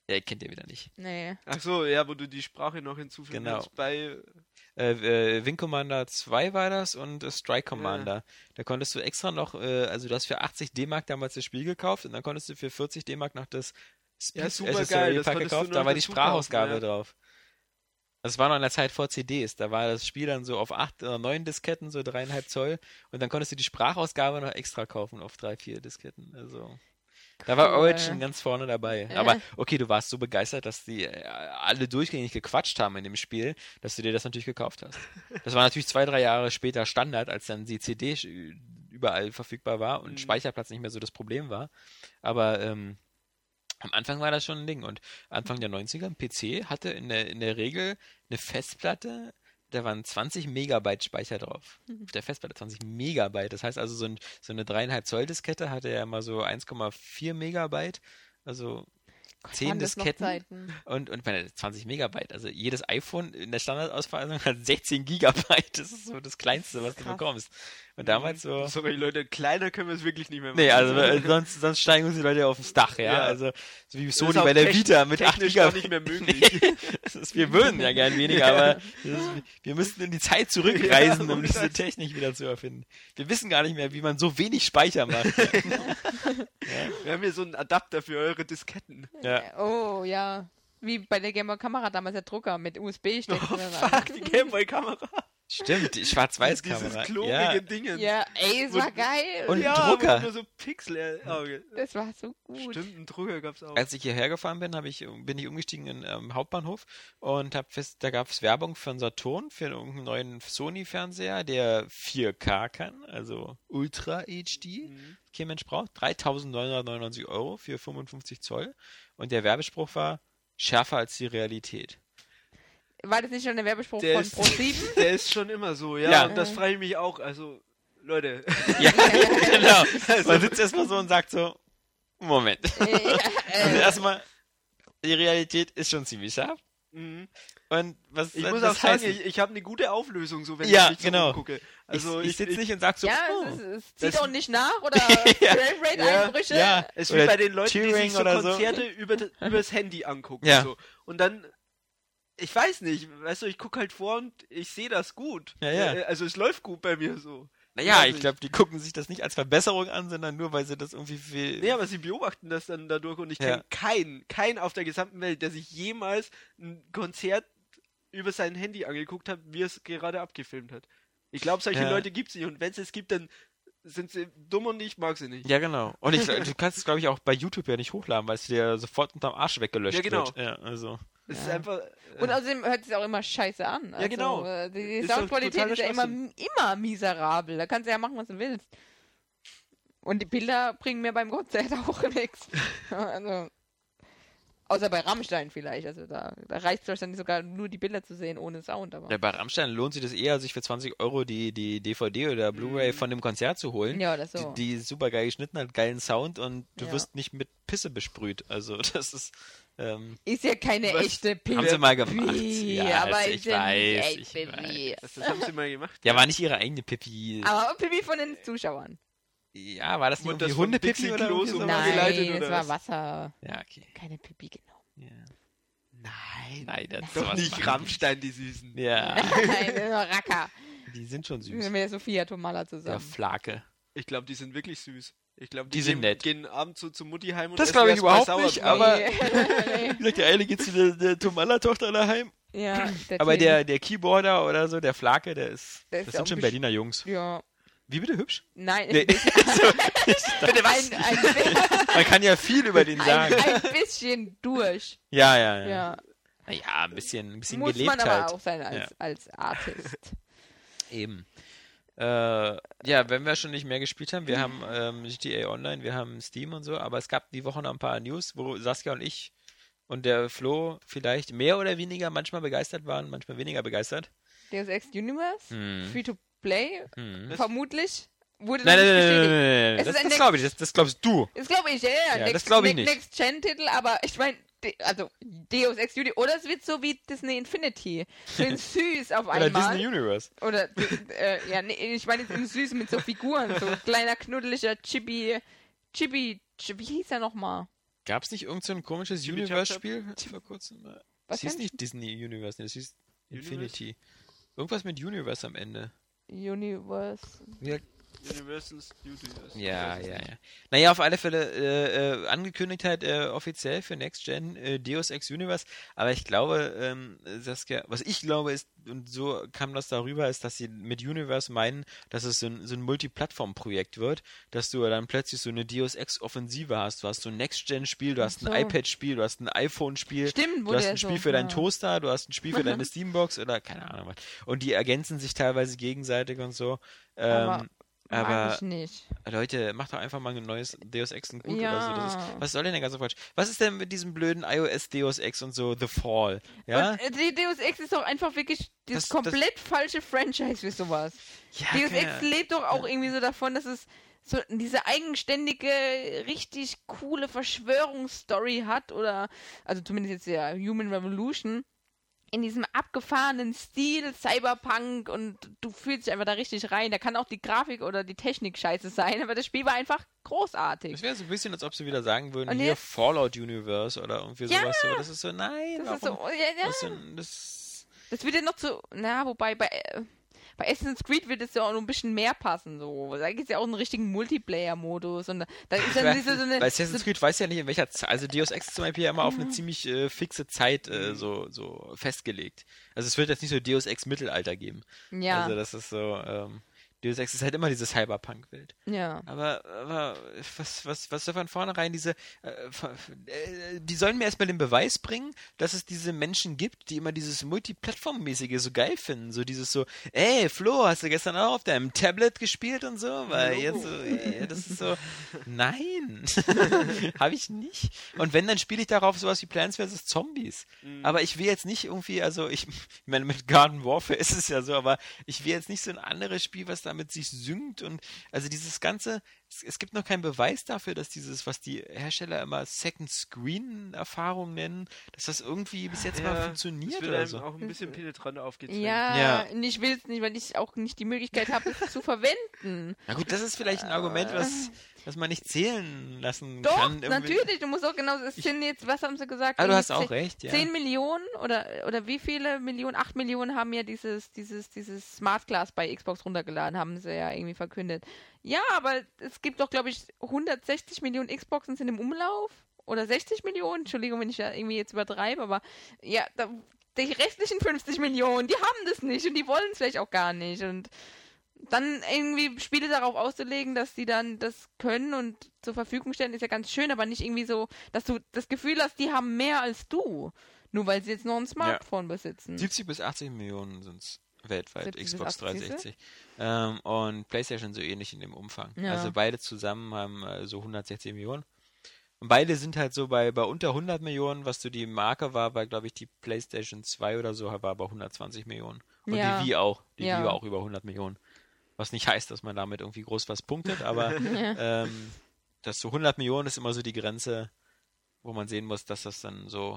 Ja, kennt ihr wieder nicht. Nee. Ach so, ja, wo du die Sprache noch hinzufügen Genau. kannst bei... Äh, äh, Wing Commander zwei war das und äh, Strike Commander. Ja. Da konntest du extra noch, äh, also du hast für achtzig D-Mark damals das Spiel gekauft und dann konntest du für vierzig D-Mark noch das Speed ja, super geil. Das Pack gekauft. Da war die Sprachausgabe kaufen, ja. drauf. Das war noch in der Zeit vor C Ds. Da war das Spiel dann so auf acht oder neun Disketten, so dreieinhalb Zoll. Und dann konntest du die Sprachausgabe noch extra kaufen auf drei, vier Disketten. Also... Da war Cool. Origin ganz vorne dabei. Aber okay, du warst so begeistert, dass die äh, alle durchgängig gequatscht haben in dem Spiel, dass du dir das natürlich gekauft hast. Das war natürlich zwei, drei Jahre später Standard, als dann die C D überall verfügbar war und mhm. Speicherplatz nicht mehr so das Problem war. Aber ähm, am Anfang war das schon ein Ding. Und Anfang der neunziger, ein P C hatte in der, in der Regel eine Festplatte, da waren zwanzig Megabyte Speicher drauf. Mhm. Auf der Festplatte zwanzig Megabyte. Das heißt also, so, ein, so eine dreieinhalb Zoll Diskette hatte ja immer so eins Komma vier Megabyte. Also zehn Disketten. Und, und meine, zwanzig Megabyte. Also jedes iPhone in der Standardausfassung hat sechzehn Gigabyte. Das ist so das Kleinste, was Krass. du bekommst. Und damals so... Sorry, Leute, kleiner können wir es wirklich nicht mehr machen. Nee, also äh, sonst, sonst steigen uns die Leute aufs Dach, ja. ja. Also so wie Sony bei der Vita mit acht Gigabyte. nicht mehr möglich. Nee, das ist, wir würden ja gern weniger, aber das ist, wir müssten in die Zeit zurückreisen, ja, um diese Technik wieder zu erfinden. Wir wissen gar nicht mehr, wie man so wenig Speicher macht. Ja. Ja. Wir haben hier so einen Adapter für eure Disketten. Ja. Oh, ja. Wie bei der Gameboy-Kamera damals der Drucker mit U S B-Stecken. Oh, fuck, die Gameboy-Kamera. Stimmt, die Schwarz-Weiß-Kamera. Dieses klobige ja. Ding. Ja, ey, es war geil. Und ja, Drucker. Nur so Pixel. Okay. Das war so gut. Stimmt, einen Drucker gab's auch. Als ich hierher gefahren bin, hab ich, bin ich umgestiegen in ähm, Hauptbahnhof und hab fest, da gab's Werbung für einen Saturn, für irgendeinen neuen Sony-Fernseher, der vier K kann, also Ultra H D. Mhm. Kein Mensch braucht. dreitausendneunhundertneunundneunzig Euro für fünfundfünfzig Zoll. Und der Werbespruch war, schärfer als die Realität. War das nicht schon der Werbespruch der von ist, ProSieben? Der ist schon immer so, ja. ja. Und das frage ich mich auch. Also, Leute. Ja, genau. Also, man sitzt erstmal so und sagt so, Moment. Also erstmal, die Realität ist schon ziemlich scharf. Mhm. Und was ich muss auch sagen, heißen? ich, ich habe eine gute Auflösung, so wenn ja, ich mich so genau. umgucke. Also ich, ich sitze nicht und sag so, ja, oh, es, es zieht auch nicht nach oder ja. Framerate-Einbrüche. Ja, es ist wie bei den Leuten, die sich so oder Konzerte so. über das Handy angucken. Ja. So. Und dann, ich weiß nicht, weißt du, ich gucke halt vor und ich sehe das gut. Ja, ja. Also es läuft gut bei mir so. Naja, ich glaube, die gucken sich das nicht als Verbesserung an, sondern nur, weil sie das irgendwie viel... Nee, aber sie beobachten das dann dadurch und ich ja. kenne keinen, keinen auf der gesamten Welt, der sich jemals ein Konzert über sein Handy angeguckt hat, wie er es gerade abgefilmt hat. Ich glaube, solche ja. Leute gibt es nicht und wenn es es gibt, dann sind sie dumm und ich mag sie nicht. Ja, genau. Und ich, du kannst es, glaube ich, auch bei YouTube ja nicht hochladen, weil es dir sofort unterm Arsch weggelöscht ja, genau. wird. Ja, also... Es ja. ist einfach, äh und außerdem hört es auch immer scheiße an. Also, ja, genau. Äh, die die Soundqualität ist ja immer, immer miserabel. Da kannst du ja machen, was du willst. Und die Bilder bringen mir beim Konzert auch nichts. Also, außer bei Rammstein vielleicht. Also da, da reicht es wahrscheinlich sogar nur die Bilder zu sehen ohne Sound. Aber ja, bei Rammstein lohnt sich das eher, sich für zwanzig Euro die, die D V D oder Blu-ray von dem Konzert zu holen. Ja, oder so. Die, die super geil geschnitten hat, geilen Sound und du ja. wirst nicht mit Pisse besprüht. Also das ist... Ähm, ist ja keine was? echte P V D. Haben sie mal gemacht. Ja, aber also ich ist ja weiß, nicht ich weiß. Das, das haben sie mal gemacht. Ja, war nicht ihre eigene Pipi. Aber Pipi von den Zuschauern. Ja, war das nicht Wurde irgendwie das von Hundepipi Dixie oder Klos irgendwie so? oder Nein, geleitet, oder das war was? Wasser. Ja, okay. Keine Pipi genommen. Ja. Nein. Nein, das Doch sowas nicht machen Rammstein, die Süßen. die. Ja, Nein, das ist nur Racker. die sind schon süß. Mit der Sophia Tomala Der zusammen. Flake. Ich glaube, die sind wirklich süß. Ich glaube, Die die, sind gehen, nett. gehen abends so zum Mutti heim und Das essen glaube ich erst mal überhaupt nicht, Sauerbraten. aber- Nee. Wie gesagt, der eine geht zu der, der Tomala-Tochter daheim. Ja, der Aber Tim. der, der Keyboarder oder so, der Flake, der ist. Der ist das ja sind schon auch Berliner Jungs. Ja. Wie bitte hübsch? Nein, Nee. ein bisschen, Bitte was? ein, ein, bi- Man kann ja viel über den ein, sagen. ein bisschen durch. Ja, ja, ja. Ja. Naja, ein bisschen, ein bisschen Muss gelebt man aber halt. auch sein als, Ja. als Artist. Eben. Äh, ja, wenn wir schon nicht mehr gespielt haben, wir haben ähm, G T A Online, wir haben Steam und so, aber es gab die Woche noch ein paar News, wo Saskia und ich und der Flo vielleicht mehr oder weniger manchmal begeistert waren, manchmal weniger begeistert. Deus Ex Universe, Hm. Free-to-Play, Hm. vermutlich. Wurde Nein, noch nein, nicht nein, nein, bestätigt. nein, nein, Es das, ist ein das glaube ich, das, das glaubst du. Das glaube ich, ja, ja. Ja, Next, das glaub ich Ne- nicht. Next-Gen-Titel, aber ich meine, also Deus Ex Universe, oder es wird so wie Disney Infinity. Schön süß auf Oder einmal. Disney Universe. Oder, äh, ja, nee, ich meine jetzt im Süßen mit so Figuren, so kleiner, knuddeliger Chibi, Chibi, Chibi, wie hieß er nochmal? Gab es nicht irgend so ein komisches Jimmy Universe-Spiel vor kurzem? Was Das hieß denn? nicht Disney Universe, nee, das hieß Universe? Infinity. Irgendwas mit Universe am Ende. Universe. Ja, Universal Studios. ja, ja. ja. Naja, auf alle Fälle äh, äh, angekündigt halt äh, offiziell für Next Gen äh, Deus Ex Universe, aber ich glaube, ähm, Saskia, was ich glaube ist, und so kam das darüber, ist, dass sie mit Universe meinen, dass es so ein, so ein Multiplattform-Projekt wird, dass du dann plötzlich so eine Deus Ex-Offensive hast. Du hast so ein Next Gen Spiel, du hast so. ein iPad-Spiel, du hast ein iPhone-Spiel, Stimmt, wo du hast der ein Spiel so, für deinen ja. Toaster, du hast ein Spiel für deine Steambox oder keine Ahnung was. Und die ergänzen sich teilweise gegenseitig und so. Ähm, Aber aber Mag ich nicht. Leute, macht doch einfach mal ein neues Deus Ex und gut Ja. oder so. Das ist, was soll denn der ganze Quatsch? Was ist denn mit diesem blöden iOS Deus Ex und so The Fall? Ja? Und äh, die Deus Ex ist doch einfach wirklich das, Das- komplett falsche Franchise für sowas. ja Deus keine- Ex lebt doch auch irgendwie so davon, dass es so diese eigenständige, richtig coole Verschwörungsstory hat oder, also zumindest jetzt der Human Revolution, in diesem abgefahrenen Stil, Cyberpunk und du fühlst dich einfach da richtig rein. Da kann auch die Grafik oder die Technik scheiße sein, aber das Spiel war einfach großartig. Das wäre so ein bisschen, als ob sie wieder sagen würden, Und hier jetzt- Fallout Universe oder irgendwie Ja. sowas. So. Das ist so, nein, Das warum? ist so, ja, ja. Was denn, das, Das wird ja noch zu, na, wobei bei, äh, bei Assassin's Creed wird es ja auch noch ein bisschen mehr passen, so. Da gibt es ja auch einen richtigen Multiplayer-Modus und da ist dann diese, so eine, Bei Assassin's so, Creed weiß ja nicht, in welcher Zeit. Also Deus Ex ist zum Beispiel ja immer auf Mhm. eine ziemlich äh, fixe Zeit äh, so, so festgelegt. Also es wird jetzt nicht so Deus Ex Mittelalter geben. ja, Also das ist so, ähm, Deus Ex ist halt immer diese Cyberpunk-Welt. ja. Aber, aber was, was, was soll von vornherein diese, äh, ver- äh, die sollen mir erstmal den Beweis bringen, dass es diese Menschen gibt, die immer dieses Multiplattform-mäßige so geil finden. So dieses so, ey, Flo, hast du gestern auch auf deinem Tablet gespielt und so? Weil jetzt so, ja, das ist so, nein, habe ich nicht. Und wenn, dann spiele ich darauf sowas wie Plants versus. Zombies. Mhm. Aber ich will jetzt nicht irgendwie, also ich, ich meine, mit Garden Warfare ist es ja so, aber ich will jetzt nicht so ein anderes Spiel, was damit sich synkt und also dieses ganze, es, es gibt noch keinen Beweis dafür, dass dieses, was die Hersteller immer Second Screen Erfahrung nennen, dass das irgendwie bis jetzt mal funktioniert das wird oder einem so. auch ein bisschen penetrant aufgezwängt. Ja, Ja. und ich will es nicht, weil ich auch nicht die Möglichkeit habe, es zu verwenden. Na gut, das ist vielleicht ein Argument, was, was man nicht zählen lassen Doch, kann. irgendwie. natürlich, du musst auch genau, es sind jetzt, was haben sie gesagt? Ah, du hast Irgendwie auch recht, ja. zehn Millionen oder, oder wie viele Millionen? acht Millionen haben ja dieses, dieses, dieses Smart Glass bei Xbox runtergeladen, haben sie ja irgendwie verkündet. Ja, aber es gibt doch, glaube ich, hundertsechzig Millionen Xboxen sind im Umlauf. Oder sechzig Millionen, Entschuldigung, wenn ich da irgendwie jetzt übertreibe, aber ja, da, die restlichen fünfzig Millionen, die haben das nicht und die wollen es vielleicht auch gar nicht. Und dann irgendwie Spiele darauf auszulegen, dass die dann das können und zur Verfügung stellen, ist ja ganz schön, aber nicht irgendwie so, dass du das Gefühl hast, die haben mehr als du. Nur weil sie jetzt noch ein Smartphone besitzen. siebzig bis achtzig Millionen sind es weltweit, siebzig bis Xbox achtzig, dreihundertsechzig. Ähm, und PlayStation so ähnlich in dem Umfang. Ja. Also beide zusammen haben äh, so hundertsechzig Millionen. Und beide sind halt so bei, bei unter hundert Millionen, was so die Marke war, war glaube ich die PlayStation zwei oder so, war aber hundertzwanzig Millionen. Und Ja. die Wii auch. Die Ja. Wii war auch über hundert Millionen. Was nicht heißt, dass man damit irgendwie groß was punktet, aber ähm, das so hundert Millionen ist immer so die Grenze, wo man sehen muss, dass das dann so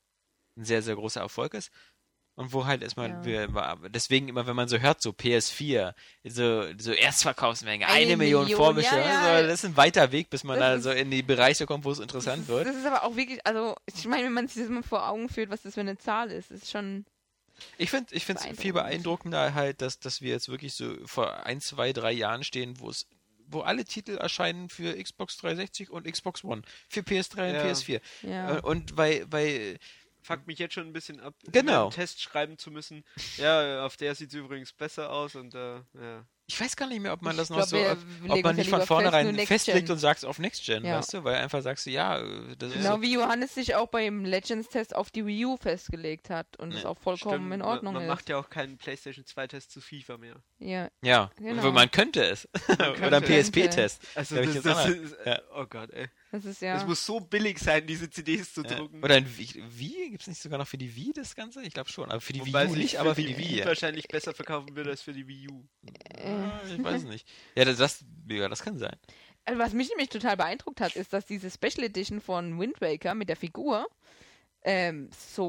ein sehr, sehr großer Erfolg ist. Und wo halt erstmal, Ja. wir, deswegen immer, wenn man so hört, so P S vier, so, so Erstverkaufsmenge, eine, Eine Million, Million, Vorbestellungen, ja, ja. so, das ist ein weiter Weg, bis man Das da ist- so in die Bereiche kommt, wo es interessant das, wird. das ist aber auch wirklich, also ich meine, wenn man sich das mal vor Augen führt, was das für eine Zahl ist, ist schon, Ich finde ich finde es viel beeindruckender halt, dass, dass wir jetzt wirklich so vor ein, zwei, drei Jahren stehen, wo es wo alle Titel erscheinen für Xbox dreihundertsechzig und Xbox One, für P S drei Ja. und P S vier. ja. Äh, Und weil, weil Fuckt mich jetzt schon ein bisschen ab, Genau. einen Test schreiben zu müssen. Ja, auf der sieht es übrigens besser aus und äh, ja. ich weiß gar nicht mehr, ob man Ich das noch glaub, so, wir- ob, wir ob legen man uns ja nicht von lieber fest, vornherein nur Next festlegt Gen. und sagst auf Next Gen, Ja. weißt du, weil einfach sagst du, ja, äh, das ist Genau wie Johannes sich auch beim Legends-Test auf die Wii U festgelegt hat und es Ja, auch vollkommen Stimmt, in Ordnung man, man ist. macht ja auch keinen PlayStation zwei Test zu FIFA mehr. Ja, ja, Genau. wo man könnte es. Oder ein könnte. P S P-Test. Also Hab ich das, jetzt auch das mal- ist, ja. oh Gott, ey. das ist ja. Es muss so billig sein, diese C Ds zu Ja. drucken. Oder ein Wii, Wii? Gibt es nicht sogar noch für die Wii das Ganze? Ich glaube schon, aber für die Wobei Wii U sich nicht, aber für die die Wii. Ja. wahrscheinlich besser verkaufen würde als für die Wii U. Ah, Ich weiß es nicht. Ja, das, das, ja, das kann sein. Also was mich nämlich total beeindruckt hat, ist, dass diese Special Edition von Wind Waker mit der Figur ähm, so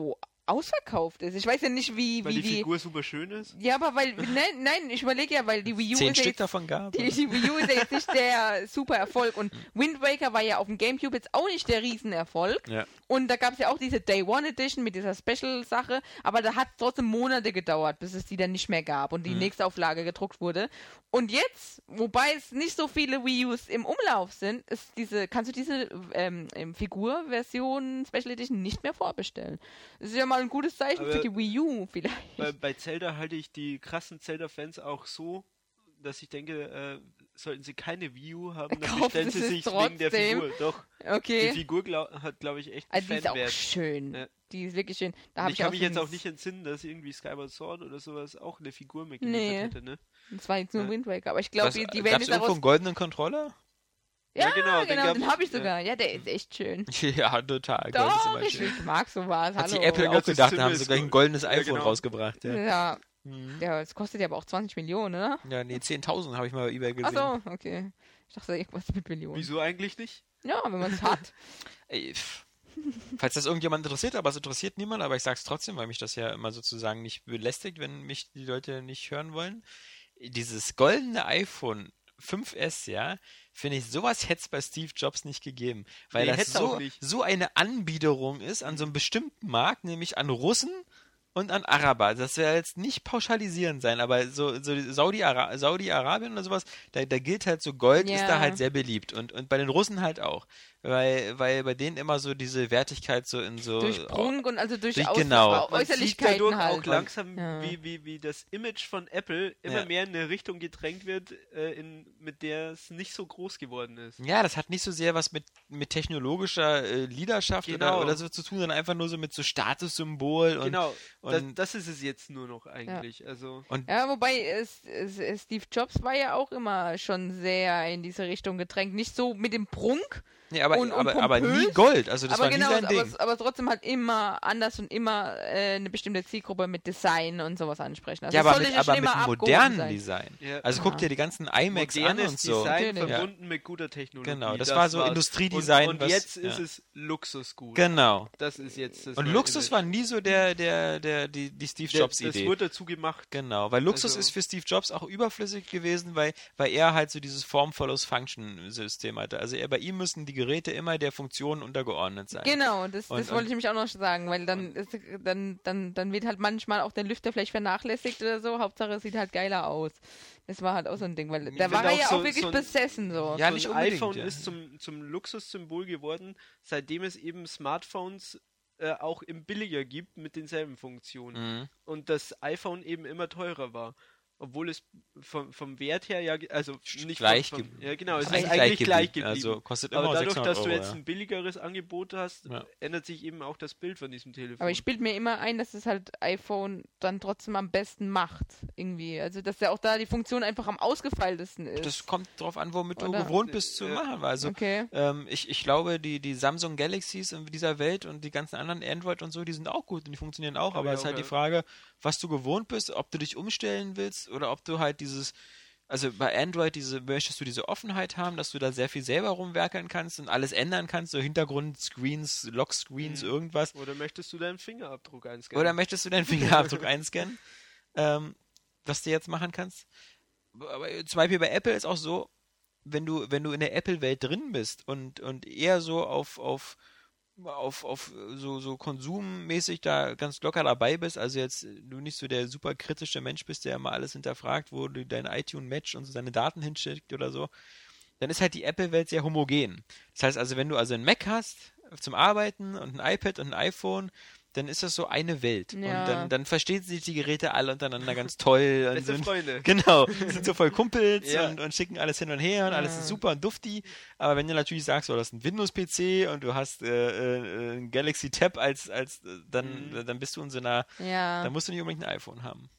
ausverkauft ist. Ich weiß ja nicht, wie, Weil wie die Figur super schön ist. Ja, aber weil, nein, nein, ich überlege ja, weil die Wii U Zehn ist ja Stück jetzt, davon gab. die, die Wii U ist ja jetzt nicht der super Erfolg und Wind Waker war ja auf dem Gamecube jetzt auch nicht der Riesenerfolg. Ja. Und da gab es ja auch diese Day One Edition mit dieser Special-Sache, aber da hat trotzdem Monate gedauert, bis es die dann nicht mehr gab und die Mhm. nächste Auflage gedruckt wurde. Und jetzt, wobei es nicht so viele Wii Us im Umlauf sind, ist diese, kannst du diese ähm, ähm, Figur-Version Special Edition nicht mehr vorbestellen. Das ist ja mal ein gutes Zeichen Aber für die Wii U vielleicht. Bei, bei Zelda halte ich die krassen Zelda-Fans auch so, dass ich denke, äh, sollten sie keine Wii U haben, dann Kaufen bestellen sie sie es sich wegen der trotzdem. Figur. Doch, Okay. die Figur glaub, hat, glaube ich, echt einen Also die ist auch Fanwert. schön. Ja. Die ist wirklich schön. Da Und hab ich ich kann auch mich so jetzt ein- auch nicht entsinnen, dass irgendwie Skyward Sword oder sowas auch eine Figur mehr Nee. geliefert hätte, ne? Das war jetzt nur Ja. Wind Waker, aber ich glaube, Was, die, die gab's werden jetzt irgendwo daraus... einen goldenen Controller? Ja, Ja, genau, genau, den den, gab's- habe ich sogar. Ja, der ist echt schön. Ja, total. Gold ist Doch, immer ich, schön. ich mag sowas. Hat sich Hallo. Apple Mein auch ganzes gedacht, da Zimmer haben ist sie gleich ein gold. goldenes Ja, iPhone genau. rausgebracht. Ja, Ja, mhm. ja, das kostet ja aber auch zwanzig Millionen, oder? ja nee, zehntausend habe ich mal bei eBay gesehen. Ach so, okay. Ich dachte irgendwas mit Millionen. Wieso eigentlich nicht? Ja, wenn man es hat. Ey, pff. Falls das irgendjemand interessiert, aber es interessiert niemand, aber ich sag's trotzdem, weil mich das ja immer sozusagen nicht belästigt, wenn mich die Leute nicht hören wollen. Dieses goldene iPhone fünf S, ja, finde ich, sowas hätte es bei Steve Jobs nicht gegeben. Weil Nee, das hätt's auch so, nicht. so eine Anbiederung ist an so einem bestimmten Markt, nämlich an Russen und an Araber. Das soll jetzt nicht pauschalisierend sein, aber so, so Saudi-Ara- Saudi-Arabien oder sowas, da, da gilt halt so, Gold ist Ja. da halt sehr beliebt. Und, und bei den Russen halt auch. Weil, weil bei denen immer so diese Wertigkeit so in so... Durch Prunk und also durch, Durch- Aus genau. Man sieht Äußerlichkeiten dadurch halt. auch langsam, Ja. wie, wie, wie das Image von Apple immer Ja. mehr in eine Richtung gedrängt wird, äh, in, mit der es nicht so groß geworden ist. Ja, das hat nicht so sehr was mit, mit technologischer äh, Leaderschaft Genau. oder, oder so zu tun, sondern einfach nur so mit so Statussymbol und, Genau, das, und- das ist es jetzt nur noch eigentlich. Also Ja, wobei es, es, es, Steve Jobs war ja auch immer schon sehr in diese Richtung gedrängt. Nicht so mit dem Prunk, nee, aber, und- und aber, aber nie pompös, Gold. Also das aber war genau, nie sein aber, Ding. es- aber trotzdem halt immer anders und immer äh, eine bestimmte Zielgruppe mit Design und sowas ansprechen. Also ja, es aber sollte mit, ja schon aber mit immer abgehoben modernen sein. Design. Ja. Also guck dir die ganzen iMacs an modernes und so. Design Natürlich. verbunden mit guter Technologie. Genau, das war so war's. Industriedesign, Und, und was- jetzt ja. ist es Luxusgut. Genau. Das ist jetzt das Und neue Luxus Image. war nie so der, der, der, die, die Steve Der- Jobs Das Idee. wurde dazu gemacht. Genau, weil Luxus Also- ist für Steve Jobs auch überflüssig gewesen, weil, weil er halt so dieses Form follows Function System hatte. Also er, bei ihm müssen die Geräte immer der Funktion untergeordnet sein. Genau, das, Und- das und- wollte ich nämlich auch noch sagen, weil dann, ist, dann, dann, dann wird halt manchmal auch der Lüfter vielleicht vernachlässigt oder so. Hauptsache es sieht halt geiler aus. Das war halt auch so ein Ding, weil da finde war er auch ja so- auch wirklich so ein- besessen so. Ja, so nicht ein unbedingt, iPhone ja. ist zum, zum Luxussymbol geworden, seitdem es eben Smartphones äh, auch im billiger gibt mit denselben Funktionen. Mhm. Und das iPhone eben immer teurer war. Obwohl es vom, vom Wert her ja, ge- also nicht Gleich vom, vom, geblieben. Ja, genau, es Ist ist eigentlich eigentlich gleich gleich geblieben. geblieben. Also kostet immer Aber noch dadurch, sechshundert dass du Euro, jetzt ja. ein billigeres Angebot hast, Ja. ändert sich eben auch das Bild von diesem Telefon. Aber ich spiele mir immer ein, dass es halt iPhone dann trotzdem am besten macht, irgendwie. Also, dass ja auch da die Funktion einfach am ausgefeiltesten ist. Das kommt drauf an, womit du Oder- gewohnt bist zu Ja. machen. Also okay. ähm, ich, ich glaube, die, die Samsung Galaxies in dieser Welt und die ganzen anderen Android und so, die sind auch gut und die funktionieren auch. Hab Aber ich es ist auch halt die gehört. Frage, was du gewohnt bist, ob du dich umstellen willst oder ob du halt dieses, also bei Android diese, möchtest du diese Offenheit haben, dass du da sehr viel selber rumwerkeln kannst und alles ändern kannst, so Hintergrund-Screens, Lockscreens, Mhm. irgendwas. Oder möchtest du deinen Fingerabdruck einscannen? Oder möchtest du deinen Fingerabdruck einscannen, ähm, was du jetzt machen kannst? Aber zum Beispiel bei Apple ist auch so, wenn du, wenn du in der Apple-Welt drin bist und, und eher so auf, auf, auf, auf so, so konsummäßig da ganz locker dabei bist, also jetzt du nicht so der super kritische Mensch bist, der immer alles hinterfragt, wo du dein iTunes-Match und so seine Daten hinschickt oder so, dann ist halt die Apple-Welt sehr homogen. Das heißt also, wenn du also einen Mac hast zum Arbeiten und ein iPad und ein iPhone, dann ist das so eine Welt. Ja. Und dann, dann verstehen sich die Geräte alle untereinander ganz toll. Und Beste sind, Freunde. genau, sind so voll Kumpels Ja. und, und schicken alles hin und her und alles Ja. ist super und dufti. Aber wenn du natürlich sagst, du hast einen Windows-P C und du hast äh, äh, ein Galaxy Tab als, als äh, dann, Mhm. dann bist du in so einer, Ja. dann musst du nicht unbedingt ein iPhone haben.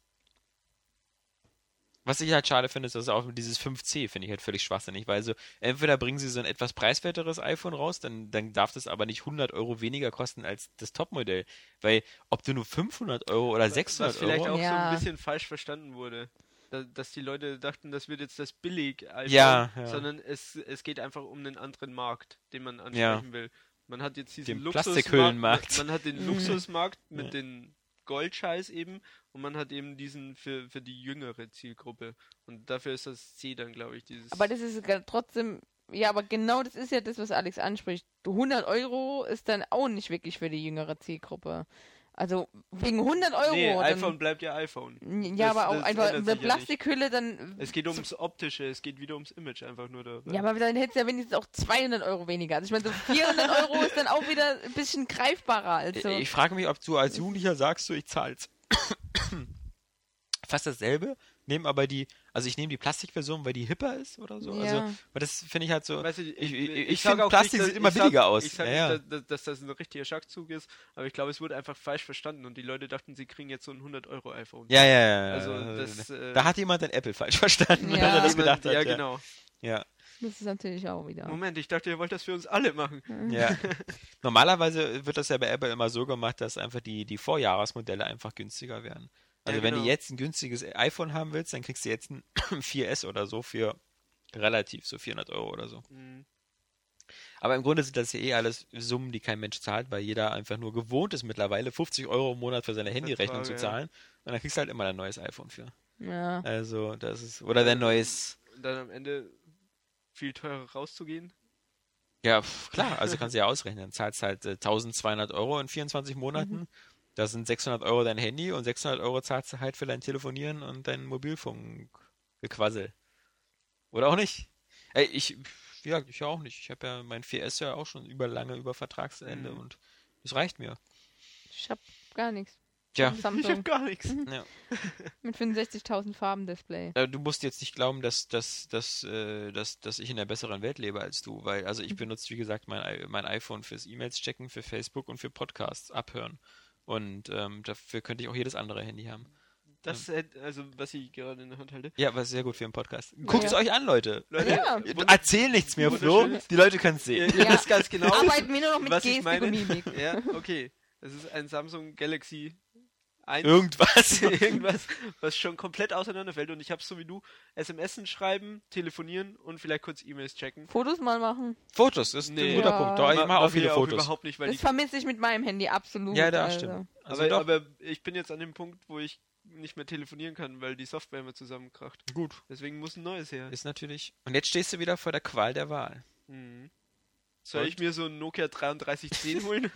Was ich halt schade finde, ist, dass auch dieses fünf C finde ich halt völlig schwachsinnig, weil so, entweder bringen sie so ein etwas preiswerteres iPhone raus, dann, dann darf das aber nicht hundert Euro weniger kosten als das Topmodell. Weil, ob du nur fünfhundert Euro oder Was sechshundert vielleicht Euro. auch so Ja. ein bisschen falsch verstanden wurde. Da, dass die Leute dachten, das wird jetzt das billig iPhone, Ja, ja. sondern es, es geht einfach um einen anderen Markt, den man ansprechen Ja. will. Man hat jetzt diesen Den Luxusmarkt, Plastikhüllenmarkt. man, man hat den Mhm. Luxusmarkt mit Ja. den Goldscheiß eben und man hat eben diesen für, für die jüngere Zielgruppe. Und dafür ist das C dann, glaube ich, dieses... Aber das ist ja trotzdem, ja, aber genau das ist ja das, was Alex anspricht. hundert Euro ist dann auch nicht wirklich für die jüngere Zielgruppe. Also wegen hundert Euro. nee, dann, iPhone bleibt ja iPhone. Ja, Das- aber auch das einfach ändert eine sich ja nicht. Plastikhülle, dann. Es geht ums Optische, es geht wieder ums Image einfach nur da. Ja, aber dann hättest du ja wenigstens auch zweihundert Euro weniger. Also ich meine, so vierhundert Euro ist dann auch wieder ein bisschen greifbarer. Also. Ich frage mich, ob du als Jugendlicher sagst, so, ich zahl's. Fast dasselbe, nehme aber die, also ich nehme die Plastikversion, weil die hipper ist oder so. Ja. Also, weil das finde ich halt so. Weißt du, ich ich, ich, ich finde, sag auch Plastik nicht, dass- sieht immer ich sag- billiger aus. Ich sage ja, ja. nicht, dass, dass das ein richtiger Schachzug ist, aber ich glaube, es wurde einfach falsch verstanden und die Leute dachten, sie kriegen jetzt so ein hundert Euro iPhone. Ja, ja, ja. Also, ja. das, äh, da hat jemand den Apple falsch verstanden, Ja. weil er das Jemand- gedacht hat. ja, Ja, genau. Ja. Das ist natürlich auch wieder. Moment, ich dachte, ihr wollt das für uns alle machen. ja. Normalerweise wird das ja bei Apple immer so gemacht, dass einfach die, die Vorjahresmodelle einfach günstiger werden. Also Ja, wenn genau. du jetzt ein günstiges iPhone haben willst, dann kriegst du jetzt ein vier S oder so für relativ so vierhundert Euro oder so. Mhm. Aber im Grunde sind das ja eh alles Summen, die kein Mensch zahlt, weil jeder einfach nur gewohnt ist mittlerweile, fünfzig Euro im Monat für seine Handyrechnung zu Frage, ja. zahlen. Und dann kriegst du halt immer ein neues iPhone für. Ja. Also, das ist, oder dein neues, Und dann am Ende viel teurer rauszugehen. ja, pf, klar, also kannst du ja ausrechnen. Du zahlst halt äh, eintausendzweihundert Euro in vierundzwanzig Monaten. Mhm. Da sind sechshundert Euro dein Handy und sechshundert Euro zahlst du halt für dein Telefonieren und dein Mobilfunkgequassel. Oder auch nicht. Ey, ich, wie gesagt, ich ja auch nicht. Ich habe ja mein vier S ja auch schon über lange über Vertragsende Mhm. und das reicht mir. Ich hab gar nichts. Tja, Ich Samsung hab gar nichts. ja. mit fünfundsechzigtausend Farben-Display. Äh, Du musst jetzt nicht glauben, dass, dass, dass, äh, dass, dass ich in einer besseren Welt lebe als du, weil also ich benutze, wie gesagt, mein, i- mein iPhone fürs E-Mails checken, für Facebook und für Podcasts abhören. Und ähm, dafür könnte ich auch jedes andere Handy haben. Das, hätte- also, was ich gerade in der Hand halte. Ja, was sehr gut für einen Podcast. Guckt es Ja. euch an, Leute. Leute, Ja. Erzähl nichts mehr, Flo. Wunderschön. Die Leute können es ihr, sehen. ihr Ja. wisst ganz genau, Arbeiten wir nur noch mit was ich Gestik meine. und Mimik. Ja, okay. Das ist ein Samsung Galaxy eins. Irgendwas. Irgendwas, was schon komplett auseinanderfällt. Und ich habe so wie du S M S schreiben, telefonieren und vielleicht kurz E-Mails checken. Fotos mal machen. Fotos, das ist Nee. ein guter Ja. Punkt. Doch, ich Ma- mache auch machen viele wir Fotos. überhaupt nicht, weil Das ich, vermisse ich mit meinem Handy absolut. Ja, das also. stimmt. Also aber, doch, aber ich bin jetzt an dem Punkt, wo ich nicht mehr telefonieren kann, weil die Software immer zusammenkracht. gut. Deswegen muss ein neues her. Ist natürlich. Und jetzt stehst du wieder vor der Qual der Wahl. Mhm. Soll Und? ich mir so ein Nokia dreiunddreißig zehn holen?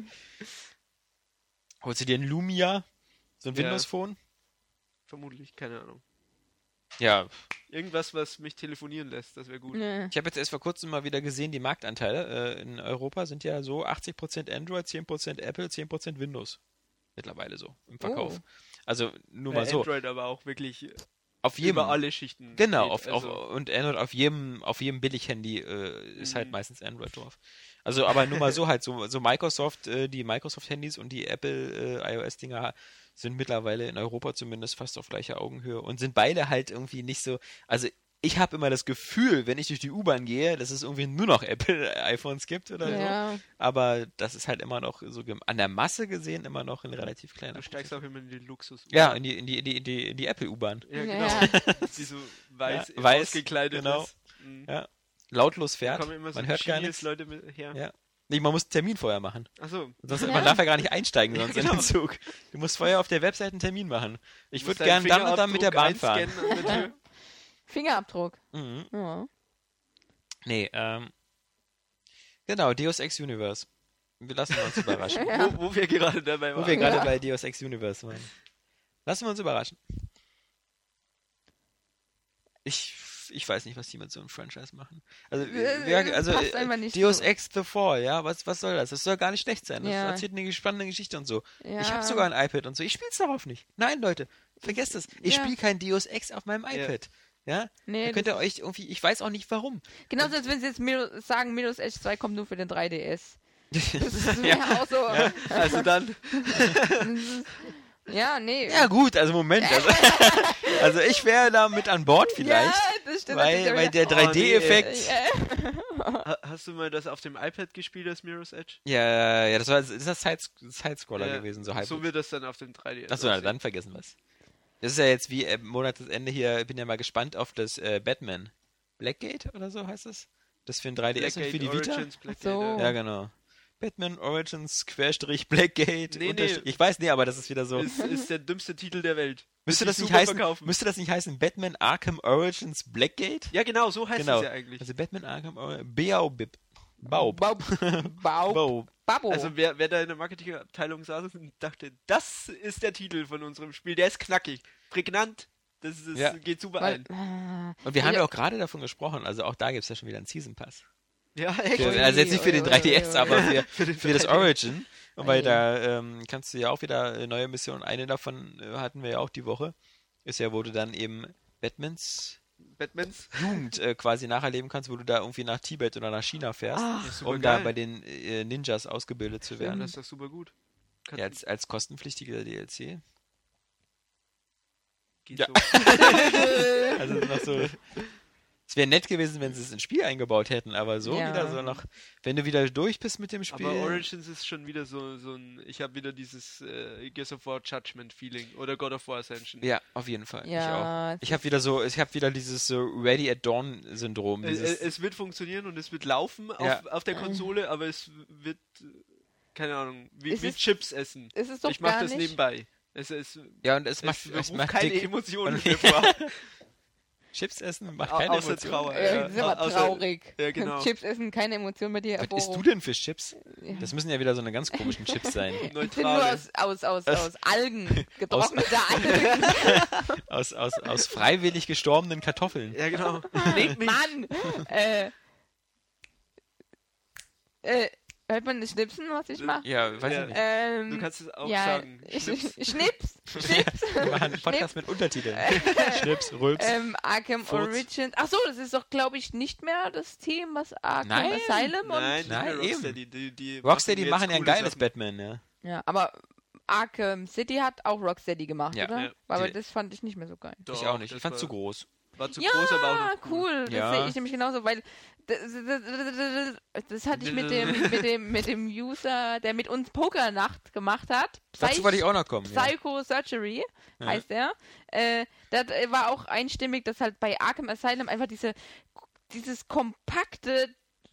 Holst du dir ein Lumia? So ein Ja. Windows-Phone? Vermutlich, keine Ahnung. Ja. Irgendwas, was mich telefonieren lässt, das wäre gut. Nee. Ich habe jetzt erst vor kurzem mal wieder gesehen, die Marktanteile äh, in Europa sind ja so achtzig Prozent Android, zehn Prozent Apple, zehn Prozent Windows. Mittlerweile so im Verkauf. Oh. Also nur Bei mal so. Android aber auch wirklich Auf jedem. über alle Schichten. Genau, geht. auf, also, auf, und Android auf jedem, auf jedem Billig-Handy äh, ist halt Mhm. meistens Android drauf. Also, aber nur mal so halt, so, so Microsoft, äh, die Microsoft-Handys und die Apple äh, iOS-Dinger sind mittlerweile in Europa zumindest fast auf gleicher Augenhöhe und sind beide halt irgendwie nicht so, also ich habe immer das Gefühl, wenn ich durch die U-Bahn gehe, dass es irgendwie nur noch Apple-iPhones gibt oder so. Ja. Aber das ist halt immer noch so gem- an der Masse gesehen immer noch ein relativ kleiner du steigst Prozent. auch immer in den Luxus. Ja, in die, in die, in die, in die, in die Apple-U-Bahn. Ja, genau. Ja. Die so weiß, Ja, weiß, ausgekleidet genau. ist. Mhm. Ja. Lautlos Da fährt, kommen immer so man hört gar Genius nichts. Leute mit her. Ja. Nee, man muss einen Termin vorher machen. Achso. Sonst, Ja. Man darf ja gar nicht einsteigen Ja, sonst genau. in den Zug. Du musst vorher auf der Webseite einen Termin machen. Ich würde gern dann und dann mit der Bahn fahren. Fingerabdruck. Mhm. Ja. Nee, ähm. Genau, Deus Ex Universe. Wir lassen uns überraschen. Ja. Wo, wo wir gerade dabei Wo waren. wir gerade Ja. bei Deus Ex Universe waren. Lassen wir uns überraschen. Ich, ich weiß nicht, was die mit so einem Franchise machen. Also, Äh, wir, also passt äh, einfach nicht Deus so. Ex The Fall, ja, was, was soll das? Das soll gar nicht schlecht sein. Das Ja. erzählt eine spannende Geschichte und so. Ja. Ich habe sogar ein iPad und so. Ich spiel's darauf nicht. Nein, Leute, vergesst es. Ich Ja. spiele kein Deus Ex auf meinem iPad. Ja? Nee, Da könnt ihr euch irgendwie, ich weiß auch nicht warum. genauso als wenn sie jetzt Miro, sagen, Mirror's Edge zwei kommt nur für den drei D S. Das ist Ja. ja auch so. Ja, Also dann, ja nee. Ja gut, also Moment. Also, also ich wäre da mit an Bord vielleicht. Ja, das stimmt. weil, natürlich weil der Oh, drei D-Effekt. Ja. ha- hast du mal das auf dem iPad gespielt, das Mirror's Edge? Ja, ja, das war das ist das Side- Side-Scroller Ja, gewesen, so halb. So wird das dann auf dem drei D S. Achso, na, aussehen. dann vergessen wir's. Das ist ja jetzt wie äh, Monatsende hier, ich bin ja mal gespannt auf das äh, Batman. Blackgate oder so heißt es? Das für ein drei D S und für die Blackgate Vita? Origins, Blackgate, So. ja. Ja, genau. Batman Origins Querstrich Blackgate. Nee, Unterstrich- nee. Ich weiß, nee, aber das ist wieder so. Ist, ist der dümmste Titel der Welt. Müsste Wird das, sich nicht super heißen, verkaufen. müsste das nicht heißen Batman Arkham Origins Blackgate? Ja, genau, so heißt Genau. es ja eigentlich. Also Batman Arkham Origins. Baobib. Baub. Baub. Baub. Baub. Babbo. Also wer, wer da in der Marketingabteilung saß und dachte, das ist der Titel von unserem Spiel, der ist knackig, prägnant, das ist, Ja. geht super Weil, ein. äh, Und wir haben Ja. ja auch gerade davon gesprochen, also auch da gibt es ja schon wieder einen Season Pass. Ja, echt. Für, also jetzt nicht für den ui, drei D S, ui, ui. aber für, Für den für das drei D S. Origin. Und weil Ui. da ähm, kannst du ja auch wieder äh, neue Missionen. Eine davon äh, hatten wir ja auch die Woche. Ist ja, wo du dann eben Batmans Batmans. Jugend äh, quasi nacherleben kannst, wo du da irgendwie nach Tibet oder nach China fährst, Ach, ist super um da geil. bei den äh, Ninjas ausgebildet zu Ja, werden. das ist doch super gut. Kann, Ja, als, als kostenpflichtiger D L C. geht ja. so. Also noch so. Es wäre nett gewesen, wenn sie es ins Spiel eingebaut hätten, aber so Ja. wieder so noch, wenn du wieder durch bist mit dem Spiel. Aber Origins ist schon wieder so, so ein, ich habe wieder dieses äh, Gears of War Judgment Feeling oder God of War Ascension. Ja, auf jeden Fall. Ja, ich auch. es Ich habe wieder so, ich habe wieder dieses so Ready at Dawn Syndrom. Äh, Dieses, äh, es wird funktionieren und es wird laufen Ja. auf, auf der Konsole, aber es wird, äh, keine Ahnung, wie, Es wie ist- Chips essen. es ist doch Ich mache gar das nicht. nebenbei. Es, es, ja, und es es, macht, es es ruft macht keine dick- Emotionen und- hervor. Chips essen macht Au- keine außer Emotionen. Trauer. Äh, Ja, das ist aber außer- traurig. ja, genau. Chips essen, keine Emotion bei dir Was isst du hervorrufen. denn für Chips? Das müssen ja wieder so eine ganz komischen Chips sein. Die sind nur Neutrale. aus, aus, aus, aus Algen, getrocknete Algen. Aus, aus, aus freiwillig gestorbenen Kartoffeln. Ja, genau. Nehmt mich. Mann! äh, äh, hört man das Schnipsen, was ich mache? Ja, weiß Ja. ich nicht. Ähm, Du kannst es auch ja, sagen. ich- Schnips. Schnips. Schnips. Wir machen einen Podcast mit Untertiteln. Schnips, Rülps. ähm, Arkham Furz. Origins. Ach so, das ist doch, glaube ich, nicht mehr das Team, was Arkham Nein. Asylum Nein, und... nicht mehr Nein, eben. Rocksteady. Die, die Rocksteady jetzt machen ja ein coole geiles Sachen. Batman, ja. Ja, aber Arkham City hat auch Rocksteady gemacht, Ja. oder? Ja. Aber Die- das fand ich nicht mehr so geil. Doch, Ich auch nicht. das Ich fand's war- zu groß. War zu Ja, groß, aber auch noch cool. cool. Das Ja. sehe ich nämlich genauso, weil das, das, das, das hatte ich mit dem, mit dem, mit dem User, der mit uns Pokernacht gemacht hat. Dazu wollte ich auch noch kommen. Ja. Psycho Surgery Ja. heißt er. Äh, das äh, war auch einstimmig, dass halt bei Arkham Asylum einfach diese, dieses kompakte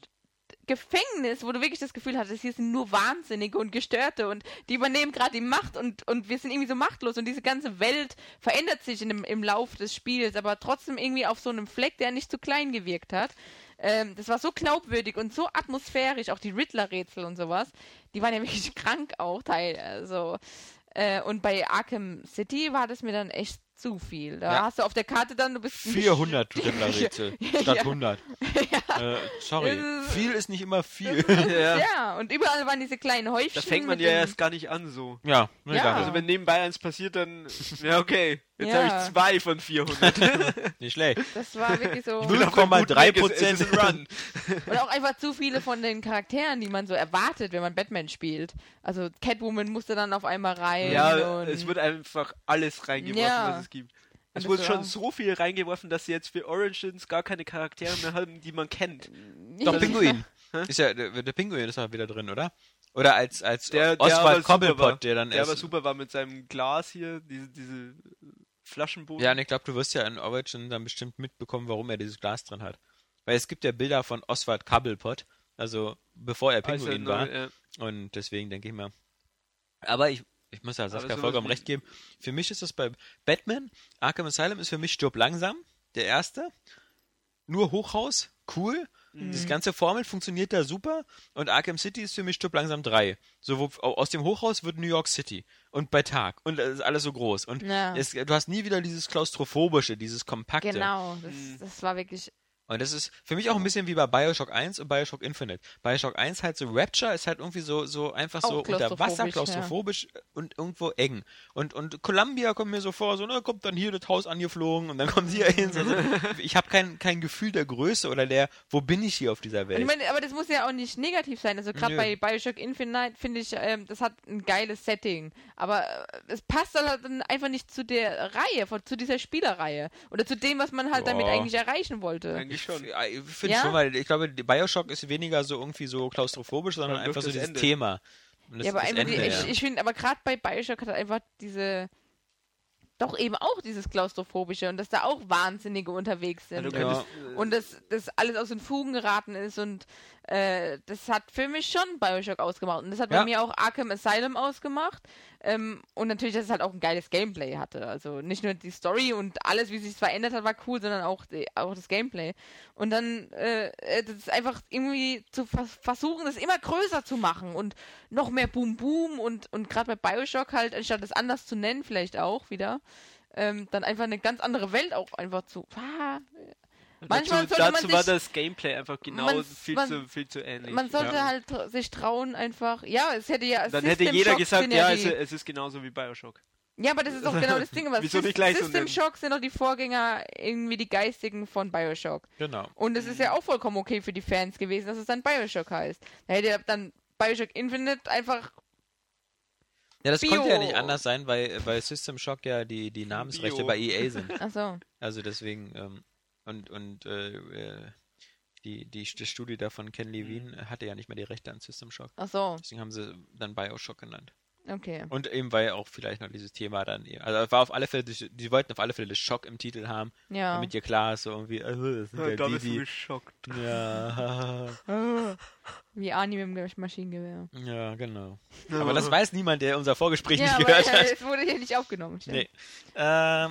Gefängnis, wo du wirklich das Gefühl hattest, hier sind nur Wahnsinnige und Gestörte und die übernehmen gerade die Macht und, und wir sind irgendwie so machtlos und diese ganze Welt verändert sich in dem, im Lauf des Spiels, aber trotzdem irgendwie auf so einem Fleck, der nicht zu klein gewirkt hat. Ähm, das war so glaubwürdig und so atmosphärisch, auch die Riddler-Rätsel und sowas, die waren ja wirklich krank auch, Teil, also äh, und bei Arkham City war das mir dann echt zu viel. Da Ja. hast du auf der Karte dann, du bist vierhundert Riddler-Rätsel statt Ja. hundert. Äh, sorry. Das ist- Viel ist nicht immer viel. Ja. Ja, und überall waren diese kleinen Häufchen. Da fängt man mit ja den- erst gar nicht an so. Ja, ne, Ja. gar Also nicht. wenn nebenbei eins passiert, dann, ja okay, jetzt Ja. habe ich zwei von vierhundert. Nicht schlecht. Das war wirklich so. Null Komma drei Prozent. Es ist ein Run. Und auch einfach zu viele von den Charakteren, die man so erwartet, wenn man Batman spielt. Also Catwoman musste dann auf einmal rein. Ja, und es wird einfach alles reingeworfen, Ja. was es gibt. Es das wurde war- schon so viel reingeworfen, dass sie jetzt für Origins gar keine Charaktere mehr haben, die man kennt. Doch, Ja. Pinguin. Ist ja, der, der Pinguin ist auch wieder drin, oder? Oder als, als Der, der aber Oswald super war. Cobblepot, der dann Der erst... aber super war mit seinem Glas hier, diese, diese Flaschenboden. Ja, und ich glaube, du wirst ja in Origin dann bestimmt mitbekommen, warum er dieses Glas drin hat. Weil es gibt ja Bilder von Oswald Cobblepot, also bevor er Als er Pinguin neu- war. ja. Und deswegen denke ich mal. Aber ich, ich muss ja Saskia sowas vollkommen wie- recht geben. Für mich ist das bei Batman, Arkham Asylum ist für mich Stirb langsam, der erste. Nur Hochhaus, cool. Mhm. Das ganze Formel funktioniert da super. Und Arkham City ist für mich Stirb langsam drei. So, wo, aus dem Hochhaus wird New York City. Und bei Tag. Und es ist alles so groß. Und Ja. es, du hast nie wieder dieses Klaustrophobische, dieses Kompakte. Genau, das, Mhm. das war wirklich. Und das ist für mich auch ein bisschen wie bei Bioshock eins und Bioshock Infinite. Bioshock eins halt so, Rapture ist halt irgendwie so, so einfach Auch so unter Wasser, klaustrophobisch, klaustrophobisch und irgendwo eng. Und, und Columbia kommt mir so vor, so, na, kommt dann hier das Haus angeflogen und dann kommt hier hin. Also, ich habe kein, kein Gefühl der Größe oder der, wo bin ich hier auf dieser Und Welt? ich meine, aber das muss ja auch nicht negativ sein. Also gerade Nö. bei Bioshock Infinite finde ich, ähm, das hat ein geiles Setting. Aber äh, es passt halt dann einfach nicht zu der Reihe, von, zu dieser Spielerreihe. Oder zu dem, was man halt damit Boah. eigentlich erreichen wollte. Eigentlich schon. Ja, ich finde Ja? schon, weil ich glaube, die Bioshock ist weniger so irgendwie so klaustrophobisch, sondern Ja, durch einfach so das dieses Ende. Thema. Und das, Ja, aber das einfach die, Ende, ich, ja. ich finde, aber gerade bei Bioshock hat er einfach diese, doch eben auch dieses Klaustrophobische und dass da auch Wahnsinnige unterwegs Ja, sind. du Ja. könntest, äh, Und dass das alles aus den Fugen geraten ist und Äh, das hat für mich schon Bioshock ausgemacht. Und das hat bei Ja. mir auch Arkham Asylum ausgemacht. Ähm, und natürlich, dass es halt auch ein geiles Gameplay hatte. Also nicht nur die Story und alles, wie sich es verändert hat, war cool, sondern auch, die, auch das Gameplay. Und dann äh, äh, das ist einfach irgendwie zu vers- versuchen, das immer größer zu machen und noch mehr Boom Boom und, und gerade bei Bioshock halt, anstatt das anders zu nennen, vielleicht auch wieder, ähm, dann einfach eine ganz andere Welt auch einfach zu. Ah, manchmal dazu sollte man dazu war sich- das Gameplay einfach genau man- viel, man- zu, viel zu ähnlich. man sollte Ja. halt tr- sich trauen einfach. Ja, es hätte ja. Dann System hätte jeder Shocks gesagt, sind ja, die, es, es ist genauso wie Bioshock. ja, aber das ist auch genau das Ding. Aber Wieso Sys- nicht gleich so System nennen? Shocks sind doch die Vorgänger irgendwie die geistigen von Bioshock. Genau. Und es ist ja auch vollkommen okay für die Fans gewesen, dass es dann Bioshock heißt. Da hätte ja dann Bioshock Infinite einfach. Ja, das Bio. konnte ja nicht anders sein, weil, weil System Shock ja die, die Namensrechte Bio. bei E A sind. Achso. Also deswegen, ähm, und, und äh, äh, die, die, das Studio da von Ken Levine hatte ja nicht mehr die Rechte an System Shock. Achso. Deswegen haben sie dann Bioshock genannt. Okay. Und eben weil auch vielleicht noch dieses Thema dann, also es war auf alle Fälle, die, die wollten auf alle Fälle das Schock im Titel haben, Ja. damit dir klar ist, so irgendwie, äh, das sind Ja, ja da die, bist du die, geschockt. ja, Wie Arnie mit dem Maschinengewehr. ja, genau. Aber das weiß niemand, der unser Vorgespräch Ja, nicht aber gehört äh, hat. es wurde hier nicht aufgenommen. stimmt. Nee. Ähm,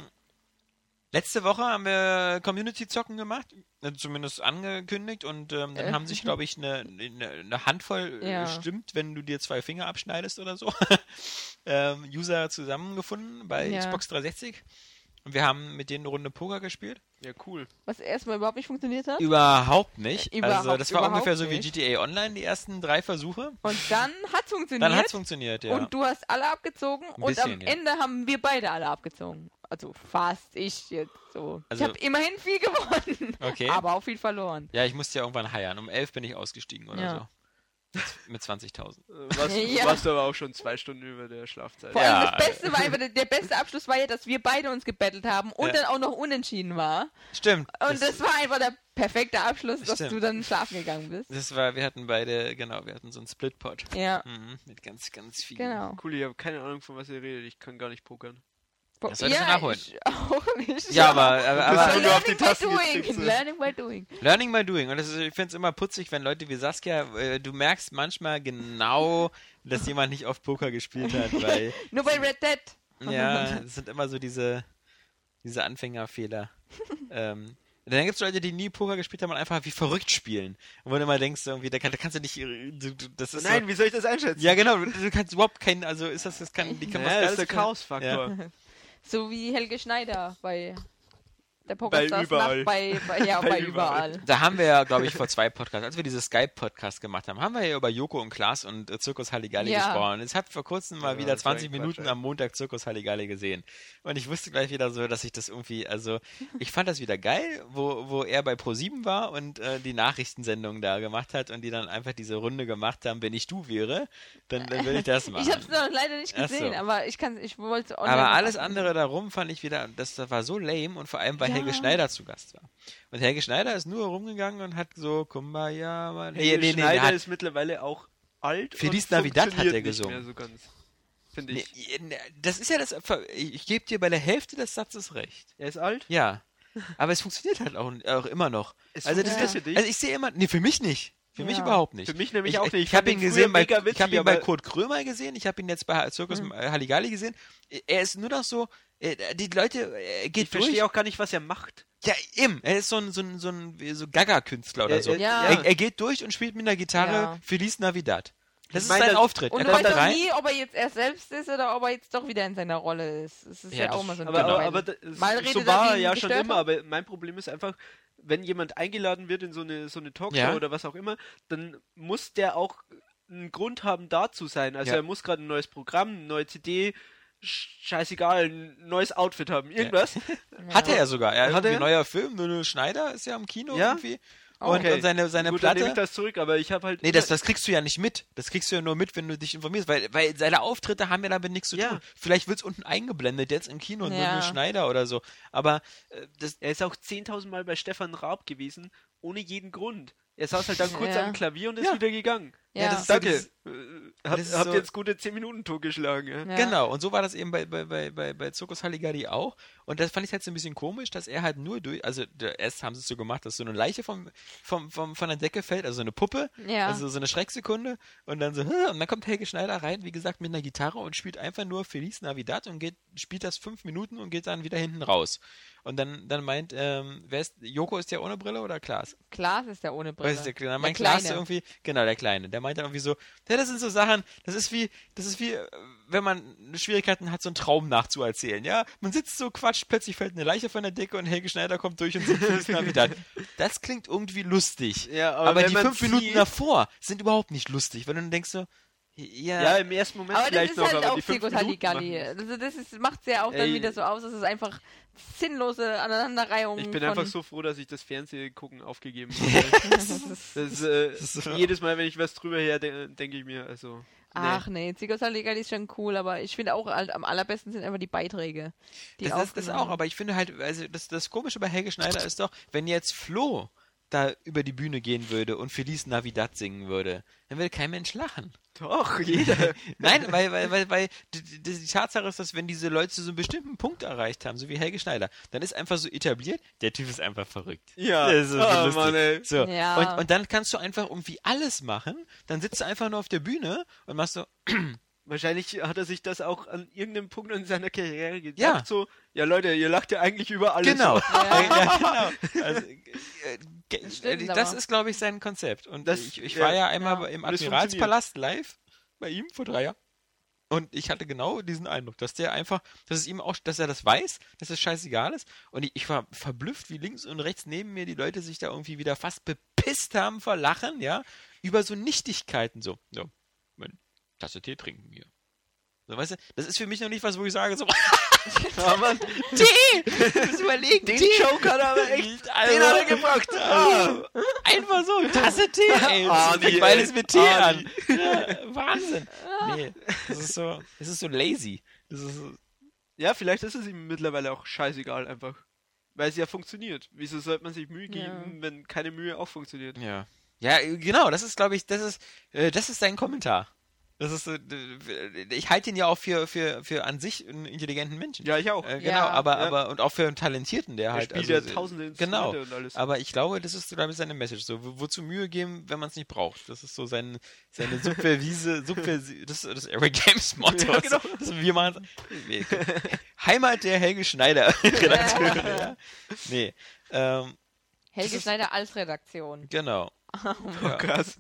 letzte Woche haben wir Community-Zocken gemacht, äh, zumindest angekündigt, und ähm, dann Äh. haben sich, glaube ich, eine, eine, eine Handvoll, äh, Ja. stimmt, wenn du dir zwei Finger abschneidest oder so, ähm, User zusammengefunden bei Ja. Xbox dreihundertsechzig. Und wir haben mit denen eine Runde Poker gespielt. Ja, cool. Was erstmal überhaupt nicht funktioniert hat. Überhaupt nicht. Überhaupt- also das war überhaupt ungefähr so wie nicht. G T A Online, die ersten drei Versuche. Und dann hat's funktioniert. Dann hat es funktioniert, ja. Und du hast alle abgezogen Ein und am bisschen, ja. Ende haben wir beide alle abgezogen. Also fast ich jetzt so. Also- ich habe immerhin viel gewonnen, Okay. aber auch viel verloren. Ja, ich musste ja irgendwann heiern. Um elf bin ich ausgestiegen oder Ja. so. Mit zwanzigtausend. Äh, Warst, Ja. warst du aber auch schon zwei Stunden über der Schlafzeit. Vor Ja. allem das Beste war einfach, der, der beste Abschluss war ja, dass wir beide uns gebettelt haben und Ja. dann auch noch unentschieden war. Stimmt. Und das, war einfach der perfekte Abschluss, dass Stimmt. du dann schlafen gegangen bist. Das war, wir hatten beide, genau, wir hatten so einen Split-Pot. Ja, Mhm, mit ganz, ganz viel. genau. Cool, ich habe keine Ahnung, von was ihr redet. Ich kann gar nicht pokern. Das solltest du ja, nachholen. ich auch nicht. Ja, aber, aber, Das aber haben wir auf die Learning by Tasten doing. gekriegt, so. Learning by doing. Learning by doing. Und das ist, ich finde es immer putzig, wenn Leute wie Saskia, äh, du merkst manchmal genau, dass jemand nicht oft Poker gespielt hat, weil, Nur bei Red Dead. ja, es sind immer so diese, diese Anfängerfehler. ähm, Dann gibt es Leute, die nie Poker gespielt haben und einfach wie verrückt spielen. Und wo du immer denkst, irgendwie, da, kann, da kannst du nicht, äh, du, du, das ist Nein, so, wie soll ich das einschätzen? ja genau, du, du kannst überhaupt keinen, also ist das, das kann, die kann was ja, das Geiles ist der können. Chaos-Faktor. So wie Helge Schneider bei der Bei Pokerstars überall. Nacht bei, bei, ja, Bei bei überall. überall. Da haben wir ja, glaube ich, vor zwei Podcasts, als wir diese Skype-Podcast gemacht haben, haben wir ja über Joko und Klaas und äh, Zirkus Halligalli Ja. gesprochen. Und ich habe vor kurzem mal Ja, wieder das war zwanzig ein Quatsch, Minuten ey. am Montag Zirkus Halligalli gesehen. Und ich wusste gleich wieder so, dass ich das irgendwie, also ich fand das wieder geil, wo, wo er bei ProSieben war und äh, die Nachrichtensendung da gemacht hat und die dann einfach diese Runde gemacht haben, wenn ich du wäre, dann, dann würde ich das machen. Ich habe es noch leider nicht Ach so. gesehen, aber ich kann, ich wollte online Aber noch alles angucken. andere darum fand ich wieder, das, das war so lame und vor allem, weil Ja. Helge Schneider zu Gast war. Und Helge Schneider ist nur rumgegangen und hat so, Kumbaya, Mann. Helge Nee, nee, nee, Schneider der hat, ist mittlerweile auch alt. Feliz und Navidad hat funktioniert er nicht gesungen. Mehr so ganz, finde nee, ich. nee, das ist ja das, ich, ich gebe dir bei der Hälfte des Satzes recht. Er ist alt? Ja. Aber es funktioniert halt auch, auch immer noch. Es also, das funktioniert ist, für dich? also ich sehe immer, nee, für mich nicht. Für mich Ja. überhaupt nicht. Für mich nämlich ich, auch nicht. Ich, ich habe fand ihn den gesehen früher bei, mega ich habe witzig, ihn bei aber- Kurt Krömer gesehen, ich habe ihn jetzt bei Zirkus mhm. Halligalli gesehen. Er ist nur noch so, äh, die Leute, er geht Ich durch. verstehe auch gar nicht, was er macht. Ja, eben. Er ist so ein, so ein, so ein so Gaga-Künstler oder Ja, so. ja. Er, er geht durch und spielt mit einer Gitarre Ja. Feliz Navidad. Das Ich ist meine, sein das- Auftritt. Und Er du kommt weißt auch rein. nie, ob er jetzt er selbst ist oder ob er jetzt doch wieder in seiner Rolle ist. Das ist Ja, ja, das- auch immer so ein Aber, Ding, aber, weil- aber das, Mal redet so er war wie er ein ja schon Gestörter. immer, aber mein Problem ist einfach, wenn jemand eingeladen wird in so eine, so eine Talkshow Ja. oder was auch immer, dann muss der auch einen Grund haben, da zu sein. Also Ja. er muss gerade ein neues Programm, eine neue C D, sch- scheißegal, ein neues Outfit haben, irgendwas. Hatte er sogar. Er hat Hat irgendwie er? neuer Film, Nuno Schneider ist ja im Kino Ja? irgendwie. Und, Okay. und seine, seine Gut, dann nehme ich Platte. das zurück, aber ich habe halt... Nee, das, das kriegst du ja nicht mit. Das kriegst du ja nur mit, wenn du dich informierst, weil, weil seine Auftritte haben ja damit nichts zu Ja. tun. Vielleicht wird's unten eingeblendet, jetzt im Kino, Ja. Nuno Schneider oder so. Aber äh, das, Er ist auch zehntausend Mal bei Stefan Raab gewesen, ohne jeden Grund. Er saß halt dann kurz Ja. am Klavier und ist Ja. wieder gegangen. Ja, das ist so Danke. dieses- Äh, Hab, das ist habt so- jetzt gute zehn Minuten totgeschlagen. Ja? Ja. Genau, und so war das eben bei, bei, bei, bei, bei Zirkus Halligalli auch. Und das fand ich halt so ein bisschen komisch, dass er halt nur durch, also der, erst haben sie es so gemacht, dass so eine Leiche vom, vom, vom, von der Decke fällt, also so eine Puppe, Ja. also so eine Schrecksekunde. Und dann so, "Hm", und dann kommt Helge Schneider rein, wie gesagt, mit einer Gitarre und spielt einfach nur Feliz Navidad und geht, spielt das fünf Minuten und geht dann wieder hinten raus. Und dann, dann meint, ähm, wer ist, Joko ist der ohne Brille oder Klaas? Klaas ist der ohne Brille. Weiß ich, der, dann Der meint Klaas Kleine. irgendwie, genau, der Kleine, der meint dann irgendwie so, ja, das sind so Sachen, das ist wie, das ist wie, äh, wenn man Schwierigkeiten hat, so einen Traum nachzuerzählen, ja? Man sitzt so, quatscht, plötzlich fällt eine Leiche von der Decke und Helge Schneider kommt durch und singt Feliz Navidad. Das klingt irgendwie lustig. Ja, aber aber wenn die man fünf Minuten sieht- davor sind überhaupt nicht lustig, weil du dann denkst so, ja, Ja, im ersten Moment Aber das vielleicht ist noch, halt aber auch die fünf Zirkus Minuten Halligalli. machen- Also das ist, macht ja auch dann Ey. wieder so aus, dass es einfach sinnlose Aneinanderreihungen Ich bin von... einfach so froh, dass ich das Fernsehgucken aufgegeben habe. das ist, Das, äh, Das ist so- jedes Mal, wenn ich was drüber her de denke ich mir, also. Nee. ach nee, Zirkus Halligalli ist schon cool, aber ich finde auch halt am allerbesten sind einfach die Beiträge. Die das ist das auch, aufgenommen- aber ich finde halt, also das, das Komische bei Helge Schneider ist doch, wenn jetzt Flo da über die Bühne gehen würde und Feliz Navidad singen würde, dann würde kein Mensch lachen. Doch, jeder. Nein, weil, weil, weil, weil die, die, die Tatsache ist, dass wenn diese Leute so einen bestimmten Punkt erreicht haben, so wie Helge Schneider, dann ist einfach so etabliert, der Typ ist einfach verrückt. Ja. Das ist so Ah, lustig. Mann, ey. So. Ja. Und, und dann kannst du einfach irgendwie alles machen, dann sitzt du einfach nur auf der Bühne und machst so, Wahrscheinlich hat er sich das auch an irgendeinem Punkt in seiner Karriere gedacht. Ja. So, ja Leute, ihr lacht ja eigentlich über alles. genau. Ja. Ja, genau. Also, äh, ge- Stimmt das aber. ist, glaube ich, sein Konzept. Und Das- ich, ich ja. war ja einmal Ja. im Das Admiralspalast live bei ihm vor drei Jahren. Und ich hatte genau diesen Eindruck, dass der einfach, dass es ihm auch, dass er das weiß, dass es scheißegal ist. Und ich, ich war verblüfft, wie links und rechts neben mir die Leute sich da irgendwie wieder fast bepisst haben vor Lachen, ja, über so Nichtigkeiten, so, so, meine Tasse Tee trinken hier. So, weißt du, das ist für mich noch nicht was, wo ich sage, so, Ja, Mann, Tee! Du musst überlegen, den Tee! Joke hat er aber echt, Also, den hat er gebracht. Ah. Einfach so, Tasse Tee, ey. Arnie, Das fängt beides ey. mit Tee Arnie. an. Ja, Wahnsinn. Nee, das ist so, das ist so lazy. Das ist so, Ja, vielleicht ist es ihm mittlerweile auch scheißegal einfach. Weil es ja funktioniert. Wieso sollte man sich Mühe geben, Ja. wenn keine Mühe auch funktioniert? ja. Ja, genau, das ist, glaube ich, das ist, äh, das ist sein Kommentar. Das ist so, d- ich halte ihn ja auch für, für, für an sich einen intelligenten Menschen. Ja, ich auch. Äh, genau, Ja. aber, Ja. aber, und auch für einen Talentierten, der Er halt. spielt also, ja tausende Genau, Instrumente und alles. aber ich glaube, das ist, glaube ich, seine Message. So, wo- wozu Mühe geben, wenn man es nicht braucht. Das ist so sein, seine Subversive, Subversi das ist das Eric Games Motto. Ja, genau. Das, das, wir machen wir- Heimat der Helge Schneider Redakteure, ja. Nee, ähm, Helge das ist- Schneider als Redaktion. genau. Oh, Ja. krass.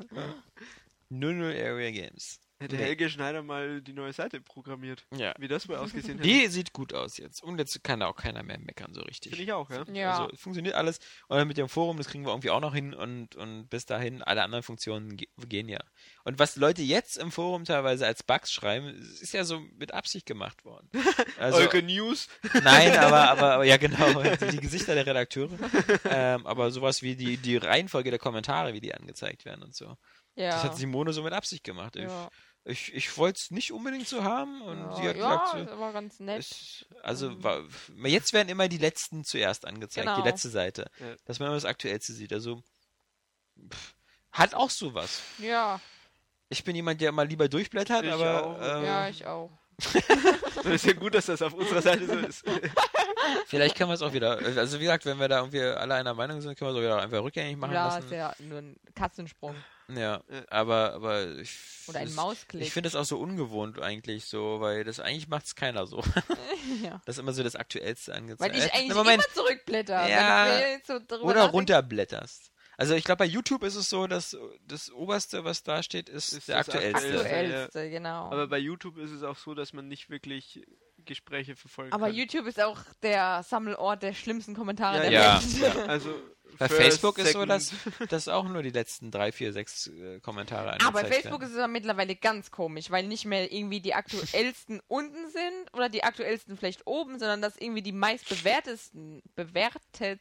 null null Area Games. Hätte Nee. Helge Schneider mal die neue Seite programmiert. Ja. Wie das wohl ausgesehen hätte. Die sieht gut aus jetzt. Und jetzt kann da auch keiner mehr meckern, so richtig. Finde ich auch, ja. Ja. Also funktioniert alles. Und dann mit dem Forum, das kriegen wir irgendwie auch noch hin. Und, und bis dahin, alle anderen Funktionen ge gehen ja. Und was Leute jetzt im Forum teilweise als Bugs schreiben, ist ja so mit Absicht gemacht worden. Also, Eure News. nein, aber, aber, aber ja genau, die, die Gesichter der Redakteure. ähm, aber sowas wie die, die Reihenfolge der Kommentare, wie die angezeigt werden und so. Ja. Das hat Simone so mit Absicht gemacht. ja. Ich, ich, ich wollte es nicht unbedingt so haben. Und Ja, sie hat ja, gesagt, so, ist aber ganz nett. es, also war, jetzt werden immer die letzten zuerst angezeigt, Genau. die letzte Seite. Ja. Dass man immer das Aktuellste sieht. Also pff, hat auch sowas. Ja, Ich bin jemand, der mal lieber durchblättert, Ich aber auch. ähm, ja, ich auch. Das ist ja gut, dass das auf unserer Seite so ist. vielleicht können wir es auch wieder. Also wie gesagt, wenn wir da irgendwie alle einer Meinung sind, können wir es auch wieder einfach rückgängig machen Ja, lassen. ist ja nur ein Katzensprung. Ja, Ja. aber, aber ich, Oder ein das- Mausklick. Ich finde das auch so ungewohnt eigentlich so, weil das eigentlich macht es keiner so. Ja. Das ist immer so das Aktuellste angezeigt. Weil ich Äh, eigentlich na, Moment. immer zurückblätter. Ja, wenn ich jetzt so drüber Oder nachdenke. runterblätterst. Also ich glaube, bei YouTube ist es so, dass das Oberste, was da steht, ist, Ist der das aktuellste. Aktuellste. Aktuellste, genau. Aber bei YouTube ist es auch so, dass man nicht wirklich Gespräche verfolgen Aber kann. YouTube ist auch der Sammelort der schlimmsten Kommentare Ja, der ja. Welt. Ja. Also Bei first, Facebook ist so, second. dass, dass auch nur die letzten drei, vier, sechs äh, Kommentare angezeigt Aber bei Facebook werden. ist es ja mittlerweile ganz komisch, weil nicht mehr irgendwie die aktuellsten unten sind oder die aktuellsten vielleicht oben, sondern dass irgendwie die meistbewertesten bewertete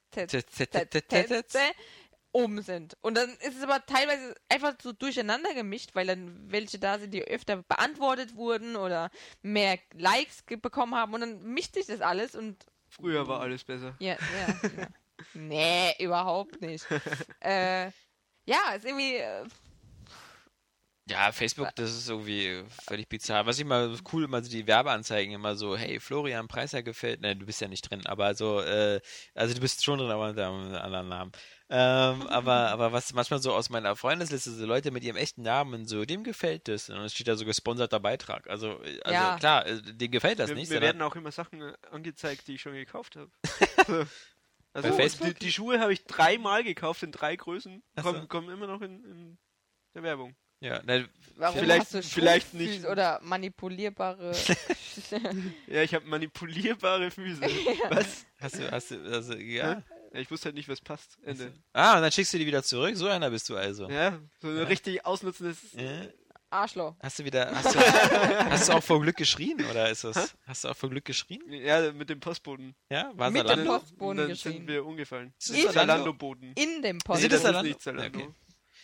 oben sind. Und dann ist es aber teilweise einfach so durcheinander gemischt, weil dann welche da sind, die öfter beantwortet wurden oder mehr Likes ge- bekommen haben und dann mischt sich das alles und Früher war alles besser. ja, ja, ja. Nee, überhaupt nicht. äh, ja, ist irgendwie. Äh, Ja, Facebook, das ist irgendwie völlig bizarr. Was ich mal cool, immer so die Werbeanzeigen immer so, hey, Florian Preiser gefällt, ne, du bist ja nicht drin, aber so, äh, also du bist schon drin, aber unter einem anderen Namen. Ähm, aber, aber was manchmal so aus meiner Freundesliste, so Leute mit ihrem echten Namen, so, dem gefällt das. Und dann steht da so gesponserter Beitrag. Also, also Ja. klar, äh, dem gefällt das Mir, nicht. mir sondern- werden auch immer Sachen äh, angezeigt, die ich schon gekauft habe. Also Bei Facebook? Die, die Schuhe habe ich dreimal gekauft in drei Größen, Ach so. kommen, kommen immer noch in, in der Werbung. Ja, ne, Warum Vielleicht- hast du vielleicht Schrumpffüße nicht. oder manipulierbare... Ja, ich habe manipulierbare Füße. Was? hast du, hast du, also, ja. Ja, ich wusste halt nicht, was passt. Ende. Ah, und dann schickst du die wieder zurück? So einer bist du also. Ja, so ein richtig ausnutzendes. Ja. Arschloch. Hast du wieder, hast du, hast du auch vor Glück geschrien, oder ist das, hast du auch vor Glück geschrien? Ja, mit dem Postboden. Ja, war Mit dem Zalando? Post- Postboden Und dann geschrien. sind wir umgefallen. Ist das In- Zalando? Zalando-Boden. In dem Ist Post. Nee, das das ist Zalando? nicht Zalando. Okay.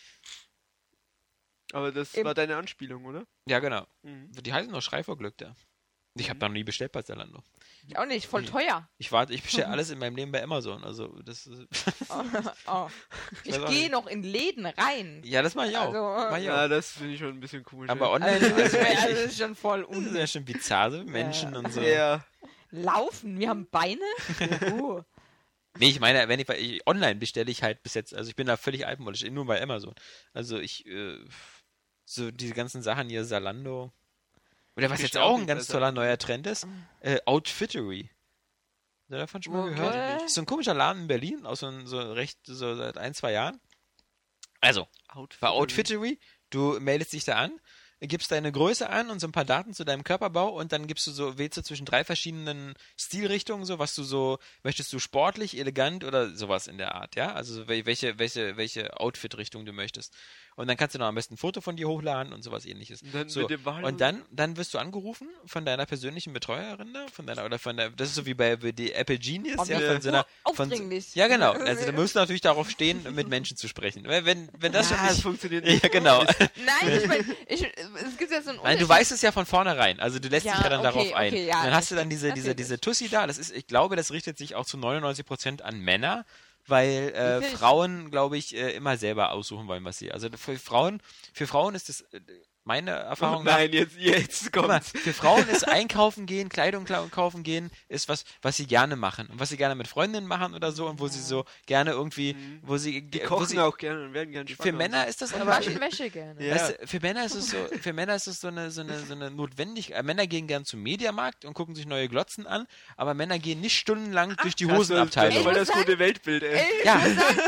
Aber das Im- war deine Anspielung, oder? Ja, genau. Mhm. Die heißen noch Schrei vor Glück da. Ich habe Mhm. da noch nie bestellt bei Zalando. Ich auch nicht, voll teuer. Ich warte, ich bestelle alles in meinem Leben bei Amazon. Also das ist, Oh, oh. Ich weiß auch gehe nicht. noch in Läden rein. ja, das mache ich auch. Also, mach ich auch. Ja, das finde ich schon ein bisschen komisch. Aber ja. online, Also, das also wär- ich, also, ich, das ist schon voll das ist un... ja schon bizarr, so Menschen Ja. und so. Ja. Laufen, wir haben Beine? Uh. Nee, ich meine, wenn ich, ich online bestelle ich halt bis jetzt, also ich bin da völlig altmodisch, nur bei Amazon. Also ich, äh, so diese ganzen Sachen hier, Zalando. Oder was Ich jetzt bestell auch auch ein nicht ganz bei toller Zalando. neuer Trend ist, äh, Outfittery. Habt ihr davon schon mal gehört? Okay. Das ist so ein komischer Laden in Berlin, aus so, so recht, so seit ein, zwei Jahren. Also, bei Outfittery, du meldest dich da an, gibst deine Größe an und so ein paar Daten zu deinem Körperbau und dann gibst du so, wählst du zwischen drei verschiedenen Stilrichtungen, so was du so, möchtest du sportlich, elegant oder sowas in der Art, ja? Also so wel- welche, welche, welche Outfit-Richtung du möchtest. Und dann kannst du noch am besten ein Foto von dir hochladen und sowas ähnliches. Und dann so. mit dem Wahl- Und dann, dann wirst du angerufen von deiner persönlichen Betreuerin da, von deiner, oder von der, das ist so wie bei die Apple Genius, Oh, ja, wie von so einer, von, aufdringlich. ja genau, also da musst du natürlich darauf stehen, mit Menschen zu sprechen. Wenn, wenn, wenn das Ja, schon das nicht, funktioniert nicht. ja genau. Nein, ich meine, ich, es gibt ja so einen Nein, du Unterschied. weißt es ja von vornherein. Also du lässt Ja, dich ja dann okay, darauf ein. okay, ja, und dann hast du dann das- diese, diese, natürlich. diese Tussi da. Das ist, ich glaube, das richtet sich auch zu neunundneunzig Prozent an Männer, weil äh, Wirklich? Frauen, glaube ich, äh, immer selber aussuchen wollen, was sie. Also für Frauen, für Frauen ist das äh, meine Erfahrung Oh nach. nein, jetzt, jetzt Guck mal, kommt's. für Frauen ist einkaufen gehen, Kleidung klau- kaufen gehen, ist was, was sie gerne machen. Und was sie gerne mit Freundinnen machen oder so und wo sie so gerne irgendwie, wo sie, Die wo kochen sie auch gerne und werden gerne schwanger. für Männer ist das Und aber. waschen Wäsche gerne. Ja. Weißt du, für Männer ist es so, für Männer ist es so eine, so eine, so eine Notwendigkeit. Männer gehen gern zum Mediamarkt und gucken sich neue Glotzen an, aber Männer gehen nicht stundenlang durch die Das ist- Das Hosenabteilung. ist voll das Ich muss gute Weltbild, ey. Ich Ja. muss sagen,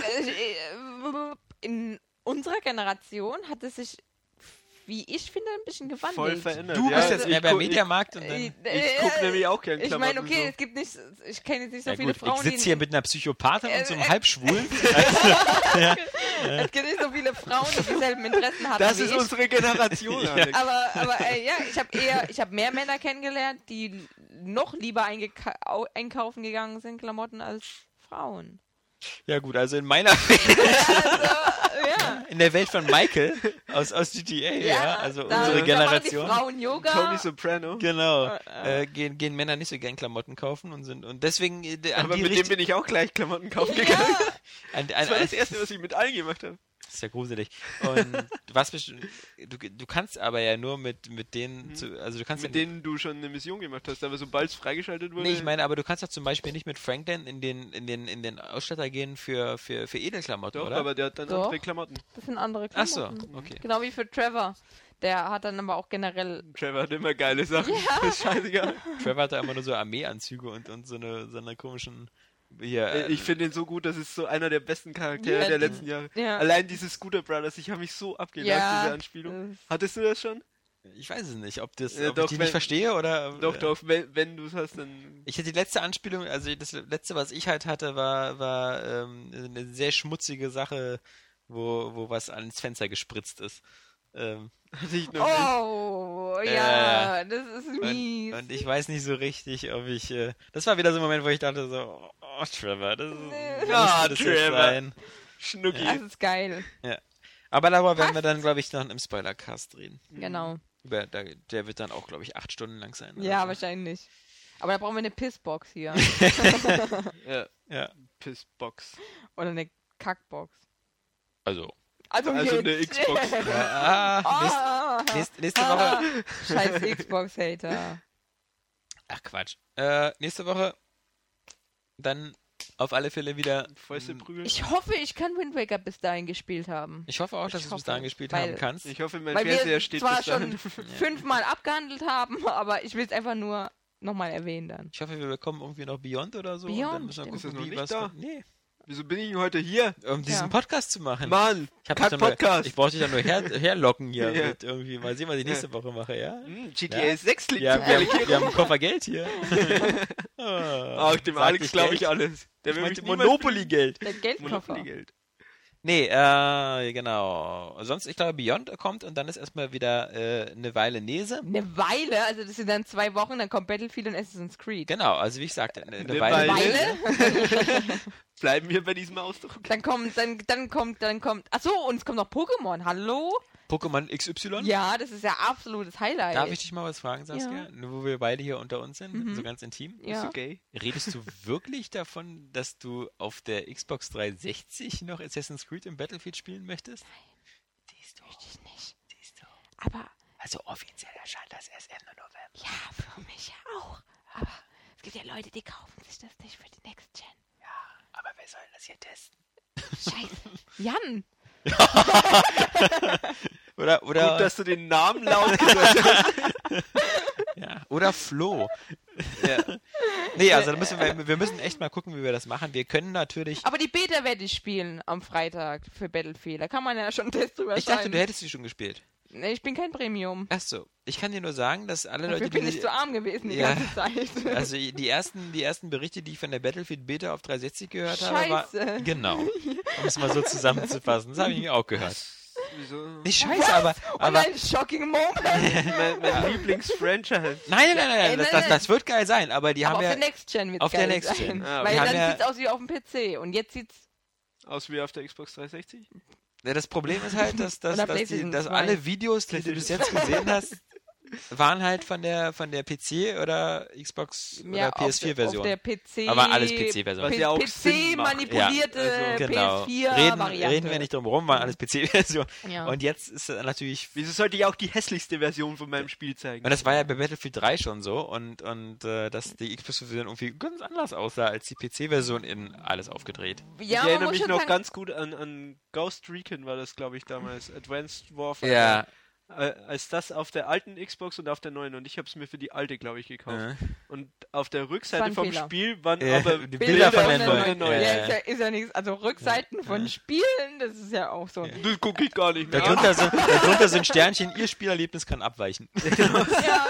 äh, in unserer Generation hat es sich, wie ich finde, ein bisschen gewandelt. Voll verändert. Du ja. bist jetzt Ich mehr beim guck- Mediamarkt und Äh, dann. Ich, ich guck nämlich auch gerne Ich meine, Klamotten okay, so. es gibt nicht, ich kenne jetzt nicht so Ja viele gut, Frauen, ich sitze die... hier mit einer Psychopathin und so einem Äh, äh, Halbschwulen. Es gibt nicht so viele Frauen, die dieselben Interessen haben Das wie ist ich. unsere Generation, Alex. Aber, aber äh, ja, ich habe eher, ich habe mehr Männer kennengelernt, die noch lieber eingeka- au- einkaufen gegangen sind, Klamotten, als Frauen. Ja gut, also in meiner Ja. in der Welt von Michael aus, aus G T A, ja, also da, unsere da Generation. machen die Frauen Yoga. Tony Soprano. Genau. Äh, Äh, gehen, gehen Männer nicht so gern Klamotten kaufen und sind und deswegen äh, an Aber die mit dem Richt- bin ich auch gleich Klamotten kaufen gegangen. ja, an, an, Das war an, das Erste, was ich mit allen gemacht habe. Das ist ja gruselig. Und du, warst bestimmt, du, du kannst aber ja nur mit, mit denen, Mhm. zu, also du kannst Mit ja, denen du schon eine Mission gemacht hast, aber sobald es freigeschaltet wurde. nee, ich meine, aber du kannst doch zum Beispiel nicht mit Franklin in den, in den, in den Ausstatter gehen für, für, für Edelklamotten, Doch, oder? aber der hat dann Doch. andere Klamotten. das sind andere Ach so, Klamotten. okay. Genau wie für Trevor. Der hat dann aber auch generell... Trevor hat immer geile Sachen. Ja. Das ist scheißegal. Trevor hatte immer nur so Armeeanzüge und, und so eine, so eine komischen, hier, Äh, Ich finde ihn so gut, das ist so einer der besten Charaktere Ja, der die- letzten Jahre. Ja. Allein diese Scooter Brothers, ich habe mich so abgelacht, Ja, diese Anspielung. das- Hattest du das schon? ich weiß es nicht, ob, das, Ja, ob doch, ich die wenn- nicht verstehe oder... Doch, äh, doch, wenn, wenn du es hast, dann. Ich hatte die letzte Anspielung, also das letzte, was ich halt hatte, war, war ähm, eine sehr schmutzige Sache, wo, wo was ans Fenster gespritzt ist. Ähm, Hatte ich noch nicht. Oh, ja, das ist mies. und, und ich weiß nicht so richtig, ob ich. Äh, das war wieder so ein Moment, wo ich dachte so, oh, Trevor, das ist. Nee. Ah, musste das jetzt Trevor. sein. Schnucki. Das ist geil. Aber darüber werden wir dann, glaube ich, noch im Spoilercast reden. Genau. Über, der, der wird dann auch, glaube ich, acht Stunden lang sein. oder Ja, so. wahrscheinlich. Aber da brauchen wir eine Pissbox hier. Ja, Ja, Pissbox. Oder eine Kackbox. also, Also, Also jetzt. eine Xbox. Ja, ah, nächst, Ah, nächst, nächste Woche. Scheiß Xbox-Hater. Ach Quatsch. Äh, nächste Woche dann auf alle Fälle wieder. Fäuste prügeln. Ich hoffe, ich kann Wind Waker bis dahin gespielt haben. Ich hoffe auch, dass Ich du es bis hoffe, dahin gespielt weil- haben kannst. Ich hoffe, mein Weil Fernseher wir steht zwar bis dahin. schon fünfmal abgehandelt haben, aber ich will es einfach nur nochmal erwähnen dann. Ich hoffe, wir bekommen irgendwie noch Beyond oder so. Beyond, und dann müssen wir stimmt. gucken, Ist das noch wie nicht was da? von- Nee, Wieso bin ich denn heute hier? um diesen Ja. Podcast zu machen. Mann, ich hab Cut dich dann nur- Podcast. Ich brauche dich dann nur her, herlocken hier. Ja. Mit irgendwie. Mal sehen, was ich nächste Woche mache, ja? Hm, G T Ja? A sechs liegt Ja, wir, zufällig haben, hier. wir haben einen Koffer Geld hier. Ach, dem Sag Alex ich glaube Geld? ich alles. Der Ich will meinte mich niemals Monopoly-Geld. Der Geldkoffer. Monopoly-Geld. Nee, äh, genau. Sonst, ich glaube, Beyond kommt und dann ist erstmal wieder äh, eine Weile Nese. Eine Weile, also das sind dann zwei Wochen, dann kommt Battlefield und Assassin's Creed. Genau, also wie ich sagte, eine, eine Eine Weile. Weile. Weile? Bleiben wir bei diesem Ausdruck. Dann kommt, dann, dann kommt, dann kommt. Achso, und es kommt noch Pokémon. Hallo? Pokémon X Y. Ja, das ist ja absolutes Highlight. Darf ich dich mal was fragen, Saskia? Ja. Nur wo wir beide hier unter uns sind, Mhm. so ganz intim. Bist Ja. du gay? Redest du wirklich davon, dass du auf der Xbox dreihundertsechzig noch Assassin's Creed im Battlefield spielen möchtest? Siehst du, Möchte ich nicht. siehst du. Aber Also offiziell erscheint das erst Ende November. ja, für mich auch. Aber es gibt ja Leute, die kaufen sich das nicht für die Next Gen. Aber wer soll das hier testen? Scheiße. Jan. Oder, oder, Gut, dass du den Namen laut gesagt hast. ja, oder Flo. Ja. Nee, also da müssen wir, wir müssen echt mal gucken, wie wir das machen. Wir können natürlich. Aber die Beta werde ich spielen am Freitag für Battlefield. Da kann man ja schon einen Test drüber Ich dachte, schreiben. du hättest sie schon gespielt. Nee, ich bin kein Premium. Ach so. Ich kann dir nur sagen, dass alle Dafür Leute, bin die. ich zu arm gewesen die Ja. ganze Zeit. Also die ersten, die ersten Berichte, die ich von der Battlefield Beta auf dreihundertsechzig gehört habe, war. Scheiße. Genau. Um es mal so zusammenzufassen. Das habe ich auch gehört. Wieso? Nicht scheiße, aber. Und aber ein shocking Moment. mein mein Lieblingsfranchise. nein, nein, nein, nein, Ey, das, nein, das, nein. das wird geil sein, aber die Aber haben auf ja. der Next Gen wird auf der geil Next sein. Gen. Ah, Weil wir haben dann ja- sieht's aus wie auf dem P C. Und jetzt sieht's Aus wie auf der Xbox dreihundertsechzig? Ja, das Problem ist halt, dass, dass, Oder dass, die, PlayStation dass zwei. alle Videos, die du bis jetzt gesehen hast, waren halt von der von der P C oder Xbox ja, oder P S vier auf, der- auf Version. der P C. Aber alles P C-Version. Was ja auch P Sinn C macht. manipulierte Ja, also- Genau. P S vier Reden, Variante. reden wir nicht drum rum, waren alles P C-Version. Ja. Und jetzt ist es natürlich. Wieso sollte ich auch die hässlichste Version von meinem Spiel zeigen? Und das war ja bei Battlefield drei schon so und, und äh, dass die Xbox-Version irgendwie ganz anders aussah als die P C-Version in alles aufgedreht. ja, ich man erinnere muss mich schon noch sagen, ganz gut an, an Ghost Recon, war das, glaube ich, damals. Advanced Warfare. Ja. Äh, als das auf der alten Xbox und auf der neuen. Und ich habe es mir für die alte, glaube ich, gekauft. Ja. Und auf der Rückseite ein vom Fehler. Spiel waren Ja, aber die Bilder, Bilder von von der der neuen. neuen. Ja, Ja. ist ja, ist ja nichts. Also Rückseiten von Spielen, das ist ja auch so. Ja. das gucke ich gar nicht mehr. Darunter sind, darunter sind Sternchen, ihr Spielerlebnis kann abweichen. Ja,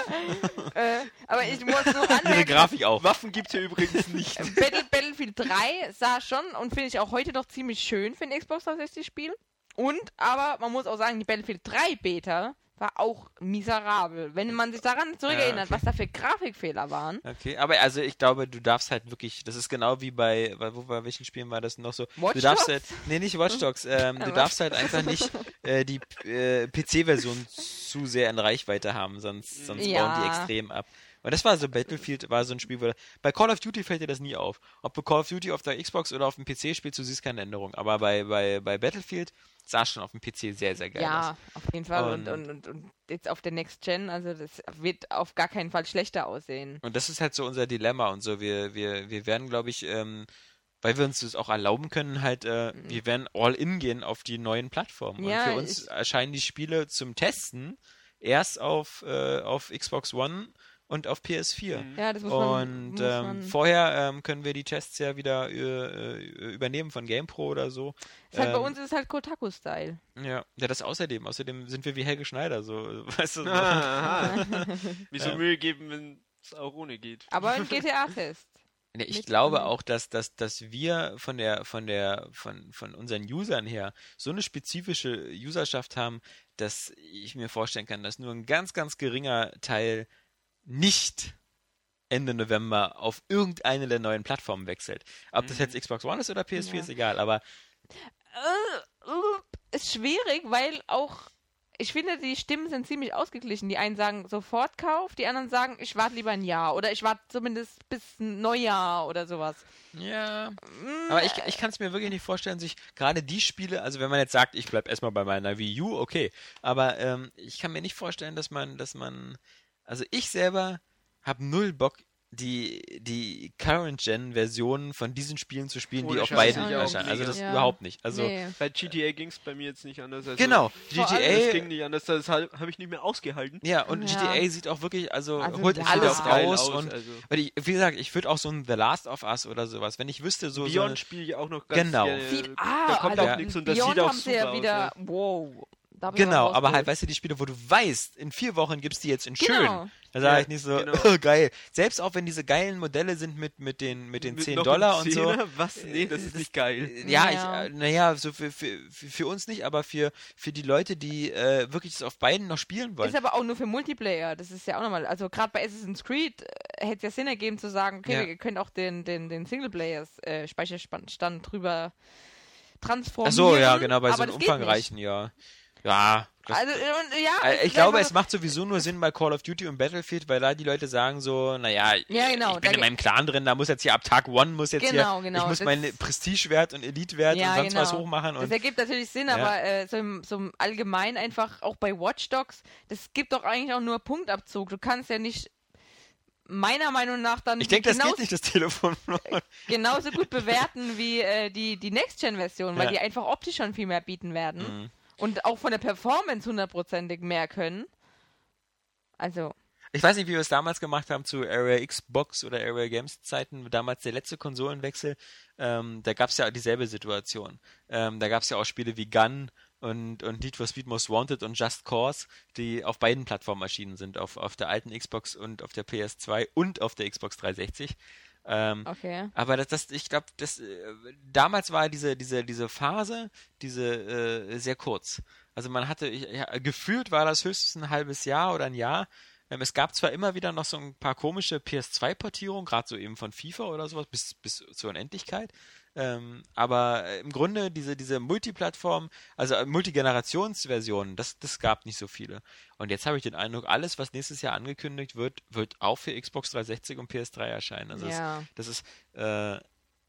äh, aber ich muss so Ihre anmerken, Grafik auch. Waffen gibt es hier übrigens nicht. Battle, Battlefield drei sah schon und finde ich auch heute noch ziemlich schön für ein Xbox dreihundertsechzig Spiel. Und, aber man muss auch sagen, die Battlefield drei Beta war auch miserabel. Wenn man sich daran zurückerinnert, Ja, okay. was da für Grafikfehler waren. Okay, aber also ich glaube, du darfst halt wirklich, das ist genau wie bei, bei, wo, bei welchen Spielen war das noch so? Watch du darfst Dogs? halt, nee, nicht Watch Dogs, ähm, du Was? darfst halt einfach nicht äh, die äh, P C-Version zu sehr in Reichweite haben, sonst, sonst Ja. bauen die extrem ab. Und das war so, Battlefield war so ein Spiel, wo, bei Call of Duty fällt dir das nie auf. Ob du Call of Duty auf der Xbox oder auf dem P C spielst, du siehst keine Änderung. Aber bei, bei, bei Battlefield sah es schon auf dem P C sehr, sehr geil aus. Ja, auf jeden Fall. Und, Und- und, und, und jetzt auf der Next Gen, also das wird auf gar keinen Fall schlechter aussehen. Und das ist halt so unser Dilemma und so. Wir, wir, wir werden, glaube ich, ähm, weil wir uns das auch erlauben können, halt, äh, wir werden all in gehen auf die neuen Plattformen. Ja, und für uns ich- erscheinen die Spiele zum Testen erst auf, äh, auf Xbox One und auf P S vier. Mhm. Ja, das muss man. Und muss ähm, man vorher ähm, können wir die Tests ja wieder äh, äh, übernehmen von GamePro oder so. ist halt, bei ähm, uns ist es halt Kotaku-Style. Ja, ja, das außerdem. Außerdem sind wir wie Helge Schneider, so, weißt du. So. Aha. Wieso Ja. Mühe geben, wenn es auch ohne geht? Aber ein G T A-Test. Ja, ich Mit- glaube auch, dass, dass, dass wir von der, von der, von, von unseren Usern her so eine spezifische Userschaft haben, dass ich mir vorstellen kann, dass nur ein ganz, ganz geringer Teil nicht Ende November auf irgendeine der neuen Plattformen wechselt. Ob das Mhm. jetzt Xbox One ist oder P S vier Ja. ist egal, aber Äh, äh, ist schwierig, weil auch ich finde, die Stimmen sind ziemlich ausgeglichen. Die einen sagen sofort Kauf, die anderen sagen, ich warte lieber ein Jahr oder ich warte zumindest bis Neujahr oder sowas. Ja, Mm, aber ich, ich kann es mir wirklich nicht vorstellen, sich gerade die Spiele, also wenn man jetzt sagt, ich bleib erstmal bei meiner Wii U, okay, aber ähm, ich kann mir nicht vorstellen, dass man, dass man, also ich selber habe null Bock, die, die Current-Gen-Versionen von diesen Spielen zu spielen, die Ohne auf Scheiß, beiden ich auch erscheinen. Also nicht. das Ja. überhaupt nicht. Also nee. Bei G T A ging es bei mir jetzt nicht anders. Also genau, Vor Das G T ging A, nicht anders, das habe ich nicht mehr ausgehalten. ja, und Ja. G T A sieht auch wirklich, also, Also holt ja. alles Sieht auch geil raus aus, und, also. weil ich, wie gesagt, ich würde auch so ein The Last of Us oder sowas, wenn ich wüsste, so, so eine, Beyond spiele ich auch noch ganz Genau. gerne. Sieht, da ah, kommt also auch nichts und das Beyond sieht auch haben sie super ja aus. wieder, Ja. wow. Da hab ich genau, was aber halt, rausgeholt. weißt du, die Spiele, wo du weißt, in vier Wochen gibt's die jetzt in schön. Genau. Da sage Ja, ich nicht so, genau. oh, geil. Selbst auch wenn diese geilen Modelle sind mit, mit den, mit den Mit zehn noch Dollar einem und so. Zehner? Was? Nee, das ist nicht geil. Ja, Ja. ich, äh, naja, so für, für, für für uns nicht, aber für, für die Leute, die äh, wirklich das auf beiden noch spielen wollen. Ist aber auch nur für Multiplayer, das ist ja auch nochmal, also gerade bei Assassin's Creed äh, hätte es ja Sinn ergeben zu sagen, okay, Ja. wir können auch den, den, den Singleplayers äh, Speicherstand drüber transformieren. Ach so, ja, genau, bei so aber einem das geht umfangreichen, ja. Ja. nicht. Das, Also, und, ja, äh, es ich ist glaube, einfach- es macht sowieso nur Sinn bei Call of Duty und Battlefield, weil da die Leute sagen so, naja, Ja, genau, ich bin da in meinem Clan drin, da muss jetzt hier ab Tag One muss jetzt Genau, hier, genau, ich muss das- meinen Prestigewert und Elitewert Ja, und sonst genau. was hochmachen Das und ergibt natürlich Sinn, Ja. aber äh, so, im, so im Allgemeinen einfach auch bei Watch Dogs, das gibt doch eigentlich auch nur Punktabzug. Du kannst ja nicht meiner Meinung nach dann ich denke, das genauso, geht nicht, das Telefon. genauso gut bewerten wie äh, die, die Next-Gen-Version, weil Ja. die einfach optisch schon viel mehr bieten werden Mhm. und auch von der Performance hundertprozentig mehr können. Also, Ich weiß nicht, wie wir es damals gemacht haben zu Area Xbox oder Area Games Zeiten, damals der letzte Konsolenwechsel, ähm, da gab es ja dieselbe Situation. Ähm, da gab es ja auch Spiele wie Gun und, und Need for Speed Most Wanted und Just Cause, die auf beiden Plattformen erschienen sind, auf, auf der alten Xbox und auf der P S zwei und auf der Xbox dreihundertsechzig. Ähm, okay. aber das, das ich glaube, das äh, damals war diese, diese, diese Phase, diese äh, sehr kurz. Also man hatte, ich, ja, gefühlt war das höchstens ein halbes Jahr oder ein Jahr. Ähm, es gab zwar immer wieder noch so ein paar komische P S zwei Portierungen, gerade so eben von FIFA oder sowas, bis, bis zur Unendlichkeit. Ähm, aber äh, im Grunde diese, diese Multiplattform, also äh, Multigenerationsversionen, das, das gab nicht so viele. Und jetzt habe ich den Eindruck, alles, was nächstes Jahr angekündigt wird, wird auch für Xbox dreihundertsechzig und P S drei erscheinen. Also Ja. das, das ist äh,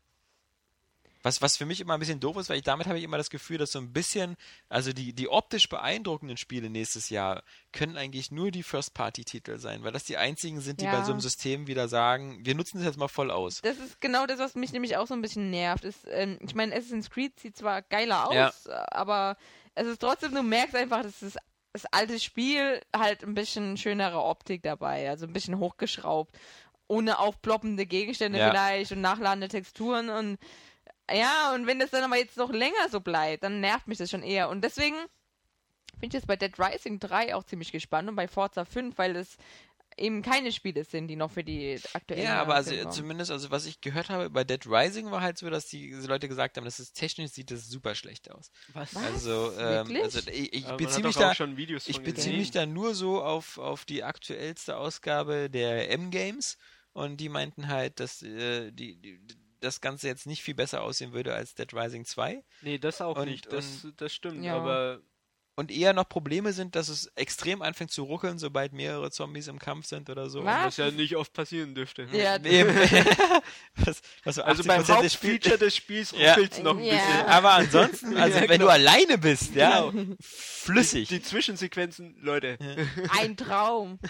was, was für mich immer ein bisschen doof ist, weil ich damit habe ich immer das Gefühl, dass so ein bisschen, also die, die optisch beeindruckenden Spiele nächstes Jahr können eigentlich nur die First-Party-Titel sein, weil das die einzigen sind, die Ja. bei so einem System wieder sagen, wir nutzen das jetzt mal voll aus. Das ist genau das, was mich nämlich auch so ein bisschen nervt. Ist, ähm, ich meine, Assassin's Creed sieht zwar geiler aus, Ja. aber es ist trotzdem, du merkst einfach, dass das, das alte Spiel halt ein bisschen schönere Optik dabei, also ein bisschen hochgeschraubt, ohne aufploppende Gegenstände Ja. vielleicht und nachladende Texturen und ja, und wenn das dann aber jetzt noch länger so bleibt, dann nervt mich das schon eher. Und deswegen bin ich jetzt bei Dead Rising drei auch ziemlich gespannt und bei Forza fünf, weil es eben keine Spiele sind, die noch für die aktuellen Ja, aber also Generation kommen. zumindest, also was ich gehört habe bei Dead Rising war halt so, dass die Leute gesagt haben, dass es technisch sieht das super schlecht aus. Was? Was? Also, ähm, Wirklich? also ich, ich Aber man beziehe hat mich doch da, auch schon Videos ich von beziehe gesehen. mich da nur so auf, auf die aktuellste Ausgabe der M-Games und die meinten halt, dass äh, die, die das Ganze jetzt nicht viel besser aussehen würde als Dead Rising zwei Nee, das auch Und- nicht. Das, das stimmt. Ja. Aber und eher noch Probleme sind, dass es extrem anfängt zu ruckeln, sobald mehrere Zombies im Kampf sind oder so. Was? was ja nicht oft passieren dürfte. Ja, Eben. was, was so Also achtzig beim Prozent des Spiels. Hauptfeature des Spiels Ja. ruckelt es noch ein Ja. bisschen. Aber ansonsten, also Ja, wenn genau. du alleine bist, ja, flüssig. Die Zwischensequenzen, Leute. ein Traum.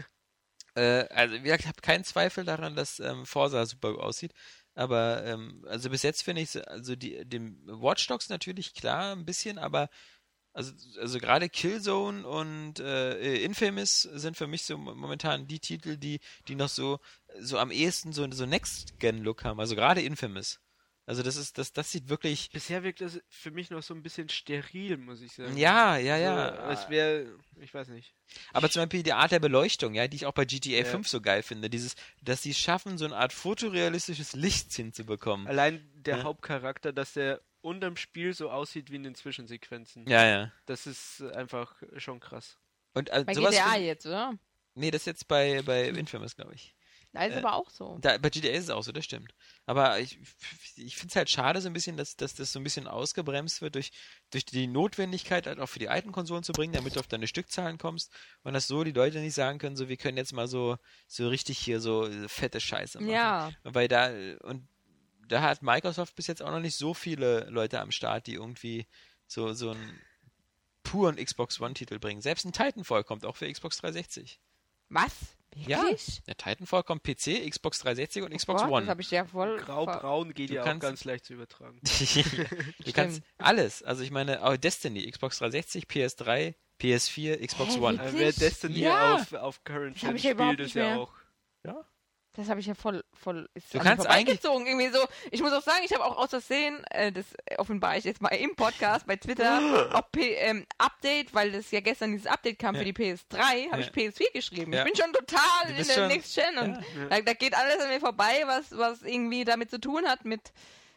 Äh, also wie gesagt, ich habe keinen Zweifel daran, dass ähm, Forza super aussieht. Aber ähm, also bis jetzt finde ich also die dem Watch Dogs natürlich klar ein bisschen, aber also also gerade Killzone und äh, Infamous sind für mich so momentan die Titel, die die noch so so am ehesten so so Next-Gen-Look haben. Also gerade Infamous. Also das ist das das sieht wirklich Bisher wirkt das für mich noch so ein bisschen steril, muss ich sagen. ja ja ja. So, als wäre, ich weiß nicht. Aber zum Beispiel die Art der Beleuchtung, ja, die ich auch bei G T A Ja. fünf so geil finde, dieses, dass sie es schaffen, so eine Art fotorealistisches Licht hinzubekommen. Allein der Ja. Hauptcharakter, dass der unterm Spiel so aussieht wie in den Zwischensequenzen. Ja, ja. Das ist einfach schon krass. Und äh, Bei sowas G T A find- jetzt, oder? Nee, das ist jetzt bei, bei Infamous, glaube ich. Da ist Äh, aber auch so. Da, bei G T A ist es auch so, das stimmt. Aber ich, ich finde es halt schade so ein bisschen, dass, dass das so ein bisschen ausgebremst wird durch, durch die Notwendigkeit, halt auch für die alten Konsolen zu bringen, damit du auf deine Stückzahlen kommst und dass so die Leute nicht sagen können, so wir können jetzt mal so, so richtig hier so fette Scheiße machen. Ja. Weil da, und da hat Microsoft bis jetzt auch noch nicht so viele Leute am Start, die irgendwie so, so einen puren Xbox One-Titel bringen. Selbst ein Titanfall kommt auch für Xbox dreihundertsechzig. Was? Ja, Wirklich? der Titanfall kommt P C, Xbox dreihundertsechzig und Xbox Gott, One. Das habe ich ja voll. Grau-braun geht Du ja auch kannst- ganz leicht zu übertragen. Du kannst alles. Also ich meine, auch Destiny, Xbox dreihundertsechzig, P S drei, P S vier, Xbox Hä, One. wie- Äh, wer Destiny Ja. auf, auf Current Das hab Gen ich ja überhaupt spielt, ist nicht ja mehr. auch. Ja. Das habe ich ja voll, voll ist Du an mir kannst eigentlich- vorbeigezogen. Irgendwie so. Ich muss auch sagen, ich habe auch aus Versehen, äh, das offenbar ich jetzt mal im Podcast bei Twitter, auch P ähm, Update, weil das ja gestern dieses Update kam Ja. für die P S drei, habe Ja. ich P S vier geschrieben. Ja. Ich bin schon total Du in bist der schon- Next Gen und Ja. da, da geht alles an mir vorbei, was, was irgendwie damit zu tun hat mit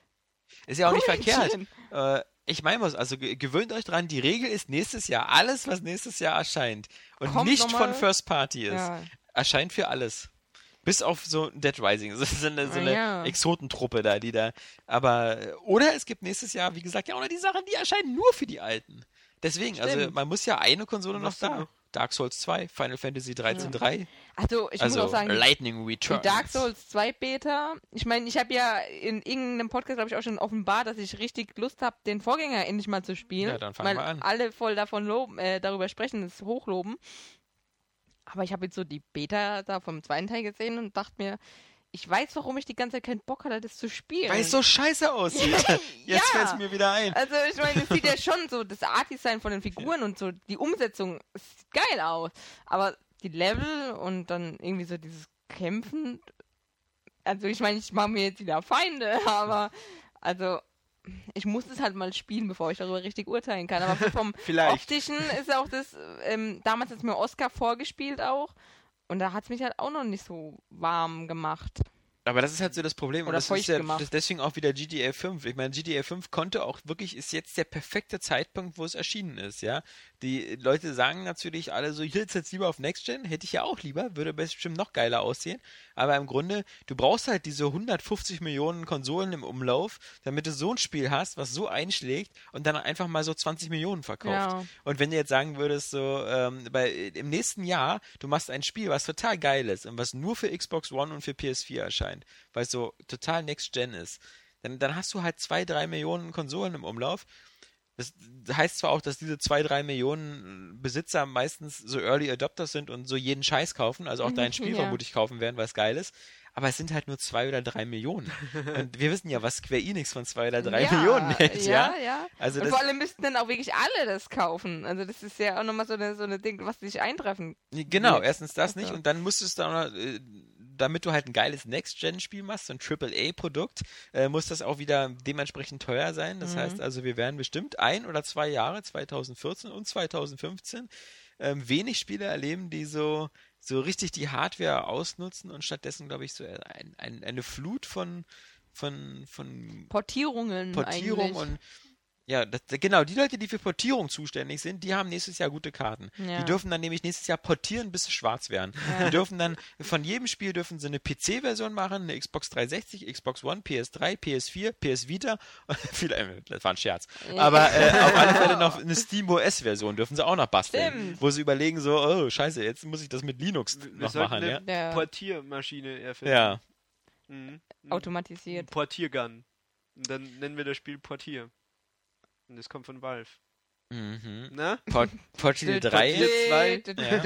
Ist ja auch nicht Current verkehrt. Gen. Äh, ich meine was, also ge- gewöhnt euch dran, die Regel ist nächstes Jahr, alles, was nächstes Jahr erscheint und Kommt nicht nochmal- von First Party ist, Ja. erscheint für alles. Bis auf so Dead Rising, so, so eine, so eine Ja. Exotentruppe da, die da. Aber, oder es gibt nächstes Jahr, wie gesagt, ja auch noch die Sachen, die erscheinen nur für die Alten. Deswegen, also Stimmt. man muss ja eine Konsole noch Was denn da. noch? Dark Souls zwei, Final Fantasy dreizehn drei, Also ich also muss auch sagen, die- Lightning die Returns. Dark Souls zwei Beta, ich meine, ich habe ja in irgendeinem Podcast, glaube ich, auch schon offenbart, dass ich richtig Lust habe, den Vorgänger endlich mal zu spielen. Ja, dann fangen weil wir an. alle voll davon loben, äh, darüber sprechen, es hochloben. Aber ich habe jetzt so die Beta da vom zweiten Teil gesehen und dachte mir, ich weiß, warum ich die ganze Zeit keinen Bock hatte, das zu spielen. Weil es so scheiße aussieht. Jetzt Ja. fällt es mir wieder ein. Also ich meine, es sieht ja schon so, das Art-Design von den Figuren und so, die Umsetzung sieht geil aus. Aber die Level und dann irgendwie so dieses Kämpfen, also ich meine, ich mache mir jetzt wieder Feinde, aber also ich muss es halt mal spielen, bevor ich darüber richtig urteilen kann. Aber so vom Vielleicht. Optischen ist auch das, ähm, damals hat es mir Oscar vorgespielt auch und da hat es mich halt auch noch nicht so warm gemacht. Aber das ist halt so das Problem. Und Oder das ist feucht ja gemacht. das deswegen auch wieder G T A fünf. Ich meine, G T A fünf konnte auch wirklich, ist jetzt der perfekte Zeitpunkt, wo es erschienen ist, ja. Die Leute sagen natürlich alle so, hier jetzt lieber auf Next Gen, hätte ich ja auch lieber, würde bestimmt noch geiler aussehen. Aber im Grunde, du brauchst halt diese hundertfünfzig Millionen Konsolen im Umlauf, damit du so ein Spiel hast, was so einschlägt und dann einfach mal so zwanzig Millionen verkauft. Ja. Und wenn du jetzt sagen würdest, so, ähm, bei, im nächsten Jahr, du machst ein Spiel, was total geil ist und was nur für Xbox One und für P S vier erscheint, weil es so total Next Gen ist, dann, dann hast du halt zwei, drei Millionen Konsolen im Umlauf. Das heißt zwar auch, dass diese zwei, drei Millionen Besitzer meistens so Early Adopters sind und so jeden Scheiß kaufen, also auch dein Spiel Ja. vermutlich kaufen werden, weil es geil ist, aber es sind halt nur zwei oder drei Millionen. Und wir wissen ja, was Square Enix von zwei oder drei ja, Millionen hält, ja? Ja, ja. Also und das, vor allem müssten dann auch wirklich alle das kaufen. Also das ist ja auch nochmal so eine, so eine Ding, was sich eintreffen. genau, Nee. erstens das Also. nicht und dann musstest du auch noch, äh, damit du halt ein geiles Next-Gen-Spiel machst, so ein Triple A-Produkt, äh, muss das auch wieder dementsprechend teuer sein. Das Mhm. heißt also, wir werden bestimmt ein oder zwei Jahre, zweitausendvierzehn und zweitausendfünfzehn, ähm, wenig Spiele erleben, die so, so richtig die Hardware ausnutzen und stattdessen, glaube ich, so ein, ein, eine Flut von, von, von Portierungen Portierung eigentlich. und ja, das, genau, die Leute, die für Portierung zuständig sind, die haben nächstes Jahr gute Karten. Ja. Die dürfen dann nämlich nächstes Jahr portieren, bis sie schwarz werden. Ja. Die dürfen dann, von jedem Spiel dürfen sie eine P C-Version machen, eine Xbox dreihundertsechzig, Xbox One, P S drei, P S vier, P S Vita, viele, das war ein Scherz, aber äh, auf alle Fälle noch eine SteamOS S-Version dürfen sie auch noch basteln, Stimmt. wo sie überlegen so, oh, scheiße, jetzt muss ich das mit Linux Wir noch sollten machen, ja. eine Ja. Portiermaschine erfinden. Ja, Mhm. Ein Automatisiert. Portiergun. Und dann nennen wir das Spiel Portier. Und das kommt von Valve. mhm. Na? Port Portal drei. zwei.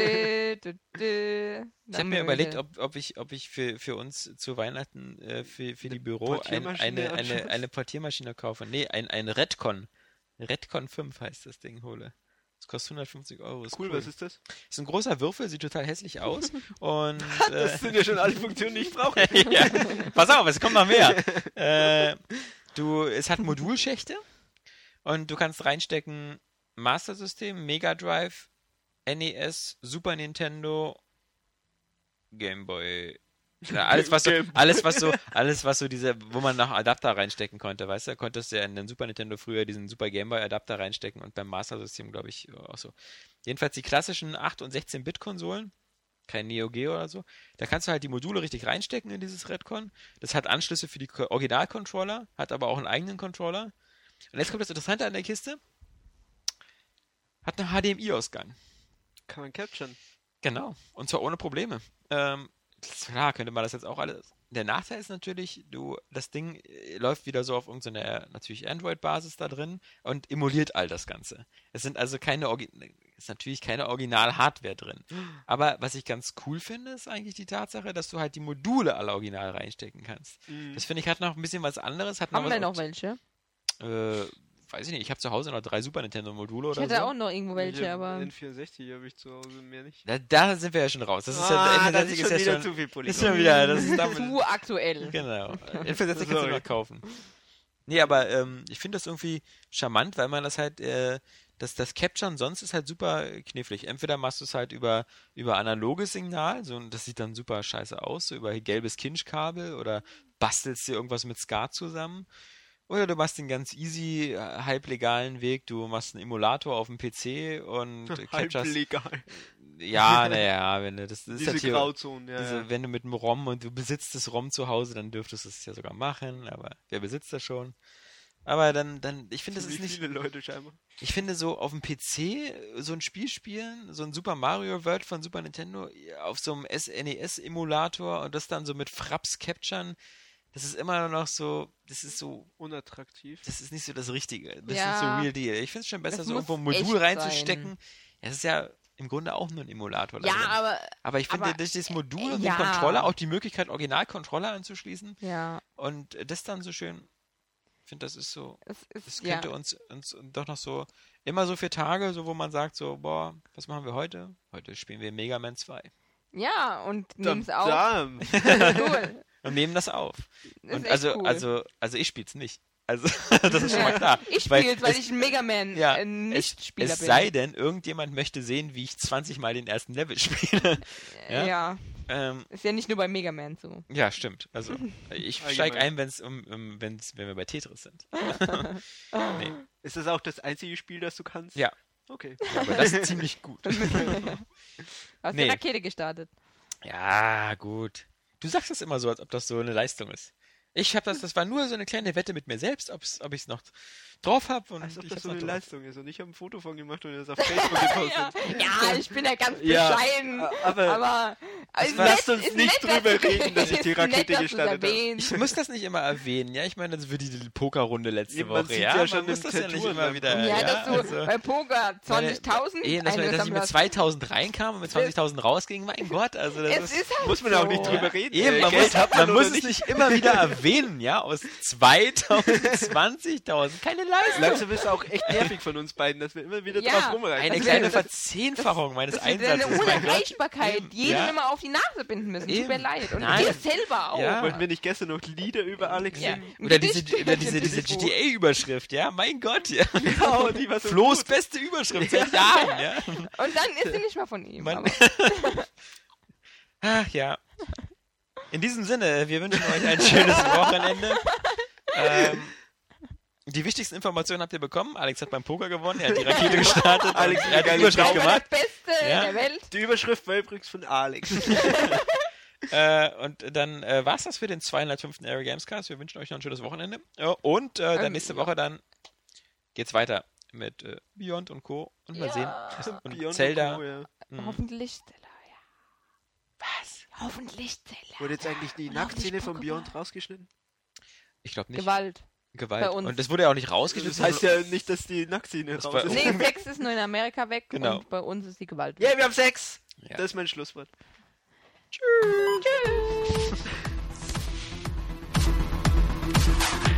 Ich habe mir überlegt, ob, ob ich, ob ich für, für uns zu Weihnachten äh, für, für die Büro ein, Portiermaschine eine, eine, anschaust? eine Portiermaschine kaufe. Nee, ein, ein Redcon. Redcon fünf heißt das Ding, hole. Das kostet hundertfünfzig Euro. Ist Cool, cool, was ist das? ist ein großer Würfel, sieht total hässlich aus. Und äh, Das sind ja schon alle Funktionen, die ich brauche. ja, pass auf, es kommt noch mehr. äh, du, es hat Modulschächte und du kannst reinstecken Master System, Mega Drive, N E S, Super Nintendo, Game Boy. Ja, alles was so, Game Boy. alles was so, alles was so diese, wo man noch Adapter reinstecken konnte, weißt du, konntest du ja in den Super Nintendo früher diesen Super Game Boy Adapter reinstecken und beim Master System glaube ich auch so. Jedenfalls die klassischen acht und sechzehn Bit Konsolen kein Neo Geo oder so. Da kannst du halt die Module richtig reinstecken in dieses Redcon. Das hat Anschlüsse für die Ko- Original-Controller, hat aber auch einen eigenen Controller. Und jetzt kommt das Interessante an der Kiste. Hat einen H D M I-Ausgang. Kann man capturen. Genau. Und zwar ohne Probleme. Ähm, klar, könnte man das jetzt auch alles. Der Nachteil ist natürlich, du, das Ding äh, läuft wieder so auf irgendeiner natürlich Android-Basis da drin und emuliert all das Ganze. Es sind also keine Orgi- ist natürlich keine Original-Hardware drin. Aber was ich ganz cool finde, ist eigentlich die Tatsache, dass du halt die Module alle original reinstecken kannst. Mhm. Das finde ich hat noch ein bisschen was anderes. Hat Haben noch wir was noch welche? Äh, weiß ich nicht, ich habe zu Hause noch drei Super Nintendo-Module Ich oder hätte so. auch noch irgendwo welche, Ich hab aber... N vierundsechzig habe ich zu Hause, mehr nicht. Da, da sind wir ja schon raus. Das ist Ah, ja, das ist schon ja wieder schon, zu viel ist Polygon. schon wieder, das ist damit, Zu aktuell. genau. N vierundsechzig kannst du Sorry. noch kaufen. Nee, aber ähm, ich finde das irgendwie charmant, weil man das halt, äh, das, das Capturen sonst ist halt super knifflig. Entweder machst du es halt über, über analoges Signal, so, das sieht dann super scheiße aus, so über gelbes Kinch-Kabel oder bastelst dir irgendwas mit Skat zusammen. Oder du machst den ganz easy, äh, halblegalen Weg, du machst einen Emulator auf dem P C und capturest. Halblegal. Ja, naja, wenn du das, das ist Diese halt hier, Grauzone, ja. diese, ja. wenn du mit einem ROM und du besitzt das ROM zu Hause, dann dürftest du es ja sogar machen, aber wer besitzt das schon? Aber dann, dann, ich finde, das Wie ist nicht, viele Leute scheinbar. ich finde so auf dem P C so ein Spiel spielen, so ein Super Mario World von Super Nintendo auf so einem S N E S-Emulator und das dann so mit Fraps capturen, das ist immer noch so, das ist so, Unattraktiv. das ist nicht so das Richtige. Das Ja. ist so real deal. Ich finde es schon besser, Das so muss irgendwo ein Modul echt reinzustecken. sein. Ja, das ist ja im Grunde auch nur ein Emulator. da Ja, drin. aber... Aber ich finde, aber, durch das Modul äh, und ja. den Controller auch die Möglichkeit, Original-Controller anzuschließen Ja, und das dann so schön, ich finde, das ist so, es ist... das ja. könnte uns, uns doch noch so, immer so für Tage, so wo man sagt so, boah, was machen wir heute? Heute spielen wir Mega Man zwei Ja, und nehm's auf. Dam. Cool. und nehmen das auf. Das Und ist also, echt cool. also, also ich spiel's nicht. Also, das ist schon mal klar. Ich Weil spiele es, weil es- ich ein Mega Man Ja, äh, es, Nicht-Spieler es bin. sei denn, irgendjemand möchte sehen, wie ich zwanzig Mal den ersten Level spiele. ja. ja? ja, Ähm, ist ja nicht nur bei Mega Man so. ja, stimmt. Also, ich Allgemein. steige ein, wenn's um, um, wenn's, wenn wir bei Tetris sind. nee. Ist das auch das einzige Spiel, das du kannst? Ja. Okay. Ja, aber das ist ziemlich gut. Hast Nee. die Rakete gestartet. Ja, gut. Du sagst das immer so, als ob das so eine Leistung ist. Ich habe das, das war nur so eine kleine Wette mit mir selbst, ob's, ob ich es noch drauf habe. Als ob ich das hab's so noch eine drauf. Leistung ist. Und ich habe ein Foto von gemacht und das auf Facebook gepostet. Ja, ja, ich bin ja ganz Ja, bescheiden. aber aber also lasst nett- uns ist nicht nett, drüber dass du- reden, dass ich die ist Rakete nett, dass du's gestartet habe. erwähnst. Ich muss das nicht immer erwähnen, ja. Ich meine, das wird die Pokerrunde letzte Eben, man Woche, sieht ja. ja schon man muss im das ja Tattoo nicht in immer deinem wieder. Kopf. Ja, ja, dass du also, bei Poker zwanzigtausend eh, dass man, dass ich mit zweitausend reinkam und mit zwanzigtausend rausging, mein Gott, also das Es ist... ist halt Muss man so. auch nicht drüber reden. Eben, Äh, man, Geld muss, hat man man muss oder es nicht immer wieder erwähnen, ja, aus zweitausend, zwanzigtausend, keine Leistung. Langsam ist auch echt nervig von uns beiden, dass wir immer wieder Ja. drauf rumreiten. Eine Das kleine wäre- Verzehnfachung meines Das ist eine Einsatzes. mein Gott. Unerreichbarkeit. Eben, Jedem ja. immer auf die Nase binden müssen. Tut Eben. mir leid. Und Nein. dir selber auch. Ja. Wollten wir nicht gestern noch Lieder über Alex Ja. singen? Oder Gedicht diese, über oder diese, den diese Telefon. G T A-Überschrift, ja, mein Gott, ja. Genau, die war so Flo's gut. beste Überschrift seit Jahren, ja. Und dann ist sie nicht mal von ihm. Mann. Aber Ach ja. In diesem Sinne, wir wünschen euch ein schönes Wochenende. Ähm, die wichtigsten Informationen habt ihr bekommen. Alex hat beim Poker gewonnen, er hat die Rakete gestartet, Alex, und er hat die geile Überschrift Frau. der gemacht. Beste Ja. der Welt. Die Überschrift war übrigens von Alex. Äh, und dann äh, war's das für den zweihundertfünften Area Games Cast. Wir wünschen euch noch ein schönes Wochenende. Ja, und äh, dann Ähm, nächste ja. Woche dann geht's weiter mit äh, Beyond und Co. Und mal Ja. sehen. Und Beyond Zelda. und Co, ja. Mhm. Hoffentlich Stella, ja. Was? Hoffentlich Stella. Wurde jetzt eigentlich die Und Nacktszene hoffentlich von Pokémon. Beyond rausgeschnitten? Ich glaube nicht. Gewalt. Gewalt. bei uns. Und das wurde ja auch nicht rausgeschnitten. Das heißt ja nicht, dass die Nacktszene Das raus war- ist. Nee, Sex ist nur in Amerika weg Genau. und bei uns ist die Gewalt Ja, weg. wir haben Sex! Ja. Das ist mein Schlusswort. Tschüss.